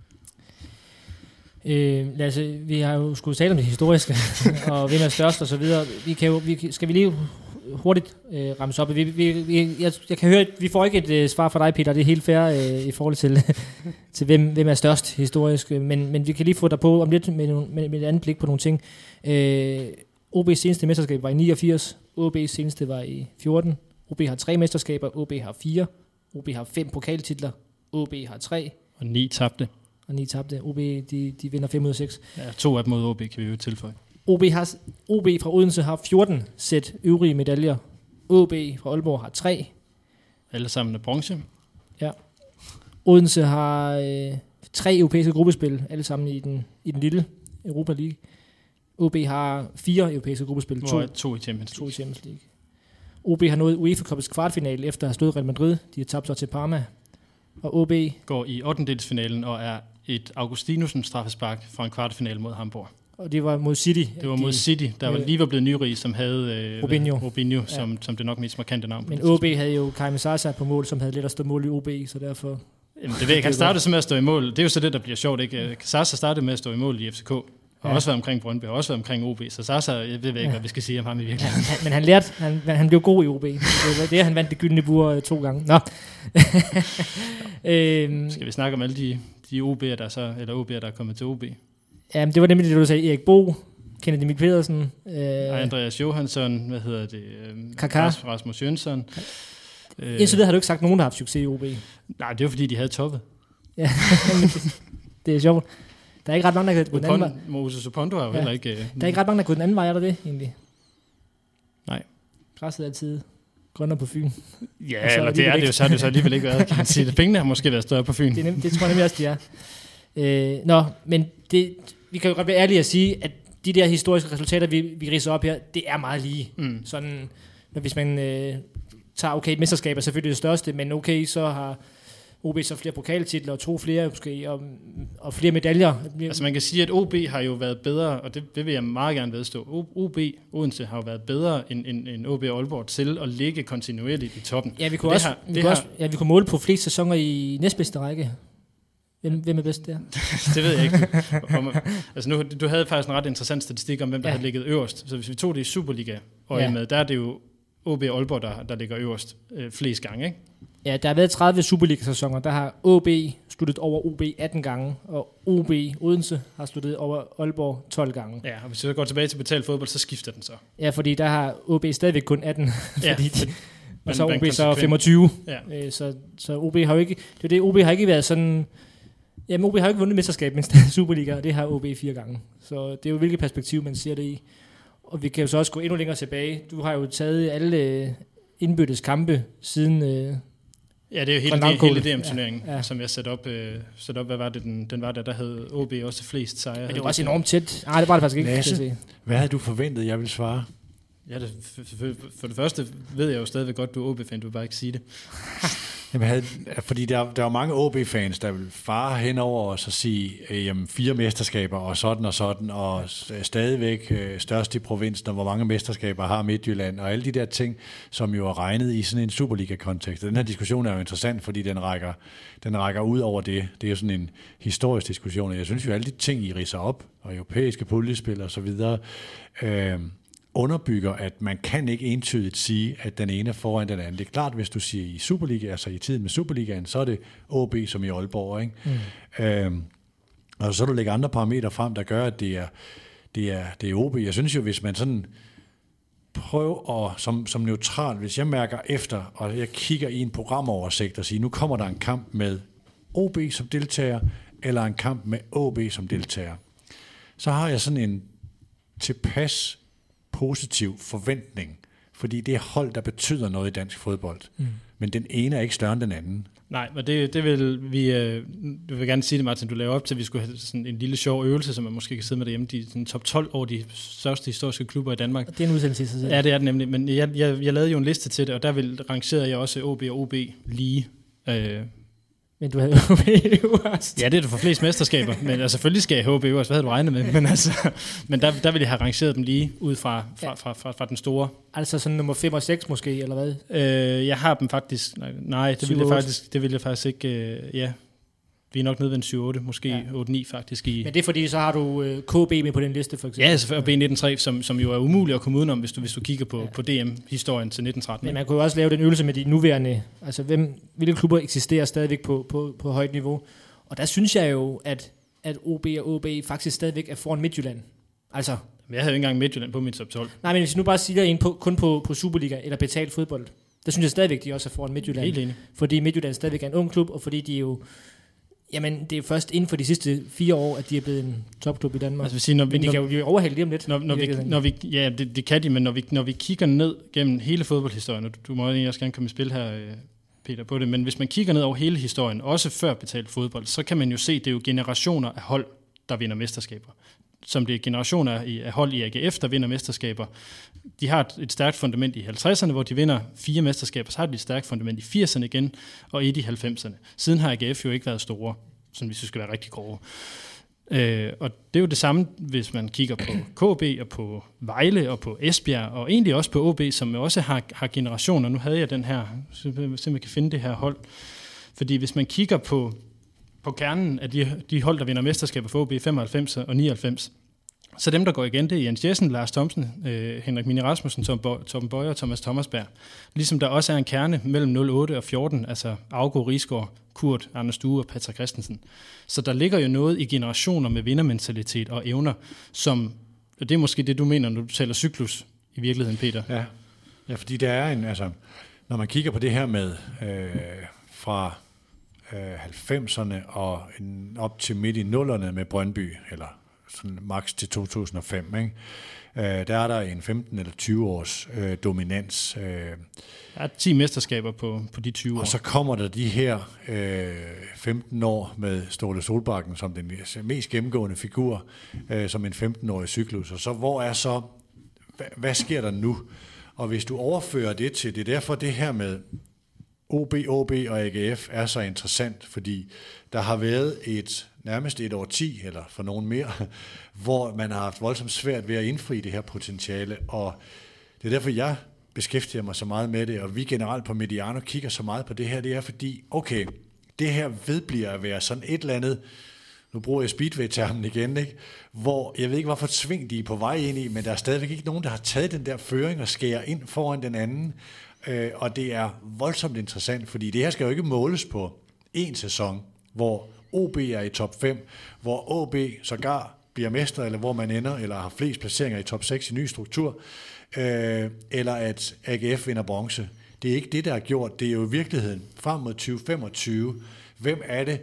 Øh, lad os, vi har jo skulle tale om det historiske, og hvem er størst og så videre. Vi kan jo, vi, skal vi lige hurtigt øh, ramse op? Vi, vi, vi, jeg, jeg kan høre, at vi får ikke et øh, svar fra dig, Peter, det er helt fair øh, i forhold til, til hvem, hvem er størst historisk, men, men vi kan lige få dig på om lidt med, med, med et andet blik på nogle ting. Øh, O B's seneste mesterskab var i niogfirs, O B's seneste var i fjorten, O B har tre mesterskaber, O B har fire, O B har fem pokaltitler, O B har tre. Og ni tabte. Og ni tabte. O B, de, de vinder fem ud af seks. Ja, to af dem mod O B kan vi jo tilføje. O B, har, O B fra Odense har fjorten sæt øvrige medaljer. O B fra Aalborg har tre. Alle sammen er bronze. Ja. Odense har øh, tre europæiske gruppespil, alle sammen i den, i den lille Europa League. O B har fire europæiske gruppespil. To, to i Champions League. To i Champions League. O B har nået UEFA Cup's kvartfinale efter at have slået Real Madrid. De har tabt sig til Parma. Og O B går i ottendedelsfinalen og er et Augustinusen straffespark fra en kvartfinale mod Hamburg. Og det var mod City. Det var mod de, City, der var lige var blevet nyrig, som havde øh, Robinho, Robinho ja. som, som det nok mest markante navn. Men O B havde jo Karim Zaza på mål, som havde lidt at stå mål i O B, så derfor... Jamen, det ved jeg, han startede så med at stå i mål. Det er jo så det, der bliver sjovt, ikke? Zaza startede med at stå i mål i F C K. Og ja. også været omkring Brøndby, og også været omkring O B, så Zaza, jeg ved ikke, ja. hvad vi skal sige om ham i virkeligheden. Men, men han lærte, han, han blev god i O B. Det er det, han vandt det gyldne bur to gange. Nå. øhm, skal vi snakke om alle de, de O B'er, der så, eller O B'er, der er kommet til O B? Ja, det var nemlig det, du sagde. Erik Bo, Kenneth Emil Pedersen. Øh, Andreas Johansson, hvad hedder det? Kaka. Rasmus Jønsson. Øh, Indtil det har du ikke sagt nogen, der har haft succes i O B. Nej, det var fordi, de havde toppet. Ja, det er sjovt. Der er ikke ret mange, der kan gå den anden vej. Moses Opondo har jo ja. heller ikke... Uh, der er ikke ret mange, der går den anden vej, er der det egentlig? Nej. Græsset er altid grønnere på Fyn. Ja, eller det er det jo, så har det jo så alligevel ikke været, kan man sige. Pengene har måske været større på Fyn. Det, nem, det tror jeg nemlig også, de er. Øh, nå, men det, vi kan jo godt være ærlige at sige, at de der historiske resultater, vi, vi ridser op her, det er meget lige. Mm. Sådan, når hvis man øh, tager, okay, et mesterskab er selvfølgelig det største, men okay, så har O B så flere pokaltitler, og to flere måske, og, og flere medaljer. Altså man kan sige, at O B har jo været bedre, og det, det vil jeg meget gerne vedstå. O B Odense har jo været bedre end, end, end O B og Aalborg til at ligge kontinuerligt i toppen. Ja, vi kunne, også, har, vi kunne, har, også, ja, vi kunne måle på flest sæsoner i næstbedste række. Hvem, hvem er bedst der? Det ved jeg ikke. Altså nu, du havde faktisk en ret interessant statistik om, hvem der ja. havde ligget øverst. Så hvis vi tog det i Superliga og ja. med, der er det jo O B og Aalborg, der, der ligger øverst øh, flest gange, ikke? Ja, der har været tredive Superliga-sæsoner. Der har O B sluttet over O B atten gange, og O B Odense har sluttet over Aalborg tolv gange. Ja, og hvis vi går tilbage til betalt fodbold, så skifter den så. Ja, fordi der har O B stadigvæk kun atten, ja, fordi de, og så man, O B så femogtyve. Ja. Øh, så, så O B har jo ikke, det er det, O B har ikke været sådan. Jamen, O B har jo ikke vundet mesterskab, men stadig Superliga, og det har O B fire gange. Så det er jo hvilket perspektiv, man ser det i. Og vi kan jo så også gå endnu længere tilbage. Du har jo taget alle indbyrdes kampe siden... Øh, ja, det er jo hele, det, hele D M-turneringen, ja, ja. som jeg satte op. Øh, sat op. Hvad var det, den, den var der? Der havde O B også flest sejre. Men det var også enormt tæt. Nej, det var det faktisk ikke. Lasse, hvad havde du forventet, jeg ville svare? Ja, det, for, for, for det første ved jeg jo stadigvæk godt, du er O B-fan, du vil bare ikke sige det. Jamen, havde, fordi der, der var mange O B-fans, der ville fare henover og så sige, øh, jamen, fire mesterskaber og sådan og sådan, og stadigvæk øh, størst i provinsen, og hvor mange mesterskaber har Midtjylland, og alle de der ting, som jo er regnet i sådan en Superliga-kontekst. Den her diskussion er jo interessant, fordi den rækker, den rækker ud over det. Det er jo sådan en historisk diskussion, og jeg synes jo, alle de ting, I ridser op, og europæiske puljespil og så videre, øh, underbygger, at man kan ikke entydigt sige, at den ene er foran den anden. Det er klart, hvis du siger i Superliga, altså i tiden med Superligaen, så er det O B som i Aalborg, ikke? Mm. Øhm, og så du lægger andre parametre frem, der gør, at det er, det er, det er O B. Jeg synes jo, hvis man sådan prøver at, som, som neutral, hvis jeg mærker efter, og jeg kigger i en programoversigt og siger, nu kommer der en kamp med O B som deltager, eller en kamp med O B som deltager, så har jeg sådan en tilpas positiv forventning, fordi det er hold, der betyder noget i dansk fodbold. Mm. Men den ene er ikke større end den anden. Nej, men det, det vil vi... Øh, du vil gerne sige det, Martin, du laver op til, at vi skulle have sådan en lille sjov øvelse, som man måske kan sidde med derhjemme. De sådan top tolv over de største historiske klubber i Danmark. Og det er en udsendelse i sig selv. Ja, det er det nemlig. Men jeg, jeg, jeg lavede jo en liste til det, og der vil rangerede jeg også O B og O B lige. Øh, Men du havde O B øverst. Ja, det er du for flest mesterskaber, men altså, selvfølgelig skal jeg have O B øverst. Hvad havde du regnet med? Men, altså, men der, der ville jeg have rangeret dem lige ud fra, fra, fra, fra, fra den store. Altså sådan nummer fem og seks måske, eller hvad? Øh, jeg har dem faktisk... Nej, nej det, ville jeg faktisk, det ville jeg faktisk ikke... Øh, ja, vi er nok nede ved en syv otte, måske ja. otte ni faktisk. I, men det er fordi, så har du øh, K B med på den liste, for eksempel. Ja, altså, og B nitten tre, som, som jo er umuligt at komme udenom, hvis du, hvis du kigger på, ja. på D M-historien til nitten tretten. Men man kunne jo også lave den øvelse med de nuværende... Altså, hvem, hvilke klubber eksisterer stadigvæk på, på, på højt niveau? Og der synes jeg jo, at, at O B og O B faktisk stadigvæk er foran Midtjylland. Altså... Men jeg havde jo ikke engang Midtjylland på mit top tolv. Nej, men hvis nu bare siger en på, kun på, på Superliga eller betalt fodbold, der synes jeg stadigvæk, de også er foran Midtjylland. Helt enig. Fordi Midtjylland stadigvæk er en ung klub, og fordi de jo... Jamen, det er først inden for de sidste fire år, at de er blevet en topklub i Danmark. Altså, sige, når vi, men de når, kan jo overhælde lige om lidt. Når, når vi, når vi, ja, det, det kan de, men når vi, når vi kigger ned gennem hele fodboldhistorien, og du, du må egentlig også gerne komme i spil her, Peter, på det, men hvis man kigger ned over hele historien, også før betalt fodbold, så kan man jo se, det er jo generationer af hold, der vinder mesterskaber. Som det er generationer af hold i A G F, der vinder mesterskaber. De har et, et stærkt fundament i halvtredserne, hvor de vinder fire mesterskaber, så har de et stærkt fundament i firserne igen, og et i halvfemserne. Siden har A G F jo ikke været store, sådan hvis vi skal være rigtig grove. Øh, og det er jo det samme, hvis man kigger på K B og på Vejle og på Esbjerg, og egentlig også på O B, som også har, har generationer. Nu havde jeg den her, så simpelthen kan finde det her hold. Fordi hvis man kigger på på kernen af de, de hold, der vinder mesterskaber for O B femoghalvfems og nioghalvfems. Så dem, der går igen, det er Jens Jessen, Lars Thomsen, øh, Henrik Mini Rasmussen, Tom, Bo- Tom Bøjer og Thomas Thomasberg. Ligesom der også er en kerne mellem nul otte og fjorten, altså Augo Risgaard, Kurt, Anders Due og Patrick Christensen. Så der ligger jo noget i generationer med vindermentalitet og evner, som, og det er måske det, du mener, når du taler cyklus i virkeligheden, Peter. Ja, ja, fordi der er en, altså, når man kigger på det her med øh, fra halvfemserne og en, op til midt i nullerne med Brøndby, eller sådan max til to tusind og fem, ikke? Øh, der er der en femten eller tyve års øh, dominans. Øh. Der er ti mesterskaber på, på de tyve år. Og så kommer der de her øh, femten år med Ståle Solbakken som den mest gennemgående figur, øh, som en femten-årig cyklus. Og så hvor er så, hvad, hvad sker der nu? Og hvis du overfører det til, det er derfor det her med O B, O B og A G F er så interessant, fordi der har været et nærmest et årti, eller for nogen mere, hvor man har haft voldsomt svært ved at indfri det her potentiale, og det er derfor, jeg beskæftiger mig så meget med det, og vi generelt på Mediano kigger så meget på det her, det er fordi, okay, det her vedbliver at være sådan et eller andet, nu bruger jeg speedway-termen igen, ikke? Hvor jeg ved ikke, hvorfor sving de er på vej ind i, men der er stadigvæk ikke nogen, der har taget den der føring og skærer ind foran den anden, øh, og det er voldsomt interessant, fordi det her skal jo ikke måles på en sæson, hvor O B er i top fem, hvor O B sågar bliver mester, eller hvor man ender, eller har flest placeringer i top seks i ny struktur, øh, eller at A G F vinder bronze. Det er ikke det, der er gjort. Det er jo i virkeligheden frem mod tyve femogtyve. Hvem er det,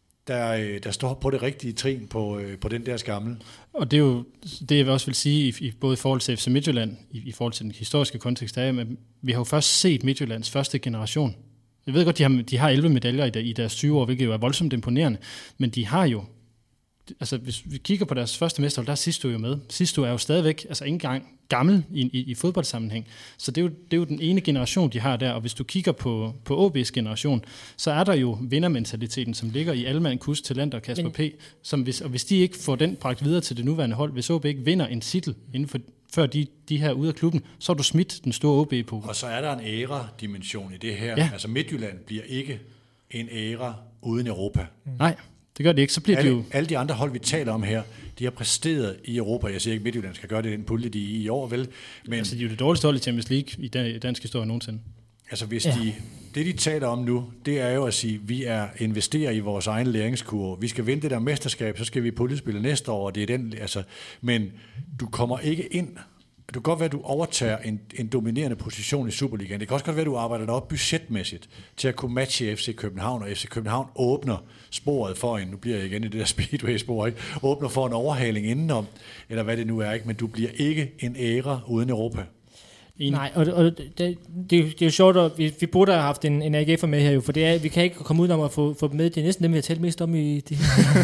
der, der står på det rigtige trin på, på den der skammel? Og det er jo det, jeg også vil sige, i, i både i forhold til F C Midtjylland, i, i forhold til den historiske kontekst, er, at vi har jo først set Midtjyllands første generation. Jeg ved godt, de har, de har elleve medaljer i, der, i deres tyve år, hvilket jo er voldsomt imponerende, men de har jo, altså hvis vi kigger på deres første mesterhold, der er Sisto jo med. Sisto er jo stadigvæk, altså ikke engang gammel i, i, i fodboldsammenhæng, så det er, jo, det er jo den ene generation, de har der, og hvis du kigger på, på O B's generation, så er der jo vindermentaliteten, som ligger i Alman, Kus, Talent og Kasper men, P, som hvis, og hvis de ikke får den bragt videre til det nuværende hold, hvis O B ikke vinder en titel inden for før de, de her ude af klubben, så har du smidt den store O B-epoke. Og så er der en æra-dimension i det her. Ja. Altså Midtjylland bliver ikke en æra uden Europa. Mm. Nej, det gør det ikke. Så bliver alle, det jo... alle de andre hold, vi taler om her, de har præsteret i Europa. Jeg siger ikke, Midtjylland skal gøre det i den pulje, de er i år, vel? Men, altså, de er jo det dårligste hold i Champions League i dansk historie nogensinde. Altså, hvis ja. de... Det, de taler om nu, det er jo at sige, at vi er investerer i vores egen læringskurve. Vi skal vinde det der mesterskab, så skal vi puljespille næste år, og det er den, altså, men du kommer ikke ind. Det kan godt være, at du overtager en, en dominerende position i Superligaen. Det kan også godt være, at du arbejder dig op budgetmæssigt til at kunne matche F C København, og F C København åbner sporet for en, nu bliver jeg igen i det der speedway-spor, ikke? Åbner for en overhaling indenom, eller hvad det nu er, ikke? Men du bliver ikke en æra uden Europa. En. Nej, og, og det, det, det er jo sjovt, at vi, vi burde have haft en, en A G F'er med her jo, for det er, vi kan ikke komme ud om at få, få dem med. Det er næsten dem, vi har talt mest om i det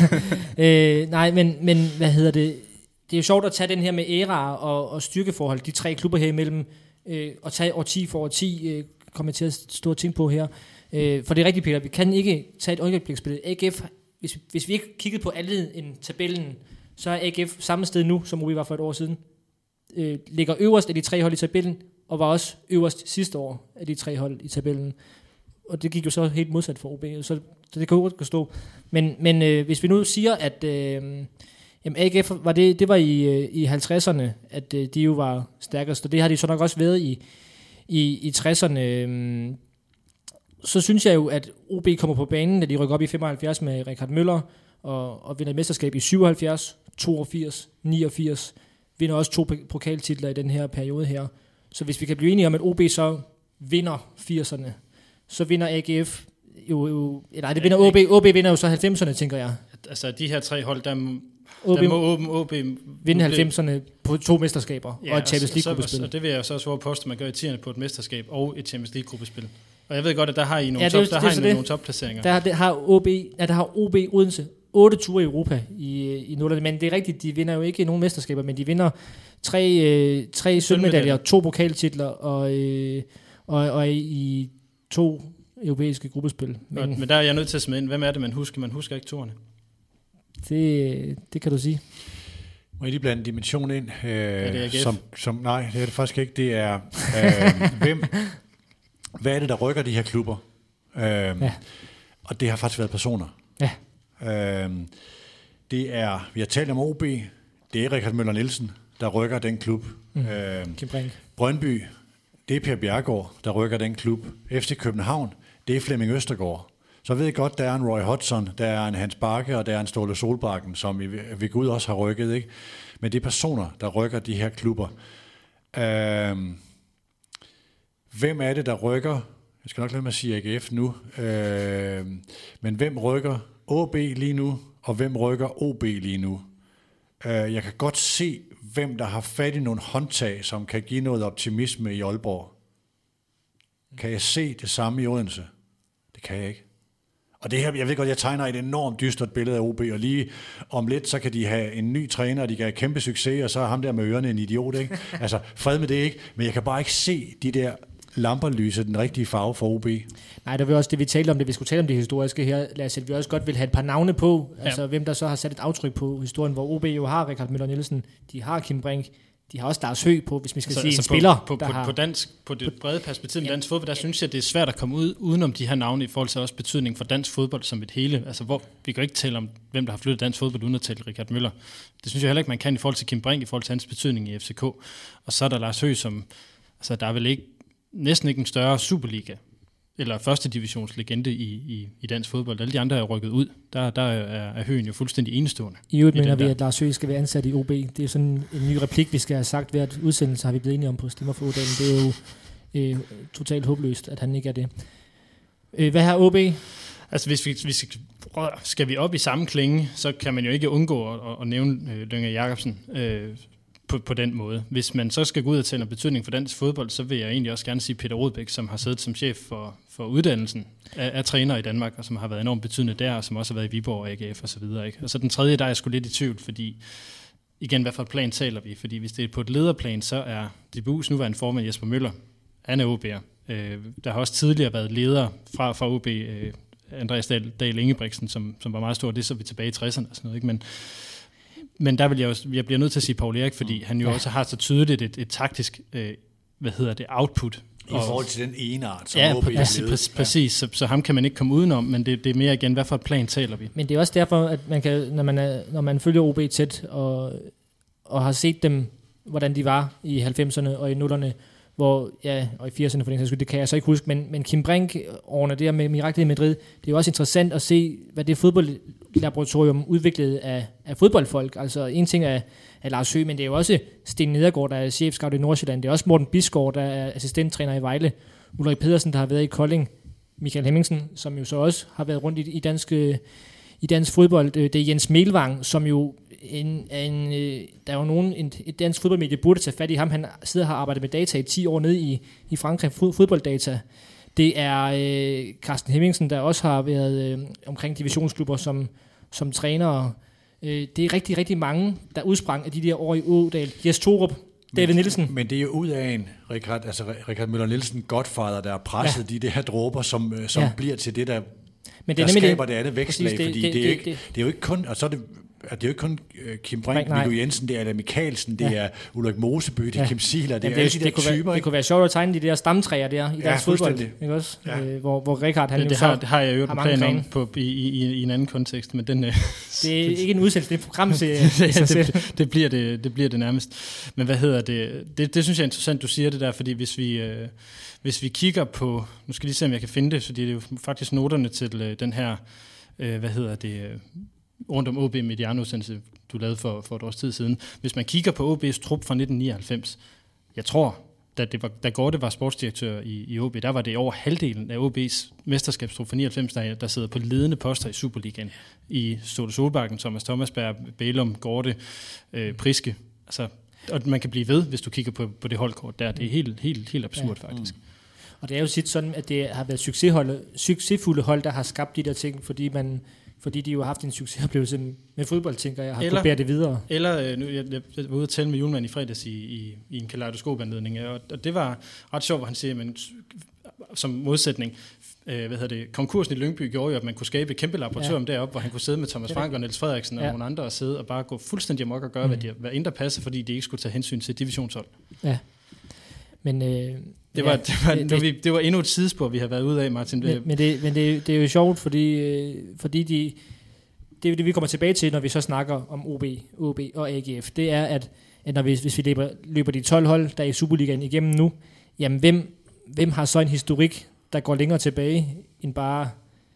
øh, nej, men, men hvad hedder det? Det er jo sjovt at tage den her med æra og, og styrkeforhold, de tre klubber her imellem, øh, og tage årti for årti, øh, kommer jeg til at stå og tænke på her. Øh, for det er rigtigt, Peter, vi kan ikke tage et øjeblikspil. A G F, hvis, hvis vi ikke kiggede på alle end tabellen, så er A G F samme sted nu, som vi var for et år siden. Øh, ligger øverst af de tre hold i tabellen, og var også øverst sidste år af de tre hold i tabellen. Og det gik jo så helt modsat for O B, så, så det kan jo godt stå. Men, men øh, hvis vi nu siger, at øh, jamen A G F, var det, det var i, øh, i halvtredserne, at øh, de jo var stærkest, og det har de så nok også været i, i, i tresserne. Øh, så synes jeg jo, at O B kommer på banen, da de rykker op i femoghalvfjerds med Richard Møller, og, og vinder et mesterskab i syvoghalvfjerds, toogfirs, niogfirs, vinder også to pokaltitler i den her periode her. Så hvis vi kan blive enige om, at O B så vinder firserne, så vinder A G F jo, jo nej, det vinder O B, O B vinder jo så halvfemserne, tænker jeg. Altså de her tre hold, der, O B, der må O B vinde halvfemserne på to mesterskaber, ja, og et Champions League-gruppespil. Og det vil jeg så også våge poste, man gør i tierne på et mesterskab og et Champions League-gruppespil. Og jeg ved godt, at der har I nogle, ja, top, det, der det, har I det, nogle topplaceringer. Der, der har O B, ja, der har O B Odense otte ture i Europa i, i nullerne, men det er rigtigt, de vinder jo ikke nogen mesterskaber, men de vinder tre, øh, tre sølvmedaljer, to pokaltitler og, øh, og, og i to europæiske gruppespil. Men, men der er jeg nødt til at smide ind, hvem er det, man husker? Man husker ikke toerne. Det, det kan du sige. Må jeg lige blande dimension ind? Øh, er det A G F? Som, som, nej, det er det faktisk ikke. Det er, øh, hvem, hvad er det, der rykker de her klubber? Øh, ja. Og det har faktisk været personer. Ja. Øh, det er, vi har talt om O B, det er Richard Møller Nielsen, der rykker den klub. Mm. Øh, Brink. Brøndby, det er Per Bjerregaard, der rykker den klub. F C København, det er Flemming Østergaard. Så ved jeg godt, der er en Roy Hodgson, der er en Hans Bakke, og der er en Ståle Solbakken, som vi ved Gud også har rykket, ikke? Men det er personer, der rykker de her klubber. Øh, hvem er det, der rykker? Jeg skal nok lade mig at sige A G F nu. Øh, men hvem rykker O B lige nu, og hvem rykker O B lige nu? Jeg kan godt se, hvem der har fat i nogle håndtag, som kan give noget optimisme i Aalborg. Kan jeg se det samme i Odense? Det kan jeg ikke. Og det her, jeg ved godt, jeg tegner et enormt dystert billede af O B, og lige om lidt, så kan de have en ny træner, og de kan have kæmpe succes, og så er ham der med ørerne en idiot, ikke? Altså, fred med det, ikke? Men jeg kan bare ikke se de der lamper lyse den rigtige farve for O B. Nej, det var også det, vi talte om, det vi skulle tale om det historiske her. Lad os at vi også godt vil have et par navne på, ja. Altså hvem der så har sat et aftryk på historien, hvor O B jo har Richard Møller Nielsen, de har Kim Brink, de har også Lars Høgh på, hvis vi skal altså, sige altså en på, spiller. På, på, har, på, dansk, på det brede perspektiv med ja, dansk fodbold, der ja. synes jeg, det er svært at komme ud udenom de her navne i forhold til også betydning for dansk fodbold som et hele. Altså, hvor vi kan ikke tale om, hvem der har flyttet dansk fodbold uden at tale Richard Møller. Det synes jeg heller ikke, man kan i forhold til Kim Brink, i forhold til hans betydning i F C K. Og så er der Lars Høgh, som, altså der er vel ikke, næsten ikke en større Superliga eller første divisionslegende i, i, i dansk fodbold. Alle de andre er rykket ud. Der, der er, er Høghen jo fuldstændig enestående. I øvrigt mener vi, at Lars Høgh skal være ansat i O B. Det er sådan en ny replik, vi skal have sagt hver udsendelse, har vi blevet enige om på Stemmer for Odalen. Det er jo øh, totalt håbløst, at han ikke er det. Øh, hvad har O B? Altså hvis vi, hvis vi skal vi op i samme klinge, så kan man jo ikke undgå at, at nævne øh, Lynge Jacobsen øh, På, på den måde. Hvis man så skal gå ud og tale om betydning for dansk fodbold, så vil jeg egentlig også gerne sige Peter Rodbæk, som har siddet som chef for, for uddannelsen af, af træner i Danmark, og som har været enormt betydende der, og som også har været i Viborg og A G F og så videre. Ikke? Og så den tredje, der er jeg sgu lidt i tvivl, fordi igen, hvad for et plan taler vi? Fordi hvis det er på et lederplan, så er D B U's nuværende formand Jesper Møller, han er O B'er. Øh, der har også tidligere været ledere fra, fra O B, øh, Andreas Dahl, Dahl Ingebrigtsen, som, som var meget stor, det så vi tilbage i tresserne og sådan noget, ikke? Men Men der vil jeg også, jeg bliver nødt til at sige Paul Erik, fordi han jo ja. også har så tydeligt et, et taktisk, øh, hvad hedder det, output. I forhold til den ene art, som ja, O B ja, præcis, præcis. Så, så ham kan man ikke komme udenom, men det, det er mere igen, hvad for et plan taler vi? Men det er også derfor, at man kan, når man, er, når man følger O B tæt, og, og har set dem, hvordan de var i halvfemserne og i nullerne, hvor, ja, og i firserne for den sags skyld, det kan jeg så ikke huske, men, men Kim Brink ordner det her med Miraklet i Madrid, det er jo også interessant at se, hvad det fodboldlaboratorium udviklede af, af fodboldfolk. Altså en ting er, er Lars Høgh, men det er jo også Sten Nedergaard, der er chefscout i Nordsjælland, det er også Morten Bisgaard, der er assistenttræner i Vejle, Ulrik Pedersen, der har været i Kolding, Michael Hemmingsen, som jo så også har været rundt i, i, dansk, i dansk fodbold, det er Jens Melvang, som jo En, en, der er jo nogen, en, et dansk fodboldmedie burde tage fat i ham. Han sidder og har arbejdet med data i ti år nede i, i Frankrig, fodbolddata. Det er øh, Carsten Hemmingsen, der også har været øh, omkring divisionsklubber som, som træner. Øh, det er rigtig, rigtig mange, der udsprang af de der år i Ådal. Jes Torup, David men, Nielsen. Men det er jo ud af en, Richard, altså Richard Møller Nielsen, Godfather, der har presset ja. de der dråber, som, som ja. bliver til det, der, men det der skaber det, det andet vækslag. det, fordi det, det, det, er det, ikke, det, det er jo ikke kun, og så er det det er jo ikke kun uh, Kim Brink, Viggo Jensen, det er Adam Mikkelsen, det ja. er Ulrik Moseby, det er ja. Kim Sihler, det Jamen, er alle de der det typer. Være, det kunne være sjovt at tegne de der stamtræer der i ja, dansk fodbold, ikke også? Ja. Øh, hvor, hvor Richard, han det, det, har, det har jeg jo en plan om på, i, i, i en anden kontekst, men den... det er ikke en udsendelse, det er et program til det, det, det, bliver det, det bliver det nærmest. Men hvad hedder det? Det, det synes jeg er interessant, du siger det der, fordi hvis vi... Øh, hvis vi kigger på... Nu skal jeg lige se, om jeg kan finde det, fordi det er jo faktisk noterne til øh, den her... Øh, hvad hedder det... Øh, rundt om O B Mediano-udsendelse, du lavede for, for et års tid siden. Hvis man kigger på O B's trup fra nitten nioghalvfems, jeg tror, da, det var, da Gorte var sportsdirektør i, i O B, der var det over halvdelen af O B's mesterskabstrup fra nioghalvfems, der, der sidder på ledende poster i Superligaen. I Ståle Solbakken, Thomas Thomasberg, Bælum, Gorte, øh, Priske. Altså, og man kan blive ved, hvis du kigger på, på det holdkort der. Det er helt, helt, helt absurd ja. faktisk. Mm. Og det er jo sit sådan, at det har været succeshold, succesfulde hold, der har skabt de der ting, fordi man... fordi de jo har haft en succesoplevelse med fodbold, tænker jeg, har kunnet bære det videre. Eller, nu, jeg, jeg var ude at tale med Julemand i fredags i, i, i en kaleidoskopanledning, og, og det var ret sjovt, hvor han siger, men som modsætning, øh, hvad hedder det, konkursen i Lyngby gjorde jo, at man kunne skabe et kæmpe laboratorium ja. deroppe, hvor han kunne sidde med Thomas Frank og Niels Frederiksen og ja. nogle andre og sidde og bare gå fuldstændig amok og gøre, mm. hvad, de, hvad indre passer, fordi de ikke skulle tage hensyn til divisionshold. Ja, men... Øh Det var, ja, det, var, det, det, det var endnu et sidespor, vi har været ude af, Martin. Men, men, det, men det, det er jo sjovt, fordi, fordi de, det er det, vi kommer tilbage til, når vi så snakker om O B, O B og A G F. Det er, at, at når vi, hvis vi løber, løber de tolv hold, der er i Superligaen igennem nu, jamen hvem, hvem har så en historik, der går længere tilbage end bare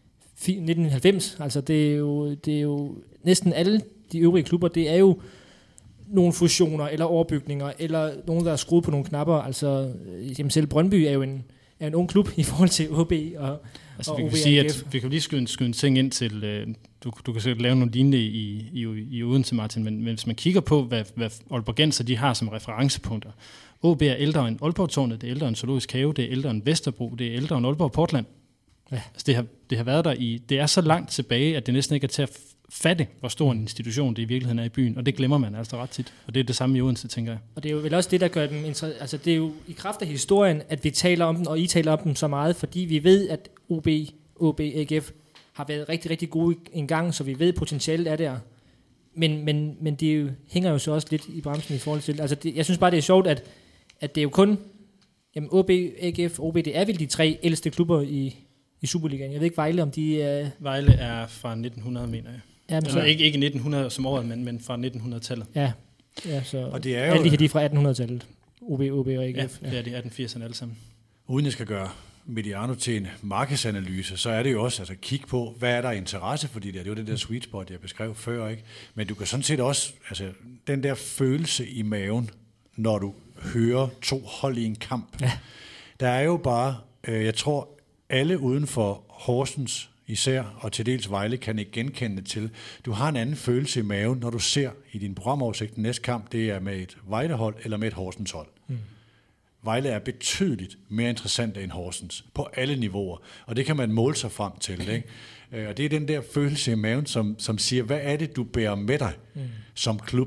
nitten halvfems? Altså det er jo, det er jo næsten alle de øvrige klubber, det er jo nogle fusioner eller overbygninger, eller nogen, der er skruet på nogle knapper. Altså, jamen selv Brøndby er jo en, er en ung klub i forhold til O B og, altså, og vi O B kan sige, A G F. at vi kan lige skyde, skyde en ting ind til, øh, du, du kan sikkert lave nogle lignende i, i, i Odense, Martin, men, men hvis man kigger på, hvad, hvad Aalborgenser de har som referencepunkter. O B er ældre end Aalborg-tårnet, det er ældre end Zoologisk Have, det er ældre end Vesterbro, det er ældre end Aalborg Portland. Ja. Altså, det, har, det har været der i, det er så langt tilbage, at det næsten ikke er til at fatte, hvor stor en institution det i virkeligheden er i byen, og det glemmer man altså ret tit. Og det er det samme i Odense, tænker jeg. Og det er jo vel også det, der gør dem inter- altså det er jo i kraft af historien, at vi taler om den, og I taler om den så meget, fordi vi ved, at O B, O B, A G F har været rigtig, rigtig gode en gang, så vi ved, at potentialet er der. Men, men, men det jo, hænger jo så også lidt i bremsen i forhold til, altså det, jeg synes bare, det er sjovt, at, at det er jo kun, jamen O B, A G F, O B, det er vel de tre ældste klubber i, i Superligaen. Jeg ved ikke, Vejle, om de er... Vejle er fra nitten hundrede, mener jeg. Ja, altså, ikke, ikke nitten hundrede som året, men, men fra nitten hundrede-tallet. Ja, ja så og det er jo... alle de her, de er fra attenhundrede-tallet. O B, O B og A G F. Ja, det er de atten firserne alle sammen. Uden jeg skal gøre Mediano til en markedsanalyse, så er det jo også altså kigge på, hvad er der interesse for det der. Det var det der sweet spot, jeg beskrev før, ikke? Men du kan sådan set også, altså den der følelse i maven, når du hører to hold i en kamp. Ja. Der er jo bare, øh, jeg tror, alle uden for Horsens især, og til dels Vejle, kan ikke genkende til. Du har en anden følelse i maven, når du ser i din programoversigt den næste kamp, det er med et Vejle-hold eller med et Horsens-hold. Mm. Vejle er betydeligt mere interessant end Horsens, på alle niveauer, og det kan man måle sig frem til, ikke? Og det er den der følelse i maven, som, som siger, hvad er det, du bærer med dig mm. som klub?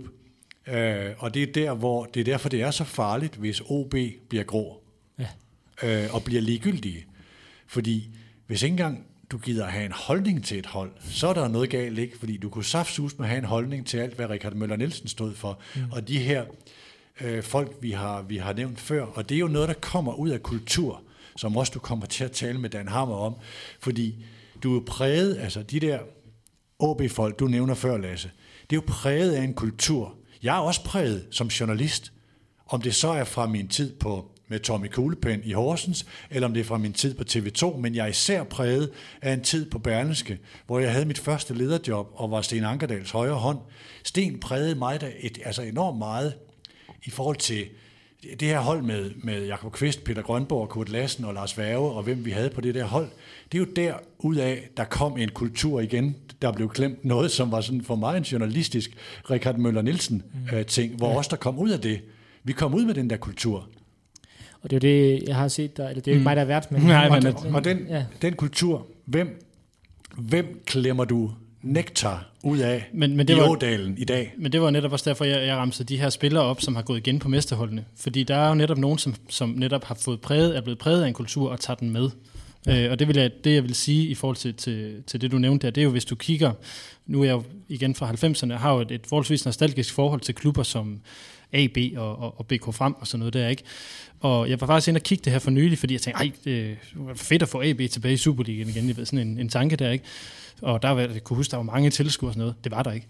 Og det er, der, hvor, det er derfor, det er så farligt, hvis O B bliver grå ja. og bliver ligegyldige. Fordi hvis ikke engang du gider at have en holdning til et hold, så er der noget galt, ikke? Fordi du kunne saftsus med at have en holdning til alt, hvad Richard Møller Nielsen stod for. Mm. Og de her øh, folk, vi har, vi har nævnt før, og det er jo noget, der kommer ud af kultur, som også du kommer til at tale med Dan Hammer om. Fordi du er præget, altså de der O B-folk, du nævner før, Lasse, det er jo præget af en kultur. Jeg er også præget som journalist, om det så er fra min tid på med Tommy Kuglepen i Horsens, eller om det er fra min tid på T V to, men jeg er især præget af en tid på Berlingske, hvor jeg havde mit første lederjob, og var Sten Ankerdals højre hånd. Sten prægede mig da et, altså enormt meget i forhold til det her hold med, med Jakob Kvist, Peter Grønborg, Kurt Lassen og Lars Værge, og hvem vi havde på det der hold. Det er jo der ud af, der kom en kultur igen, der blev glemt noget, som var sådan for mig en journalistisk Richard Møller Nielsen mm. ting, hvor ja. også der kom ud af det. Vi kom ud med den der kultur. Og det er jo det, jeg har set der, eller det er jo ikke mm. mig, der er vært, men... Nej, men og, og den, ja. den kultur, hvem, hvem klemmer du nektar ud af men, men det i var, Ådalen i dag? Men det var netop også derfor, jeg, jeg ramsede de her spillere op, som har gået igen på mesterholdene. Fordi der er jo netop nogen, som, som netop har fået præget, er blevet præget af en kultur og tager den med. Ja. Øh, og det, vil jeg, det, jeg vil sige i forhold til, til, til det, du nævnte der, det er jo, hvis du kigger... Nu er jeg jo igen fra halvfemserne, har jo et, et forholdsvis nostalgisk forhold til klubber som A B og, og, og B K Frem og sådan noget der, ikke? Og jeg var faktisk inde og kigge det her for nylig, fordi jeg tænkte, ej, det var fedt at få A B tilbage i Superligaen igen. Jeg ved, sådan en, en tanke der, ikke? Og der var, jeg kunne huske, der var mange tilskuere og sådan noget. Det var der ikke.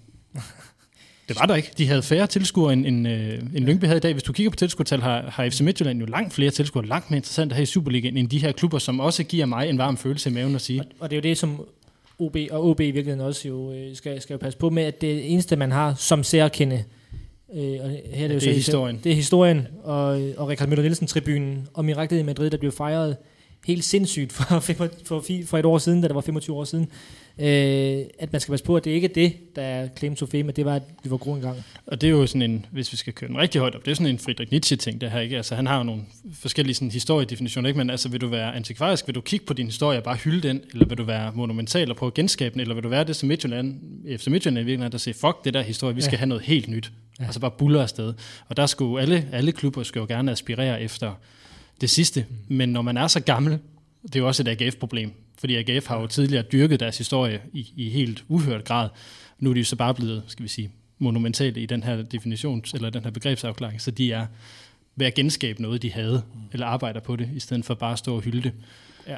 Det var der ikke. De havde færre tilskuere, end, end, end Lyngby havde i dag. Hvis du kigger på tilskuertal, har, har F C Midtjylland jo langt flere tilskuere, langt mere interessant at have i Superligaen, end de her klubber, som også giver mig en varm følelse i maven at sige. Og, og det er jo det, som O B og O B i virkeligheden også jo, skal, skal jo passe på med, at det eneste, man har som særkende, Øh, og her er det, jo det er historien. Det er historien, og, og Richard Møller Nielsen-tribunen, og miraklet i Madrid, der blev fejret helt sindssygt for, for, for, for et år siden, da det var femogtyve år siden, øh, at man skal passe på, at det ikke er det, der er claim to fame, at det var, det var grund engang. Og det er jo sådan en, hvis vi skal køre den rigtig højt op, det er sådan en Friedrich Nietzsche-ting, det her, ikke? Altså han har jo nogle forskellige sådan, historiedefinitioner, ikke? Men altså vil du være antikvarisk, vil du kigge på din historie og bare hylde den, eller vil du være monumental og prøve at genskabe den, eller vil du være det som Midtjylland, F C Midtjylland virkelig, der siger, fuck det der historie, vi skal ja. have noget helt nyt. Ja. Altså bare buller afsted. Og der skulle alle, alle klubber skal jo gerne aspirere efter det sidste. Mm. Men når man er så gammel, det er jo også et A G F-problem. Fordi A G F har jo tidligere dyrket deres historie i, i helt uhørt grad. Nu er de jo så bare blevet, skal vi sige, monumentale i den her definition, eller den her begrebsafklaring. Så de er ved at genskabe noget, de havde, mm. eller arbejder på det, i stedet for bare at stå og hylde det. Ja.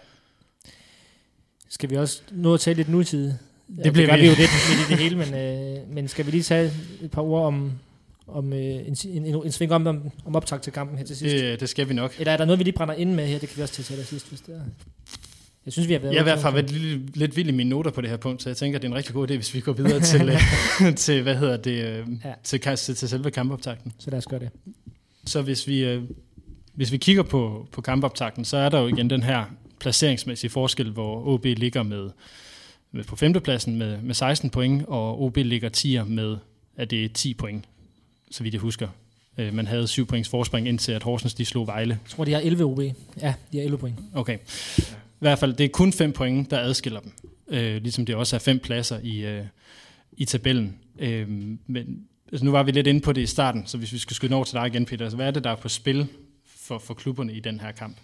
Skal vi også nå at tale lidt nutid? Det bliver ja, det vi jo lidt i det hele, men, øh, men skal vi lige tage et par ord om, om øh, en, en, en sving om, om, om optag til kampen her til sidst? Det, det skal vi nok. Eller er der noget, vi lige brænder ind med her? Det kan vi også tage til sidst, hvis det er. Jeg synes, vi har været... Jeg er i hvert fald været lidt, lidt vild i mine noter på det her punkt, så jeg tænker, det er en rigtig god idé, hvis vi går videre til, til hvad hedder det, ja. til, til, til selve kampoptakten. Så lad os gøre det. Så hvis vi, hvis vi kigger på, på kampoptakten, så er der jo igen den her placeringsmæssige forskel, hvor O B ligger med, med på femtepladsen med, med seksten point, og O B ligger tier med, at det er ti point, så vidt jeg husker. Øh, man havde syv points forspring indtil, at Horsens de slog Vejle. Jeg tror, de har elleve O B. Ja, de har elleve point. Okay. I hvert fald, det er kun fem point, der adskiller dem. Øh, ligesom det også er fem pladser i, øh, i tabellen. Øh, men altså, nu var vi lidt inde på det i starten, så hvis vi skal skyde over til dig igen, Peter, så hvad er det, der er på spil for, for klubberne i den her kamp?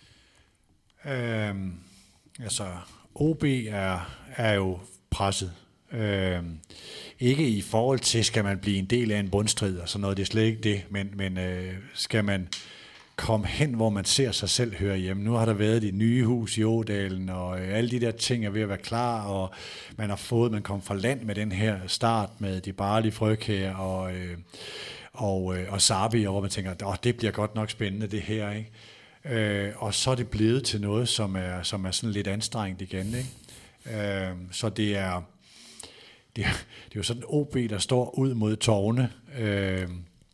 Øhm, altså, O B er, er jo presset. Øhm, ikke i forhold til, skal man blive en del af en bundstrid og sådan noget, det er slet ikke det, men, men øh, skal man komme hen, hvor man ser sig selv høre hjemme. Nu har der været det nye hus i Ådalen, og øh, alle de der ting er ved at være klar, og man har fået, man kom fra land med den her start med de barlige frøkærer og, øh, og, øh, og Sabi, hvor man tænker, åh, det bliver godt nok spændende det her, ikke? Øh, og så er det blevet til noget, som er, som er sådan lidt anstrengt igen, ikke? Øh, så det er Det er, det er jo sådan en O B, der står ud mod tårne, øh,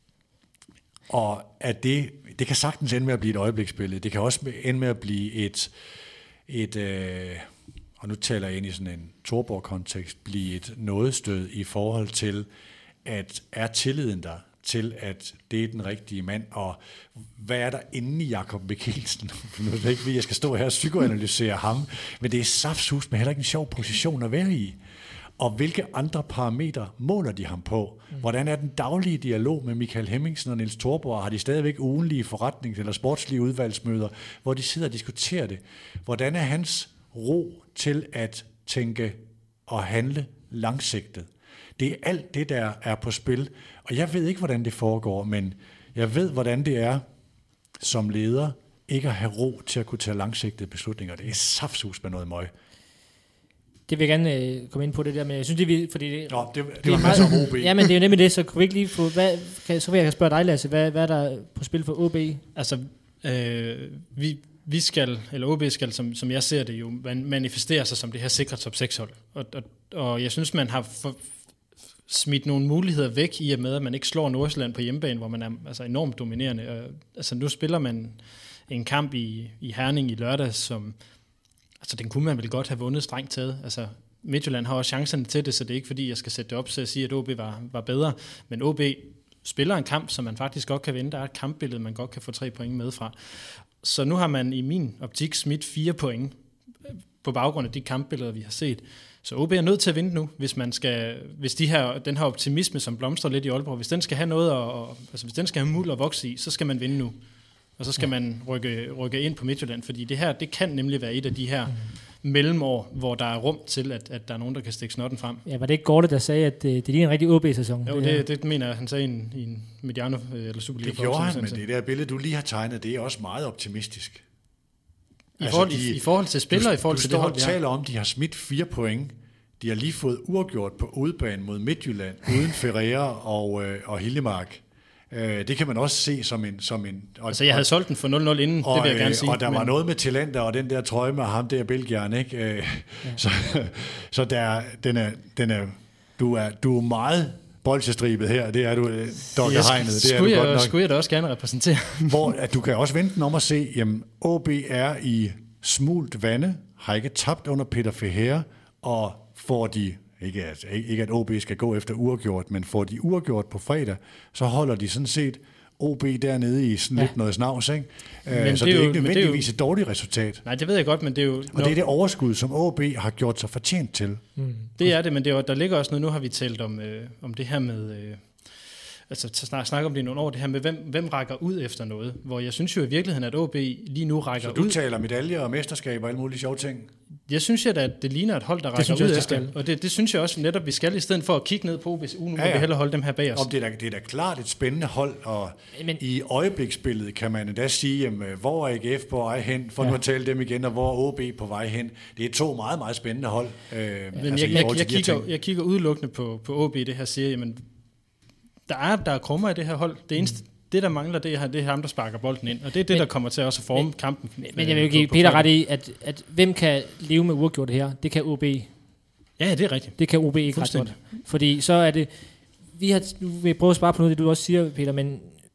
og at det, det kan sagtens ende med at blive et øjebliksbillede. Det kan også ende med at blive et, et øh, og nu taler jeg ind i sådan en Torborg-kontekst, blive et nådestød i forhold til, at er tilliden der til, at det er den rigtige mand, og hvad er der inde i Jakob Mikkelsen? Nu er det ikke, at jeg skal stå her og psykoanalysere ham, men det er saftsus, men heller ikke en sjov position at være i. Og hvilke andre parametre måler de ham på? Hvordan er den daglige dialog med Michael Hemmingsen og Niels Torborg? Har de stadigvæk ugenlige forretnings- eller sportslige udvalgsmøder, hvor de sidder og diskuterer det? Hvordan er hans ro til at tænke og handle langsigtet? Det er alt det, der er på spil. Og jeg ved ikke, hvordan det foregår, men jeg ved, hvordan det er som leder ikke at have ro til at kunne tage langsigtede beslutninger. Det er saftsus med noget møg. Det vil jeg gerne øh, komme ind på det der, men jeg synes, det er fordi det, Nå, det, det, det var er masser af O B. Ja, men det er jo nemlig det, så kunne vi ikke lige få, hvad, kan, så vil jeg spørge dig, Lasse, hvad, hvad er der på spil for O B? Altså, øh, vi, vi skal, eller O B skal, som, som jeg ser det jo, man manifesterer sig som det her sikre top seks hold, og, og, og jeg synes, man har for, smidt nogle muligheder væk i og med, at man ikke slår Nordsjælland på hjemmebane, hvor man er altså enormt dominerende. Og, altså, nu spiller man en kamp i, i Herning i lørdag, som altså, den kunne man vel godt have vundet strengt taget. Altså, Midtjylland har også chancerne til det, så det er ikke fordi, jeg skal sætte det op til at sige, at O B var, var bedre. Men O B spiller en kamp, som man faktisk godt kan vinde. Der er et kampbillede, man godt kan få tre point med fra. Så nu har man i min optik smidt fire point på baggrund af de kampbilleder, vi har set. Så O B er nødt til at vinde nu, hvis man skal, hvis de her, den her optimisme, som blomstrer lidt i Aalborg, hvis den skal have noget, at, altså hvis den skal have muld at vokse i, så skal man vinde nu. Og så skal ja. man rykke, rykke ind på Midtjylland, fordi det her, det kan nemlig være et af de her mm. mellemår, hvor der er rum til, at, at der er nogen, der kan stikke snotten frem. Ja, var det ikke Gorte, der sagde, at det, det er en rigtig O B-sæson? Jo, det, det mener jeg, han sagde i en, i en Mediano eller Superliga. Det gjorde han, men det der billede, du lige har tegnet, det er også meget optimistisk. I, altså, forhold, de, i, i forhold til spillere, i forhold du til det hold, Du står og taler om, de har smidt fire point. De har lige fået uafgjort på udebane mod Midtjylland, uden Ferreira og, øh, og Hillemark. Øh, det kan man også se som en... Som en og, altså, jeg havde solgt den for nul nul inden, og, det vil jeg gerne sige. Og der men... var noget med talenter, og den der trøje med ham der Belgieren, ikke? Øh, ja. Så, så der, den er, den er, du, er, du er meget bolsjestribet her, det er du, Doktor Hegnet, det er du jeg, godt nok. Skulle jeg da også gerne repræsentere. Hvor at du kan også vente den om at se, jamen, O B er i smult vande, har ikke tabt under Peter Ferreira, og får de, ikke at, ikke at O B skal gå efter uafgjort, men får de uafgjort på fredag, så holder de sådan set O B dernede i sådan ja. lidt noget snavs, ikke? Men så det er, det er jo, ikke nødvendigvis det er jo, et dårligt resultat. Nej, det ved jeg godt, men det er jo... Og det er det overskud, som O B har gjort sig fortjent til. Mm. Det er det, men det er jo, der ligger også noget, nu har vi talt om, øh, om det her med... Øh, altså snak, snakke om det i nogle år, det her med, hvem, hvem rækker ud efter noget, hvor jeg synes jo i virkeligheden, at O B lige nu rækker ud. Så du ud. taler medaljer og mesterskaber og alle mulige sjove ting? Jeg synes jo, at det ligner et hold, der rækker ud efter, og det, det synes jeg også netop, vi skal, i stedet for at kigge ned på, hvis ugen, ja, ja. vi hellere holde dem her bag os. Om det, er da, det er da klart et spændende hold, og men, i øjebliksbilledet kan man da sige, jamen, hvor er A G F på vej hen, for ja. nu at tale dem igen, og hvor er O B på vej hen. Det er to meget, meget spændende hold. Øh, men altså, jeg, jeg, jeg, kigger, jeg kigger udelukkende på, på O B, det her siger, jamen, der er, der er krummer i det her hold. Det eneste, mm. det der mangler, det er, det er ham, der sparker bolden ind. Og det er det, men, der kommer til også at forme men, kampen. Men, men jeg vil jo give Peter ret i, at, at hvem kan leve med uafgjort det her? Det kan O B. Ja, det er rigtigt. Det kan O B ikke ret godt. Fordi så er det... Vi har, nu vil jeg prøve at spare på noget, det du også siger, Peter, men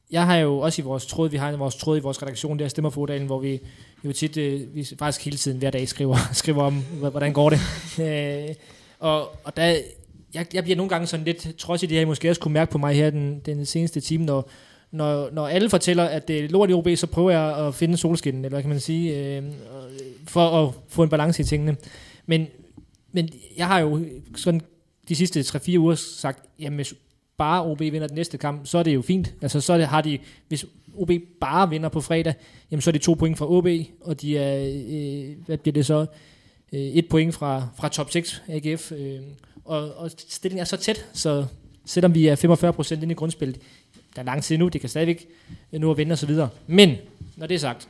jeg har jo også i vores tråd, vi har i vores tråd i vores redaktion, der Stemmer for Odalen, hvor vi jo tit, øh, vi faktisk hele tiden hver dag skriver, skriver om, hvordan går det. øh, og, og der, jeg, jeg bliver nogle gange sådan lidt, trods i det her, I måske også kunne mærke på mig her den, den seneste time, når, når, når alle fortæller, at det er lort i O B, så prøver jeg at finde solskinnen, eller hvad kan man sige, øh, for at få en balance i tingene. Men, men jeg har jo sådan de sidste tre fire uger sagt, jamen hvis bare O B vinder den næste kamp, så er det jo fint. Altså så det, har de, hvis O B bare vinder på fredag, jamen så er det to point fra O B, og de er, øh, hvad bliver det så, øh, et point fra, fra top seks A G F, øh, og, og stillingen er så tæt, så selvom vi er femogfyrre procent inde i grundspillet, der er lang tid nu, det kan stadigvæk nå at vinde og så videre. Men, når det er sagt,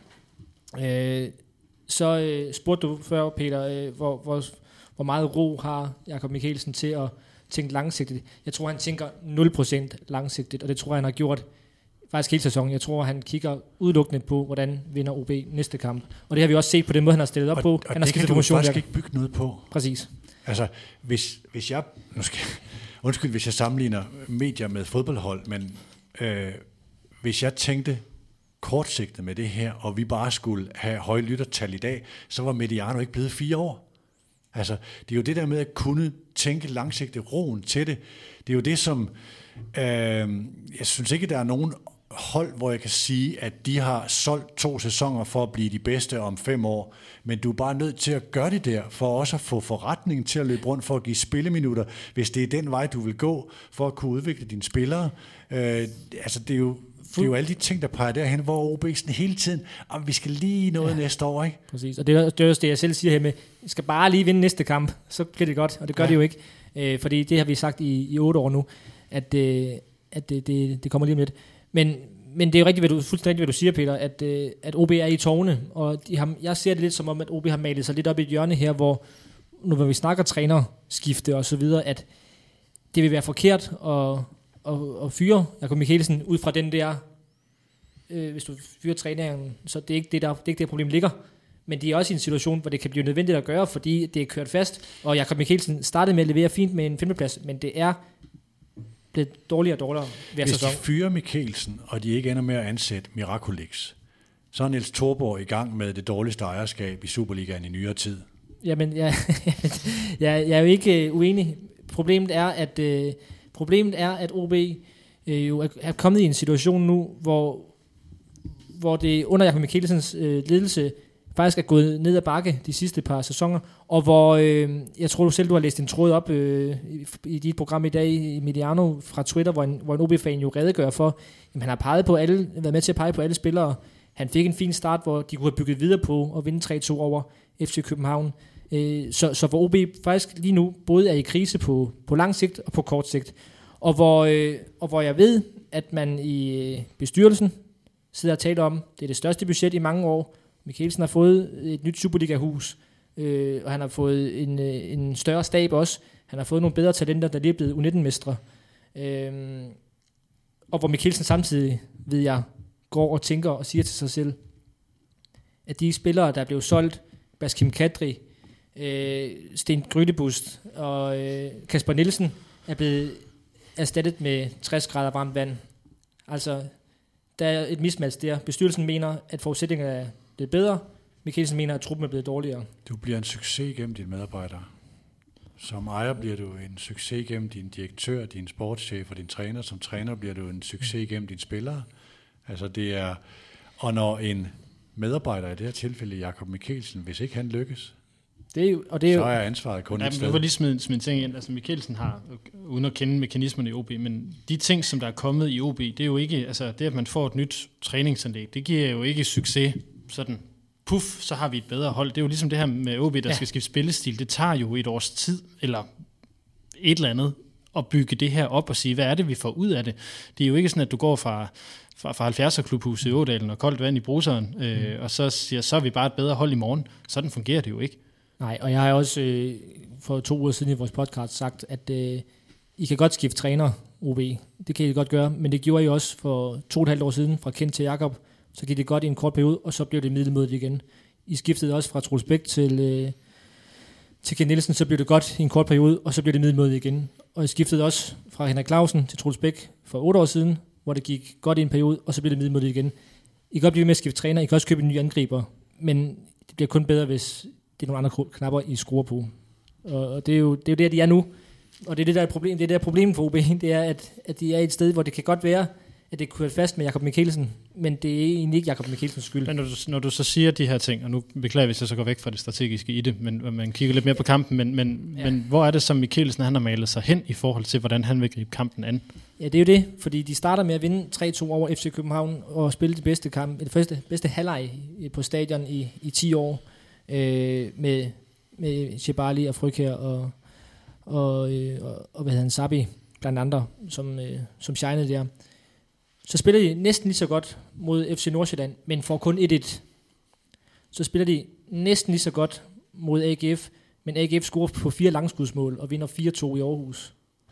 øh, så øh, spurgte du før, Peter, øh, hvor, hvor, hvor meget ro har Jakob Michelsen til at tænke langsigtet. Jeg tror, han tænker nul procent langsigtet, og det tror jeg, han har gjort faktisk hele sæsonen. Jeg tror, han kigger udelukkende på, hvordan vinder O B næste kamp. Og det har vi også set på den måde, han har stillet op og, på. Og han det har kan du faktisk ikke bygge noget på. Præcis. Altså, hvis, hvis jeg... Nu skal, undskyld, hvis jeg sammenligner medier med fodboldhold, men øh, hvis jeg tænkte kortsigtet med det her, og vi bare skulle have høje lyttertal i dag, så var Mediano ikke blevet fire år. Altså, det er jo det der med at kunne tænke langsigtet, roen til det. Det er jo det, som... Øh, jeg synes ikke, der er nogen hold, hvor jeg kan sige, at de har solgt to sæsoner for at blive de bedste om fem år, men du er bare nødt til at gøre det der, for også at få forretningen til at løbe rundt, for at give spilleminutter, hvis det er den vej, du vil gå, for at kunne udvikle dine spillere. Øh, altså, det er jo... Det er jo alle de ting, der peger derhen, hvor O B sådan hele tiden, og vi skal lige noget ja. næste år, ikke? Præcis, og det er, det er også det, jeg selv siger her med, vi skal bare lige vinde næste kamp, så bliver det godt, og det gør ja. det jo ikke. Øh, fordi det har vi sagt i, i otte år nu, at, øh, at det, det, det kommer lige om lidt. Men, men det er jo rigtigt, hvad du, fuldstændig hvad du siger, Peter, at, øh, at O B er i tårne, og de har, jeg ser det lidt som om, at O B har malet sig lidt op i et hjørne her, hvor, når vi snakker trænerskifte og så videre, at det vil være forkert at Og, og fyre Jakob Michelsen ud fra den der, øh, hvis du fyrer træneren, så det er ikke det, der, det er ikke det problem ligger. Men de er også i en situation, hvor det kan blive nødvendigt at gøre, fordi det er kørt fast. Og Jakob Michelsen startede med at levere fint med en femteplads, men det er blevet dårligere og dårligere hver Hvis sæson. Hvis de fyrer Michelsen, og de ikke ender med at ansætte Miraculix, så er Niels Thorborg i gang med det dårligste ejerskab i Superligaen i nyere tid. Jamen, jeg, jeg, jeg er jo ikke uh, uenig. Problemet er, at... Uh, Problemet er, at O B øh, jo er kommet i en situation nu, hvor, hvor det under Jakob Michelsens øh, ledelse faktisk er gået ned ad bakke de sidste par sæsoner, og hvor, øh, jeg tror du selv, du har læst en tråd op øh, i, i dit program i dag, i Mediano fra Twitter, hvor en, hvor en O B-fan jo redegør for, jamen han har peget på alle, været med til at pege på alle spillere. Han fik en fin start, hvor de kunne have bygget videre på og vinde tre to over F C København. Så, så hvor O B faktisk lige nu både er i krise på, på lang sigt og på kort sigt, og hvor, øh, og hvor jeg ved, at man i bestyrelsen sidder og taler om, det er det største budget i mange år. Michelsen har fået et nyt Superliga-hus, øh, og han har fået en, en større stab også. Han har fået nogle bedre talenter, der lige er blevet U nitten-mestre. Øh, og hvor Michelsen samtidig, ved jeg, går og tænker og siger til sig selv, at de spillere, der er blevet solgt, Baskim Kadri, Øh, Sten Grydebust og øh, Kasper Nielsen er blevet erstattet med tres grader varmt vand. Altså, der er et mismatch der. Bestyrelsen mener, at forudsætningerne er lidt bedre. Michelsen mener, at truppen er blevet dårligere. Du bliver en succes gennem dine medarbejdere. Som ejer bliver du en succes gennem din direktør, din sportschef og din træner. Som træner bliver du en succes gennem dine spillere. Altså, det er... Og når en medarbejder, i det her tilfælde Jakob Michelsen, hvis ikke han lykkes, det er jo, og det er så jo, er ansvaret kun ja, et sted. Jeg vil lige smide, smide en ting ind. Altså Michelsen har, uden at kende mekanismerne i O B, men de ting, som der er kommet i O B, det er jo ikke, altså det, at man får et nyt træningsanlæg, det giver jo ikke succes. Sådan, puff, så har vi et bedre hold. Det er jo ligesom det her med O B, der ja. skal skifte spillestil. Det tager jo et års tid, eller et eller andet, at bygge det her op og sige, hvad er det, vi får ud af det? Det er jo ikke sådan, at du går fra... fra, fra halvfjerdser-klubhuset i Ådalen og koldt vand i bruseren, øh, mm. og så siger, så er vi bare et bedre hold i morgen. Sådan fungerer det jo ikke. Nej, og jeg har også øh, for to uger siden i vores podcast sagt, at øh, I kan godt skifte træner, O B. Det kan I godt gøre, men det gjorde I også for to og et halvt år siden, fra Kent til Jakob. Så gik det godt i en kort periode, og så blev det middelmådigt igen. I skiftede også fra Troels Bæk til, øh, til Ken Nielsen, så blev det godt i en kort periode, og så blev det middelmådigt igen. Og I skiftede også fra Henrik Clausen til Troels Bæk for otte år siden, hvor det gik godt i en periode, og så blev det middelmådigt igen. I kan godt blive med at skifte træner, I kan også købe en ny angriber, men det bliver kun bedre, hvis det er nogle andre knapper, I skruer på. Og det er jo, det er jo der, de er nu. Og det er det, der er problem. Det er det der problem for O B, det er, at, at de er et sted, hvor det kan godt være, at det kunne være fast med Jakob Mikkelsen, men det er egentlig ikke Jakob Mikkelsens skyld. Men når du, når du så siger de her ting, og nu beklager vi, hvis jeg så går væk fra det strategiske i det, men man kigger lidt mere på kampen, men, men, ja. men hvor er det, som Mikkelsen han har malet sig hen i forhold til, hvordan han vil gribe kampen an? Ja, det er jo det, fordi de starter med at vinde tre to over F C København og spille det bedste kamp, det første, bedste halvleg på stadion i, i ti år, øh, med, med Chebali og Frykær og, og, øh, og, og hvad hedder han, Sabi, blandt andre, som, øh, som shinede der. Så spiller de næsten lige så godt mod F C Nordsjælland, men får kun et et. Så spiller de næsten lige så godt mod A G F, men A G F scorer på fire langskudsmål og vinder fire to i Aarhus.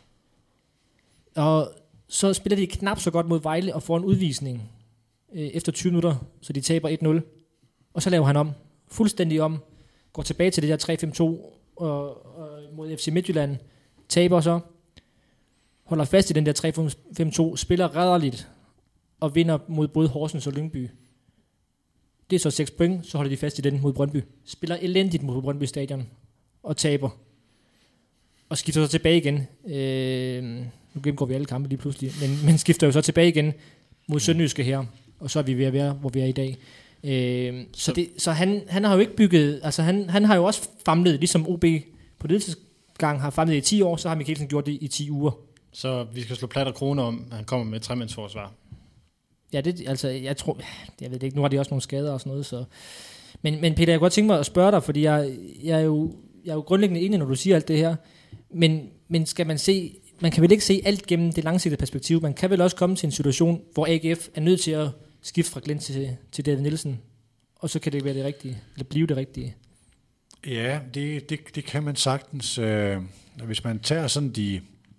Og så spiller de knap så godt mod Vejle og får en udvisning øh, efter tyve minutter, så de taber et nul. Og så laver han om, fuldstændig om, går tilbage til det der tre fem to og, og mod F C Midtjylland, taber så, holder fast i den der tre fem to, spiller rædderligt, og vinder mod både Horsens og Lyngby. Det er så seks point, så holder de fast i den mod Brøndby. Spiller elendigt mod Brøndby Stadion, og taber. Og skifter så tilbage igen. Øh, nu gennemgår vi alle kampe lige pludselig, men, men skifter jo så tilbage igen mod Sønderjyske her, og så er vi ved at være, hvor vi er i dag. Øh, så det, så han, han har jo ikke bygget, altså han, han har jo også famlet, ligesom O B på ledelsesgang har famlet i ti år, så har Mikkelsen gjort det i ti uger. Så vi skal slå plat og krone om, at han kommer med et tremandsforsvar. Ja, det, altså, jeg tror, jeg ved det ikke, nu har de også nogle skader og sådan noget, så. Men, men Peter, jeg kunne godt tænke mig at spørge dig, fordi jeg, jeg, er, jo, jeg er jo grundlæggende enig, når du siger alt det her, men, men skal man se, man kan vel ikke se alt gennem det langsigtede perspektiv, man kan vel også komme til en situation, hvor A G F er nødt til at skifte fra Glenn til, til David Nielsen, og så kan det være det rigtige, eller blive det rigtige. Ja, det, det, det kan man sagtens, øh, hvis man tager sådan de,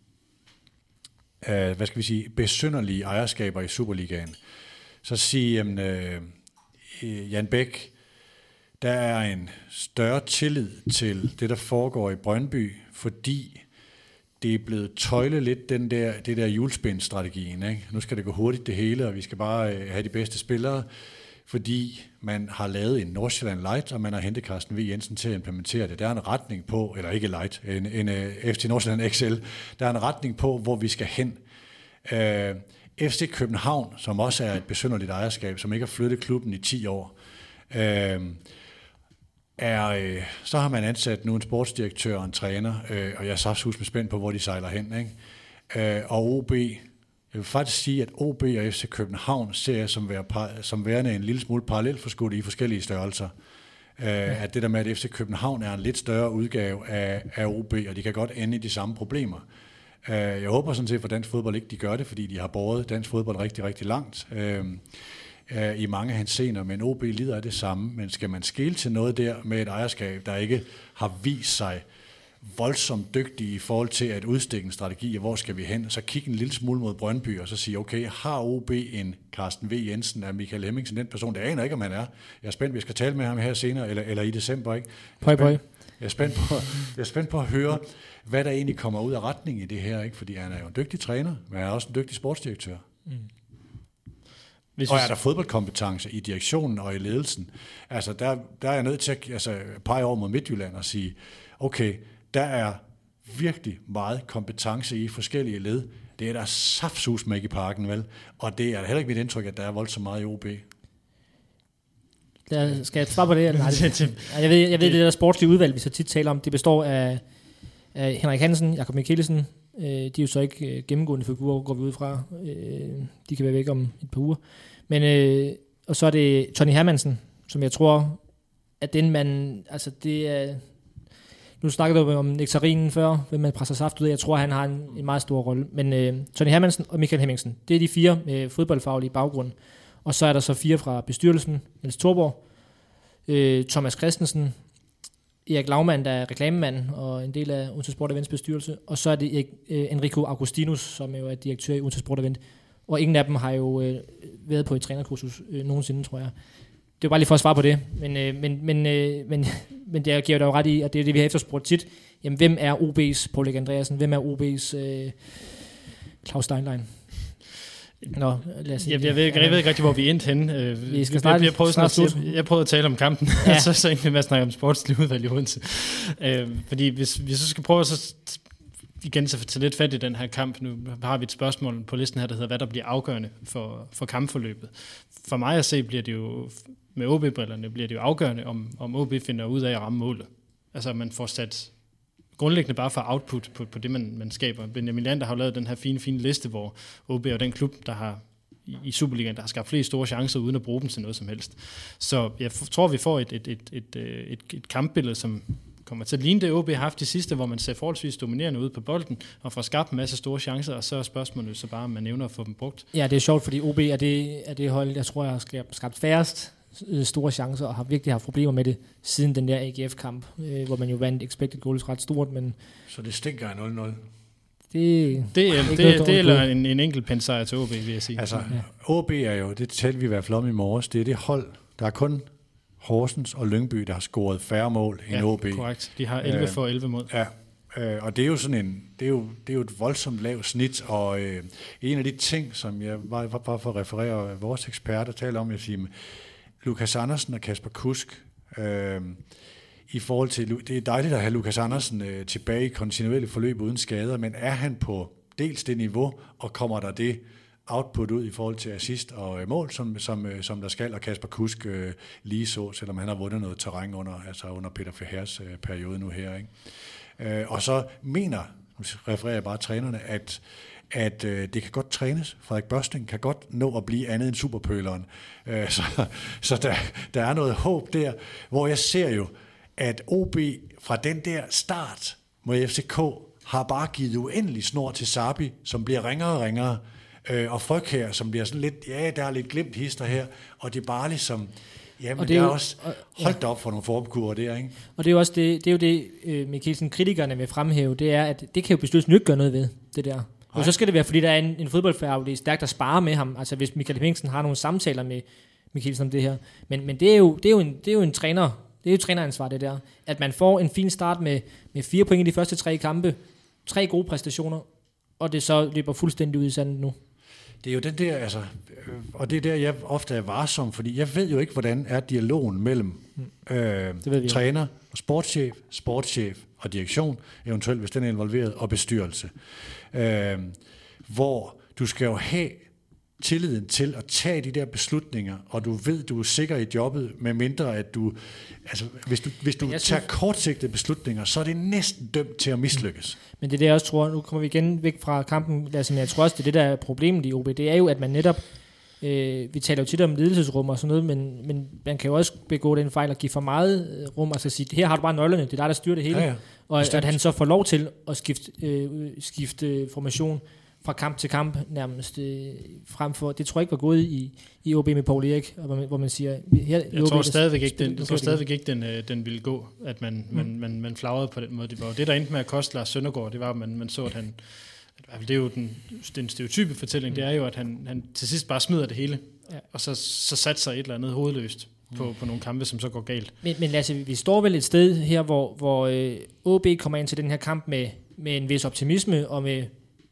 øh, hvad skal vi sige, besynderlige ejerskaber i Superligaen, så siger øh, Jan Bæk, der er en større tillid til det, der foregår i Brøndby, fordi det er blevet tøjlet lidt den der, det der hjulspindstrategien. Ikke? Nu skal det gå hurtigt det hele, og vi skal bare have de bedste spillere, fordi man har lavet en Nordsjælland Light, og man har hentet Carsten V. Jensen til at implementere det. Der er en retning på, eller ikke Light, en, en uh, F C Nordsjælland X L, der er en retning på, hvor vi skal hen. Uh, F C København, som også er et besynderligt ejerskab, som ikke har flyttet klubben i ti år, uh, er, uh, så har man ansat nu en sportsdirektør og en træner, uh, og jeg er saftsus med spændt på, hvor de sejler hen. Ikke? Uh, og O B, jeg vil faktisk sige, at O B og F C København ser jeg som, være, som værende en lille smule parallelforskudt i forskellige størrelser. Uh, ja. At det der med, at F C København er en lidt større udgave af, af O B, og de kan godt ende i de samme problemer. Uh, jeg håber sådan set for dansk fodbold ikke, de gør det, fordi de har båret dansk fodbold rigtig, rigtig langt uh, uh, i mange henseender, men O B lider af det samme. Men skal man skele til noget der med et ejerskab, der ikke har vist sig voldsomt dygtige i forhold til at udstikke en strategi, og hvor skal vi hen, så kigge en lille smule mod Brøndby, og så sige, okay, har O B en Carsten V. Jensen, er Michael Hemmingsen den person, det aner ikke, om han er. Jeg er spændt, vi skal tale med ham her senere, eller, eller i december, ikke? Jeg er, spændt, jeg, er spændt på, jeg er spændt på at høre, hvad der egentlig kommer ud af retning i det her, ikke? Fordi han er jo en dygtig træner, men han er også en dygtig sportsdirektør. Mm. Hvis og er der fodboldkompetence i direktionen og i ledelsen? Altså, der, der er jeg nødt til at altså, pege over mod Midtjylland og sige, okay, der er virkelig meget kompetence i forskellige led. Det er der saftsus med i parken, vel? Og det er heller ikke mit indtryk, at der er voldsomt meget i O B. Der, skal jeg svare på det? Eller? Nej, det jeg ved, jeg ved det der sportslige udvalg, vi så tit taler om, det består af, af Henrik Hansen, Jakob Mikkelsen. Øh, de er jo så ikke øh, gennemgående figurer, går vi ud fra. Øh, de kan være væk om et par uger. Men, øh, og så er det Tony Hermansen, som jeg tror, at den man, altså det er... Nu snakkede du om nektarinen før, hvem man presser saft ud af. Jeg tror, han har en, en meget stor rolle. Men øh, Tony Hermansen og Michael Hemmingsen, det er de fire med fodboldfaglige baggrund. Og så er der så fire fra bestyrelsen. Niels Thorborg, øh, Thomas Christensen, Erik Laumann, der er reklamemand og en del af Odense Sport Events bestyrelse. Og så er det Erik, øh, Enrico Augustinus, som jo er direktør i Odense Sport Event. Og ingen af dem har jo øh, været på et trænerkursus øh, nogensinde, tror jeg. Det er bare lige for at svare på det, men, øh, men, men, øh, men, men det giver dig jo ret i, at det er det, vi har efterspurgt tit. Jamen, hvem er O B's Paul Erik Andreasen? Hvem er O B's øh, Claus Steinlein? Nå, lad os jeg, jeg, ved, jeg ved ikke rigtig, hvor vi endte henne. Vi skal jeg, snart, jeg, prøvede snart snart, jeg, jeg prøvede at tale om kampen, ja. så så egentlig med at snakke om sportslig udvalg i Odense. Øh, fordi hvis vi så skal prøve at så igen så tage lidt fat i den her kamp, nu har vi et spørgsmål på listen her, der hedder, hvad der bliver afgørende for, for kampforløbet. For mig at se, bliver det jo, med O B-brillerne, bliver det jo afgørende, om, om O B finder ud af at ramme målet. Altså, man får sat grundlæggende bare for output på, på det, man, man skaber. Benjamin Lander har jo lavet den her fine, fine liste, hvor O B er den klub, der har i, i Superligaen, der har skabt flest store chancer, uden at bruge dem til noget som helst. Så jeg tror, vi får et, et, et, et, et, et kampbillede, som kommer til at ligne det, O B har haft de sidste, hvor man ser forholdsvis dominerende ud på bolden, og får skabt en masse store chancer, og så er spørgsmålet så bare, om man evner at få dem brugt. Ja, det er sjovt, fordi O B er det, er det hold, jeg tror, jeg har skabt færrest store chancer, og har virkelig haft problemer med det, siden den der A G F-kamp, øh, hvor man jo vandt expected goals ret stort, men... Så det stinker af nul nul? Det, det er det, det, det eller en, en enkelt pensejr til O B, vil jeg sige. Altså, ja. O B er jo, det talte vi i hvert fald om i morges, det er det hold, der er kun Horsens og Lyngby, der har scoret færre mål end ja, O B. Korrekt. De har elleve øh, for elleve mål. Ja, øh, og det er jo sådan en, det er jo, det er jo et voldsomt lavt snit, og øh, en af de ting, som jeg bare, bare for at referere vores eksperter taler om, jeg siger, Lukas Andersen og Kasper Kusk, øh, i forhold til, det er dejligt at have Lukas Andersen øh, tilbage i kontinuerligt forløb uden skader, men er han på dels det niveau, og kommer der det output ud i forhold til assist og øh, mål, som, som, øh, som der skal, og Kasper Kusk øh, lige så, selvom han har vundet noget terræn under, altså under Peter Ferhers øh, periode nu her. Ikke? Øh, og så mener, nu refererer jeg bare trænerne, at at øh, det kan godt trænes. Frederik Børsting kan godt nå at blive andet end superpøleren. Øh, så så der, der er noget håb der, hvor jeg ser jo, at O B fra den der start mod F C K har bare givet uendelig snor til Sabi, som bliver ringere og ringere, øh, og Fryg her, som bliver sådan lidt, ja, der er lidt glemt hister her, og det er bare ligesom, jamen og det er der jo, også holdt op for nogle formkurver der, ikke? Og det er jo også det, det, er jo det øh, Mikkelsen, kritikerne vil fremhæve, det er, at det kan jo bestyrelsen ikke gøre noget ved, det der. Og så skal det være, fordi der er en, en fodboldfærge, det er stærkt at spare med ham. Altså hvis Michael Hemmingsen har nogle samtaler med Mikkelsen om det her. Men, men det, er jo, det, er jo en, det er jo en træner, det er jo træneransvar det der. At man får en fin start med, med fire point i de første tre kampe, tre gode præstationer, og det så løber fuldstændig ud i sandet nu. Det er jo den der, altså, og det er der, jeg ofte er varsom, fordi jeg ved jo ikke, hvordan er dialogen mellem øh, træner og sportschef, sportschef og direktion, eventuelt hvis den er involveret, og bestyrelse. Øh, hvor du skal jo have tilliden til at tage de der beslutninger, og du ved, du er sikker i jobbet, med mindre at du, altså hvis du, hvis du tager synes... kortsigtede beslutninger, så er det næsten dømt til at mislykkes. Men det er det, jeg også tror, nu kommer vi igen væk fra kampen, altså, jeg tror også, det er det, der er problemet i O B, det er jo, at man netop, øh, vi taler jo tit om ledelsesrum og sådan noget, men, men man kan jo også begå den fejl at give for meget rum, altså sige, her har du bare nøglerne, det er dig, der styrer det hele, ja, ja. Og at, at han så får lov til at skifte, øh, skifte formation fra kamp til kamp nærmest øh, frem for, det tror jeg ikke var gået i, i O B med Paul Erik, hvor man, hvor man siger... Her, jeg tror stadigvæk ikke, den, jeg tror stadigvæk ikke den, øh, den ville gå, at man, mm. man, man, man flagrede på den måde. Det var det, der endte med at koste Lars Søndergaard, det var, at man, man så, at han... At det er jo den, den stereotype fortælling, mm. det er jo, at han, han til sidst bare smider det hele, ja. Og så, så satte sig et eller andet hovedløst på, mm. på nogle kampe, som så går galt. Men, men Lasse, vi står vel et sted her, hvor, hvor øh, O B kommer ind til den her kamp med, med en vis optimisme, og med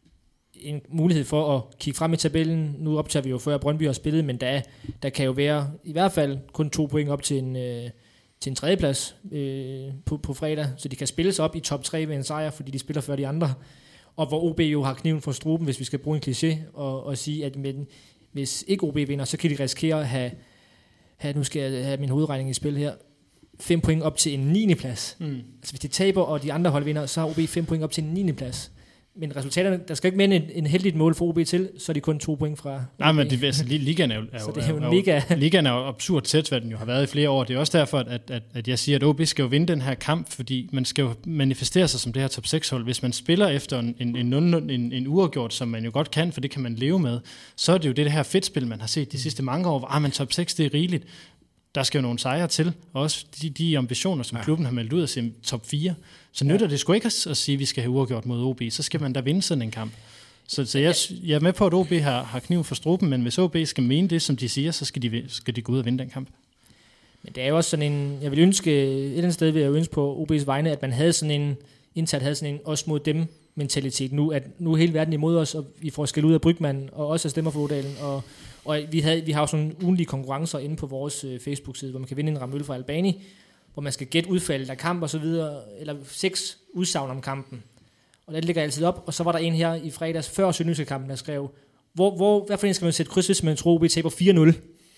en mulighed for at kigge frem i tabellen. Nu optager vi jo før, at Brøndby har spillet, men der, der kan jo være i hvert fald kun to point op til en, øh, til en tredjeplads øh, på, på fredag, så de kan spille sig op i top tre ved en sejr, fordi de spiller før de andre. Og hvor O B jo har kniven for struben, hvis vi skal bruge en kliché, og, og sige, at med, hvis ikke O B vinder, så kan de risikere at have, have, nu skal jeg have min hovedregning i spil her, fem point op til en niende plads. Mm. Altså hvis de taber, og de andre hold vinder, så har O B fem point op til en niende plads. Men resultaterne, der skal ikke mere en, en heldigt mål for O B til, så er de kun to point fra O B. Nej, men det, altså, ligaen er jo, er, så det er jo, er, mega... er, ligaen er jo absurd tæt, hvad den jo har været i flere år. Det er også derfor, at, at, at jeg siger, at O B skal jo vinde den her kamp, fordi man skal jo manifestere sig som det her top seks hold. Hvis man spiller efter en, en, en, en, en uafgjort, som man jo godt kan, for det kan man leve med, så er det jo det her fedtspil, man har set de sidste mange år, hvor ah, men top seks, det er rigeligt. Der skal jo nogle sejre til, og også de, de ambitioner, som ja. klubben har meldt ud af sin top fire. Så nytter ja. det sgu ikke at, at sige, at vi skal have uafgjort mod O B. Så skal man da vinde sådan en kamp. Så, så jeg, jeg er med på, at O B har, har kniven for struben, men hvis O B skal mene det, som de siger, så skal de, skal de gå ud og vinde den kamp. Men det er jo også sådan en, jeg vil ønske, et eller andet sted vil jeg ønske på O B's vegne, at man havde sådan en, indsat havde sådan en, også mod dem mentalitet nu, at nu er hele verden imod os, og vi får skæld ud af Brygman, og også af Stemmer for Odalen, og, og vi, havde, vi har jo sådan ugenlige konkurrencer inde på vores øh, Facebook-side, hvor man kan vinde en ramme øl fra Albani, hvor man skal gætte udfaldet af kamp og så videre, eller seks udsagn om kampen. Og det ligger altid op, og så var der en her i fredags, før Sønderjyske kampen, der skrev, hvor, hvor, hvad for en skal man sætte kryds, hvis man tror, at O B taber fire nul?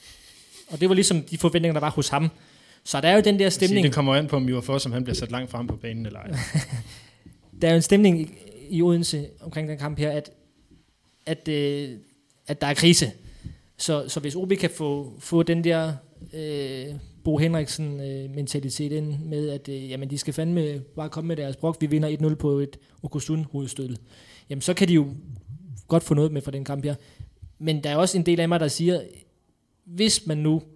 Og det var ligesom de forventninger, der var hos ham. Så der er jo den der stemning. Det kommer an på, om Jura som han bliver sat langt frem på banen eller ej. Der er jo en stemning i, i Odense omkring den kamp her, at, at, øh, at der er krise. Så, så hvis O B kan få, få den der øh, Bo Henriksen øh, mentalitet ind med, at øh, jamen, de skal fandme bare komme med deres brok, vi vinder et nul på et Okosund hovedstød, jamen så kan de jo godt få noget med fra den kamp her. Men der er også en del af mig, der siger, hvis man nu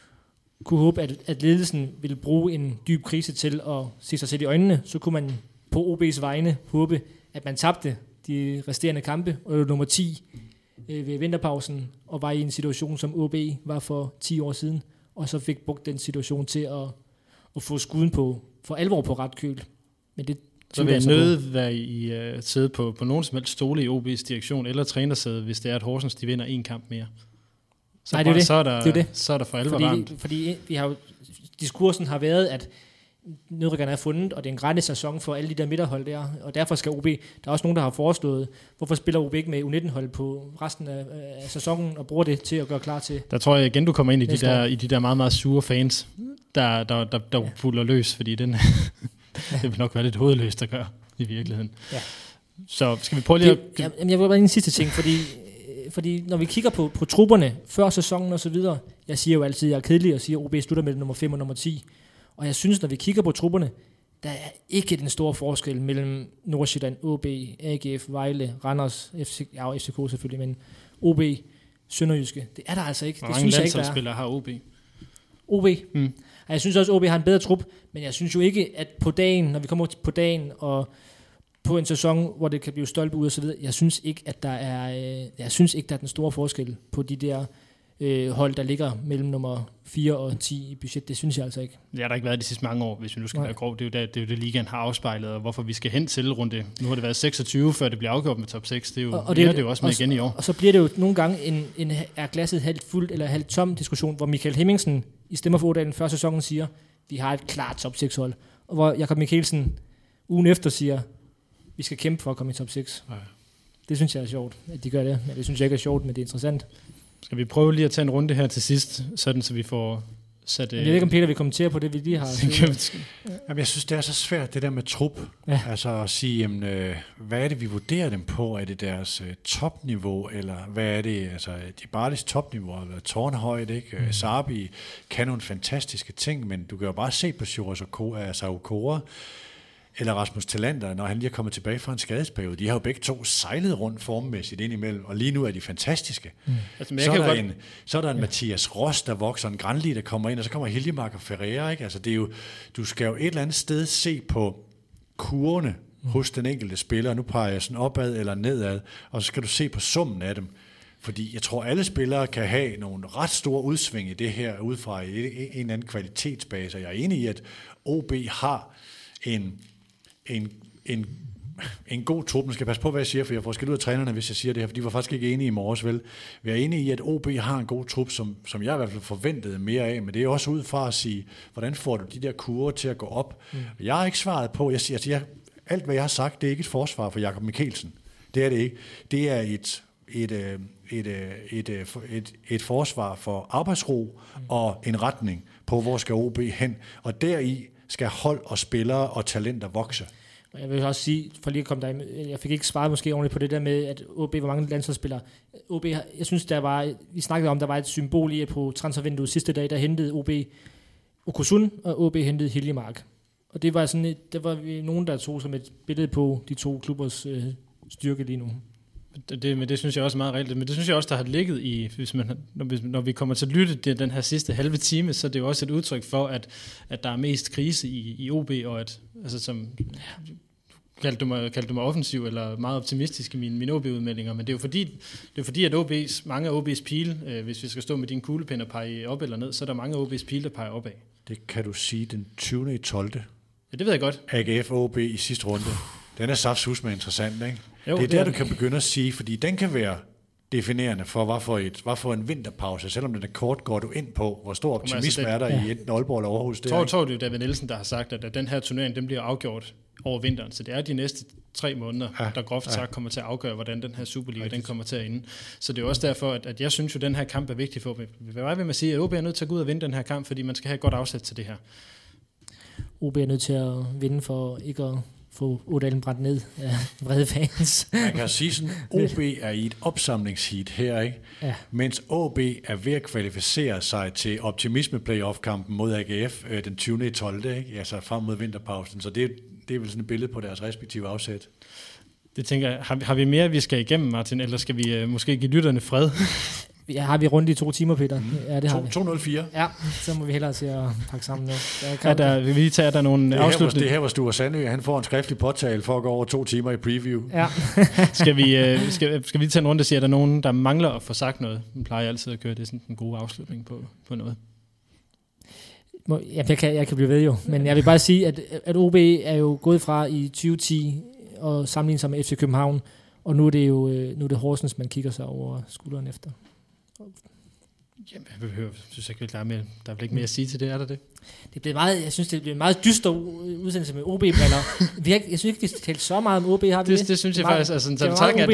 kunne håbe, at, at ledelsen ville bruge en dyb krise til at se sig selv i øjnene, så kunne man på O B's vegne håbe, at man tabte de resterende kampe, og nummer ti øh, ved vinterpausen, og var i en situation, som O B var for ti år siden, og så fik brugt den situation til at, at få skuden på, for alvor på ret køl. Men det så vil jeg nødt være i uh, sidde på, på nogen som helst stole i O B's direktion eller trænersæde, hvis det er, at Horsens de vinder en kamp mere. Så, Nej, det er det. så, er der, det er det. så er der for alvor fordi, varmt. Fordi vi har jo, diskursen har været, at nedrykkerne er fundet, og det er en gratis sæson for alle de der midterhold der, og derfor skal O B, der er også nogen, der har foreslået, hvorfor spiller O B ikke med U nitten-hold på resten af, af sæsonen, og bruger det til at gøre klar til. Der tror jeg igen, du kommer ind i de der, i de der meget, meget sure fans, der, der, der, der ja. puller løs, fordi den, det vil nok være lidt hovedløst at gøre i virkeligheden. Ja. Så skal vi prøve lige det, at... Jamen, jeg vil bare en sidste ting, fordi, fordi når vi kigger på, på trupperne før sæsonen og så videre, jeg siger jo altid, jeg er kedelig og siger, at O B slutter med nummer fem og nummer ti, og jeg synes, når vi kigger på trupperne, der er ikke den store forskel mellem Nordsjælland, O B, A G F, Vejle, Randers, F C, ja, F C K selvfølgelig, men O B, Sønderjyske. Det er der altså ikke. Hvor det mange synes jeg ikke, der landsholdsspillere har O B? O B? Mm. Jeg synes også, at O B har en bedre trup, men jeg synes jo ikke, at på dagen, når vi kommer på dagen, og på en sæson, hvor det kan blive stolpe ud og så videre, jeg synes ikke, at der er, jeg synes ikke, der er den store forskel på de der øh, hold, der ligger mellem nummer fire og ti i budget. Det synes jeg altså ikke. Det har der ikke været de sidste mange år, hvis vi nu skal Nej. være grov. Det er, jo det, det er jo det, ligaen har afspejlet, og hvorfor vi skal hen til runde. Nu har det været seksogtyve, før det bliver afgjort med top seks. Det er jo, og, og det, er det jo også med og, igen i år. Og så bliver det jo nogle gange en, en er glasset halvt fuldt eller halvt tom diskussion, hvor Michael Hemmingsen i Stemmer for Odalen før sæsonen siger, vi har et klart top seks hold. Og hvor Jakob Mikkelsen ugen efter siger, vi skal kæmpe for at komme i top seks. Ja. Det synes jeg er sjovt, at de gør det. Men det synes jeg ikke er sjovt, men det er interessant. Skal vi prøve lige at tage en runde her til sidst, sådan så vi får sat... Jeg ved ikke, om Peter vil kommentere på det, vi lige har. Jamen, jeg synes, det er så svært, det der med trup. Ja. Altså at sige, jamen, øh, hvad er det, vi vurderer dem på? Er det deres øh, topniveau, eller hvad er det? Altså, de Barlis topniveau, eller tårnhøjde, ikke? Mm. Sarbi kan nogle fantastiske ting, men du kan jo bare se på Sjurs Okora, eller Rasmus Talander, når han lige er kommet tilbage fra en skadesperiode. De har jo begge to sejlet rundt formmæssigt indimellem, og lige nu er de fantastiske. Mm. Altså, så, er der godt... en, så er der en ja. Mathias Ross, der vokser, en Granli, der kommer ind, og så kommer Hiljemark og Ferreira. Ikke? Altså, det er jo, du skal jo et eller andet sted se på kurvene mm. hos den enkelte spiller. Nu peger jeg sådan opad eller nedad, og så skal du se på summen af dem. Fordi jeg tror, alle spillere kan have nogle ret store udsving i det her, ud fra en eller anden kvalitetsbase. Jeg er enig i, at O B har en En, en, en god trup. Nu skal jeg passe på, hvad jeg siger, for jeg får skilt ud af trænerne, hvis jeg siger det her, for de var faktisk ikke enige i morges, vel. Vi er enige i, at O B har en god trup, som, som jeg i hvert fald forventede mere af, men det er også ud fra at sige, hvordan får du de der kurver til at gå op? Mm. Jeg har ikke svaret på, jeg siger, jeg, alt hvad jeg har sagt, det er ikke et forsvar for Jakob Mikkelsen. Det er det ikke. Det er et, et, et, et, et, et, et, et forsvar for arbejdsro mm. og en retning på, hvor skal O B hen, og deri skal hold og spillere og talenter vokse. Jeg vil også sige, for lige at komme der, jeg fik ikke svaret måske ordentligt på det der med, at O B, hvor mange landsholdsspillere. O B, jeg synes, der var, vi snakkede om, der var et symbol i, at på transfervinduet sidste dag, der hentede O B Okosund, og O B hentede Hiljemark. Og det var sådan et, der var vi nogen, der tog som et billede på de to klubbers øh, styrke lige nu. Det, men det synes jeg også er meget reelt. Men det synes jeg også, der har ligget i, hvis man, når, vi, når vi kommer til at lytte til den her sidste halve time, så er det jo også et udtryk for, at, at der er mest krise i, i O B, og at, altså som, kaldte du mig, kaldte du mig offensiv, eller meget optimistisk i mine, mine O B-udmeldinger, men det er jo fordi, det er fordi at O B's, mange af O B's pile, øh, hvis vi skal stå med din kuglepen og pege op eller ned, så er der mange af O B's pile, der peger opad. Det kan du sige den tyvende i tolvte Ja, det ved jeg godt. A G F O B i sidste runde. Den er saftsus med interessant, ikke? Jo, det er det der, er du det. kan begynde at sige, fordi den kan være definerende for, hvad for, et, hvad for en vinterpause, selvom den er kort, går du ind på, hvor stor optimisme altså, er der ja. i enten Aalborg eller Aarhus. Jeg tror, tror det er David Nielsen, der har sagt, at den her turnering den bliver afgjort over vinteren, så det er de næste tre måneder, ja. der groft sagt kommer til at afgøre, hvordan den her Superliga den kommer til at ende. Så det er også derfor, at, at jeg synes jo, at den her kamp er vigtig for. Hvad vil man sige, at O B er nødt til at gå ud og vinde den her kamp, fordi man skal have et godt afsæt til det her. O B er nødt til at vinde for ikke at få Ådalen brændt ned af vrede fans. Man kan sige sådan, O B er i et opsamlingsheat her, ikke? Ja. Mens O B er ved at kvalificere sig til optimisme-playoff-kampen mod A G F øh, den tyvende tolvte Ikke? Altså frem mod vinterpausen. Så det, det er vel sådan et billede på deres respektive afsæt. Det tænker jeg, har, har vi mere, vi skal igennem, Martin, eller skal vi øh, måske give lytterne fred? Ja, har vi rundt i to timer, Peter? Mm. Ja, det har vi. to nul fire Ja, så må vi hellere se at pakke sammen nu. Ja, der, vi lige tager der nogle afslutninger. Det her var Sture Sandø, han får en skriftlig påtale for at gå over to timer i preview. Ja. skal, vi, øh, skal, skal vi tage en runde og sige, at der er nogen, der mangler at få sagt noget? Man plejer altid at køre det sådan en god afslutning på, på noget. Jeg kan, jeg kan blive ved jo, men jeg vil bare sige, at, at O B er jo gået fra i tyve ti og sammenlignet sig med F C København, og nu er det jo nu er det Horsens, man kigger sig over skulderen efter. Jamen, jeg behøver, synes jeg ikke, der er, mere, der er vel ikke mere at sige til det, er der det? Det blev meget, jeg synes, det blev en meget dyster udsendelse med O B-briller. Vi har, jeg synes ikke, vi skal tale så meget om O B, har vi det? Det, Det synes jeg meget, faktisk, altså, tager vi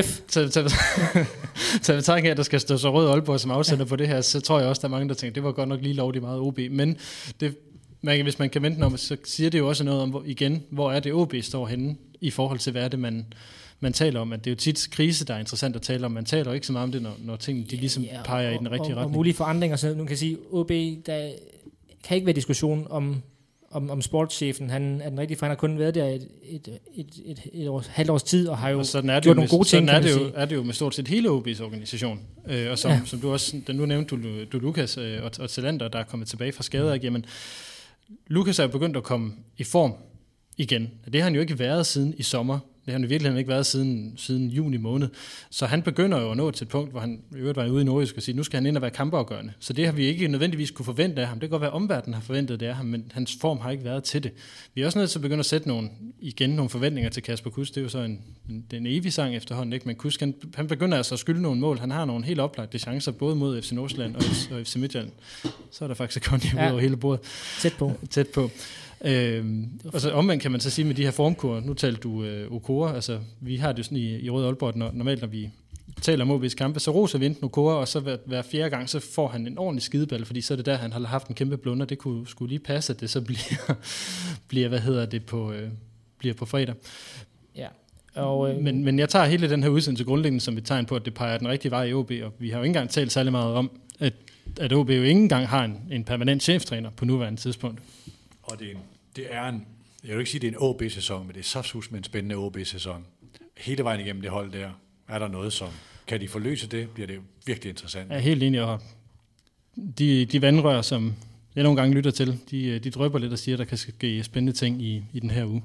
tanken af, at der skal stå så rød Aalborg som afsender ja. på det her, så tror jeg også, der er mange, der tænker, det var godt nok lige lovligt meget O B, men det, man, hvis man kan vente om, så siger det jo også noget om, hvor, igen, hvor er det O B står henne, i forhold til, hvad er det, man... man taler om, at det er jo tit krise, der er interessant at tale om. Man taler jo ikke så meget om det, når, når tingene de ligesom ja, peger og, i den rigtige og, retning. Og mulige forandringer, så nu kan sige, O B, der kan ikke være diskussion om, om, om sportschefen. Han er den rigtige, for han har kun været der et, et, et, et, et års, halvt års tid, og har jo og gjort nogle med, gode ting, sådan er det, jo, er det jo med stort set hele O B's organisation. Øh, og som, ja. som du også, den nu nævnte du, du Lukas øh, og, og Talander, der er kommet tilbage fra skader. Ikke? Jamen, Lukas er jo begyndt at komme i form igen. Det har han jo ikke været siden i sommer. Det har han i virkeligheden ikke været siden, siden juni måned. Så han begynder jo at nå til et punkt, hvor han i øvrigt var ude i Nordjysk og sige, nu skal han ind og være kampafgørende. Så det har vi ikke nødvendigvis kunne forvente af ham. Det kan godt være, at omverdenen har forventet det af ham, men hans form har ikke været til det. Vi er også nødt til at begynde at sætte nogle, igen nogle forventninger til Kasper Kusk. Det er jo så en, en, en evig sang efterhånden, ikke? Men Kusk, han, han begynder altså at skylde nogle mål. Han har nogle helt oplagte chancer, både mod F C Nordsjælland og, og F C Midtjylland. Så er der faktisk kun ja. ud over hele bordet. Tæt på. Tæt på. Øhm, og så omvendt kan man så sige med de her formkurver, nu talte du øh, Okora, altså vi har det jo sådan i, i Røde Aalborg, når, normalt når vi taler om O B's kampe, så roser vi enten Okora, og så hver, hver fjerde gang, så får han en ordentlig skideball, fordi så er det der, han har haft en kæmpe blunder, det kunne skulle lige passe, at det så bliver, bliver hvad hedder det, på, øh, bliver på fredag. Ja. Og, øh, men, men jeg tager hele den her udsendelse grundlæggende som et tegn på, at det peger den rigtige vej i O B, og vi har jo ikke engang talt særlig meget om, at, at O B jo ikke engang har en, en permanent cheftræner på nuværende tidspunkt. Og det er en Det er en, jeg vil ikke sige, det er en O B-sæson, men det er saftsus med en spændende O B-sæson. Hele vejen igennem det hold der, er der noget, som kan de forløse det, bliver det virkelig interessant. Jeg er helt enig, og de, de vandrør, som jeg nogle gange lytter til, de, de drøber lidt og siger, at der kan ske spændende ting i, i den her uge.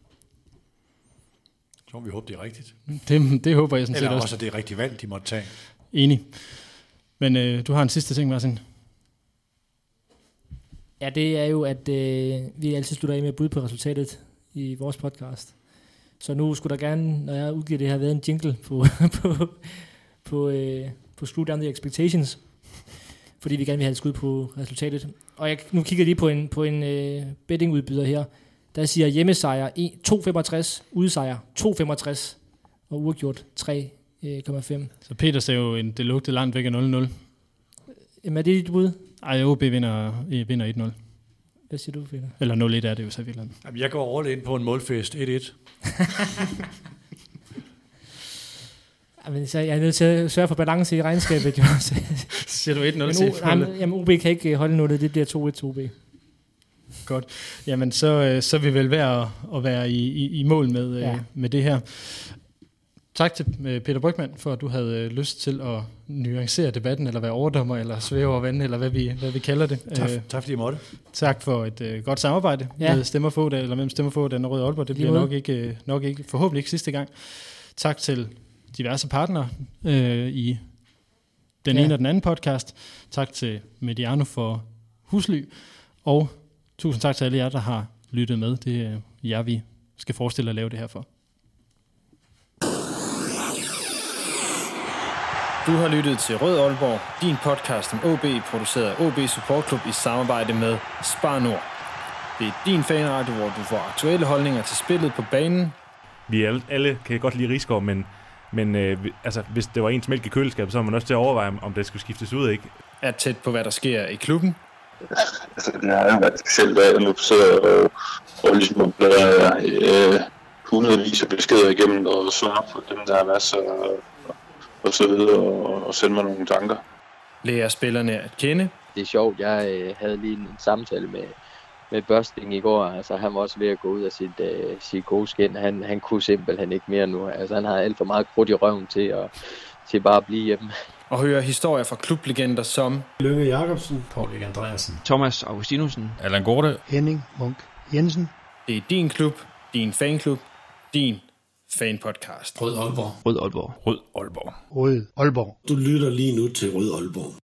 Så må vi håbe, det er rigtigt. Det, det håber jeg sådan set Eller også. også, at det er rigtig valg, de måtte tage. Enig. Men øh, du har en sidste ting, Martin. Ja, det er jo, at øh, vi altid slutter af med at bud på resultatet i vores podcast. Så nu skulle der gerne, når jeg udgiver det her, været en jingle på, på, på, øh, på Screw Down the Expectations. Fordi vi gerne vil have et skud på resultatet. Og jeg, nu kigger jeg lige på en, på en øh, bettingudbyder her. Der siger hjemmesejr to femogtres, udesejr to femogtres og uafgjort tre komma fem. Så Peter sagde jo, en, det lugtede langt væk af nul nul. Jamen er det dit bud? Ej, O B vinder, vinder et nul. Hvad siger du, Peter? Eller nul et er det jo så virkelig. Jeg går all in på en målfest et et. Jamen, så jeg er nødt til at sørge for balance i regnskabet. Jo. Siger du et nul? Jamen O B kan ikke holde noget, det bliver to et til O B. Godt. Jamen så, så er vi vel værd at, at være i, i, i mål med, ja. med det her. Tak til Peter Brygmann for, at du havde lyst til at nuancere debatten, eller være overdommer, eller svæve over vandet, eller hvad vi, hvad vi kalder det. Tak, uh, tak fordi I måtte. Tak for et uh, godt samarbejde ja. med Stemmerfod, eller mellem Stemmerfod og Røde Aalborg. Det bliver nok ikke, nok ikke, forhåbentlig ikke sidste gang. Tak til diverse partnere uh, i den ja. ene og den anden podcast. Tak til Mediano for husly, og tusind tak til alle jer, der har lyttet med. Det er jer, vi skal forestille dig at lave det her for. Du har lyttet til Rød Aalborg, din podcast om O B, produceret af O B Support Club i samarbejde med Spar Nord. Det er din fanradio, hvor du får aktuelle holdninger til spillet på banen. Vi alle, alle kan godt lide Risgaard, men, men øh, altså, hvis det var ens mælk i køleskabet, så var man også til at overveje, om det skulle skiftes ud, ikke? Er tæt på, hvad der sker i klubben. Altså, det har jo været specielt, da jeg nu sidder og, og ligesom bladrer øh, hundredvis af beskeder igennem og svarer på dem, der er masser og, og så videre, og, og sende mig nogle tanker. Lærer spillerne at kende. Det er sjovt, jeg øh, havde lige en samtale med, med Børsting i går. Altså, han var også ved at gå ud af sit, øh, sit gode skin. Han, han kunne simpelthen ikke mere nu. Altså, han har alt for meget krudt i røven til at, til bare at blive hjemme. Og høre historier fra klublegender som Lønge Jacobsen, Paul Erik Andreasen, Thomas Augustinussen, Allan Gorte, Henning Munk Jensen. Det er din klub, din fanklub, din fanpodcast. Rød Aalborg. Rød Aalborg. Rød Aalborg. Rød Aalborg. Du lytter lige nu til Rød Aalborg.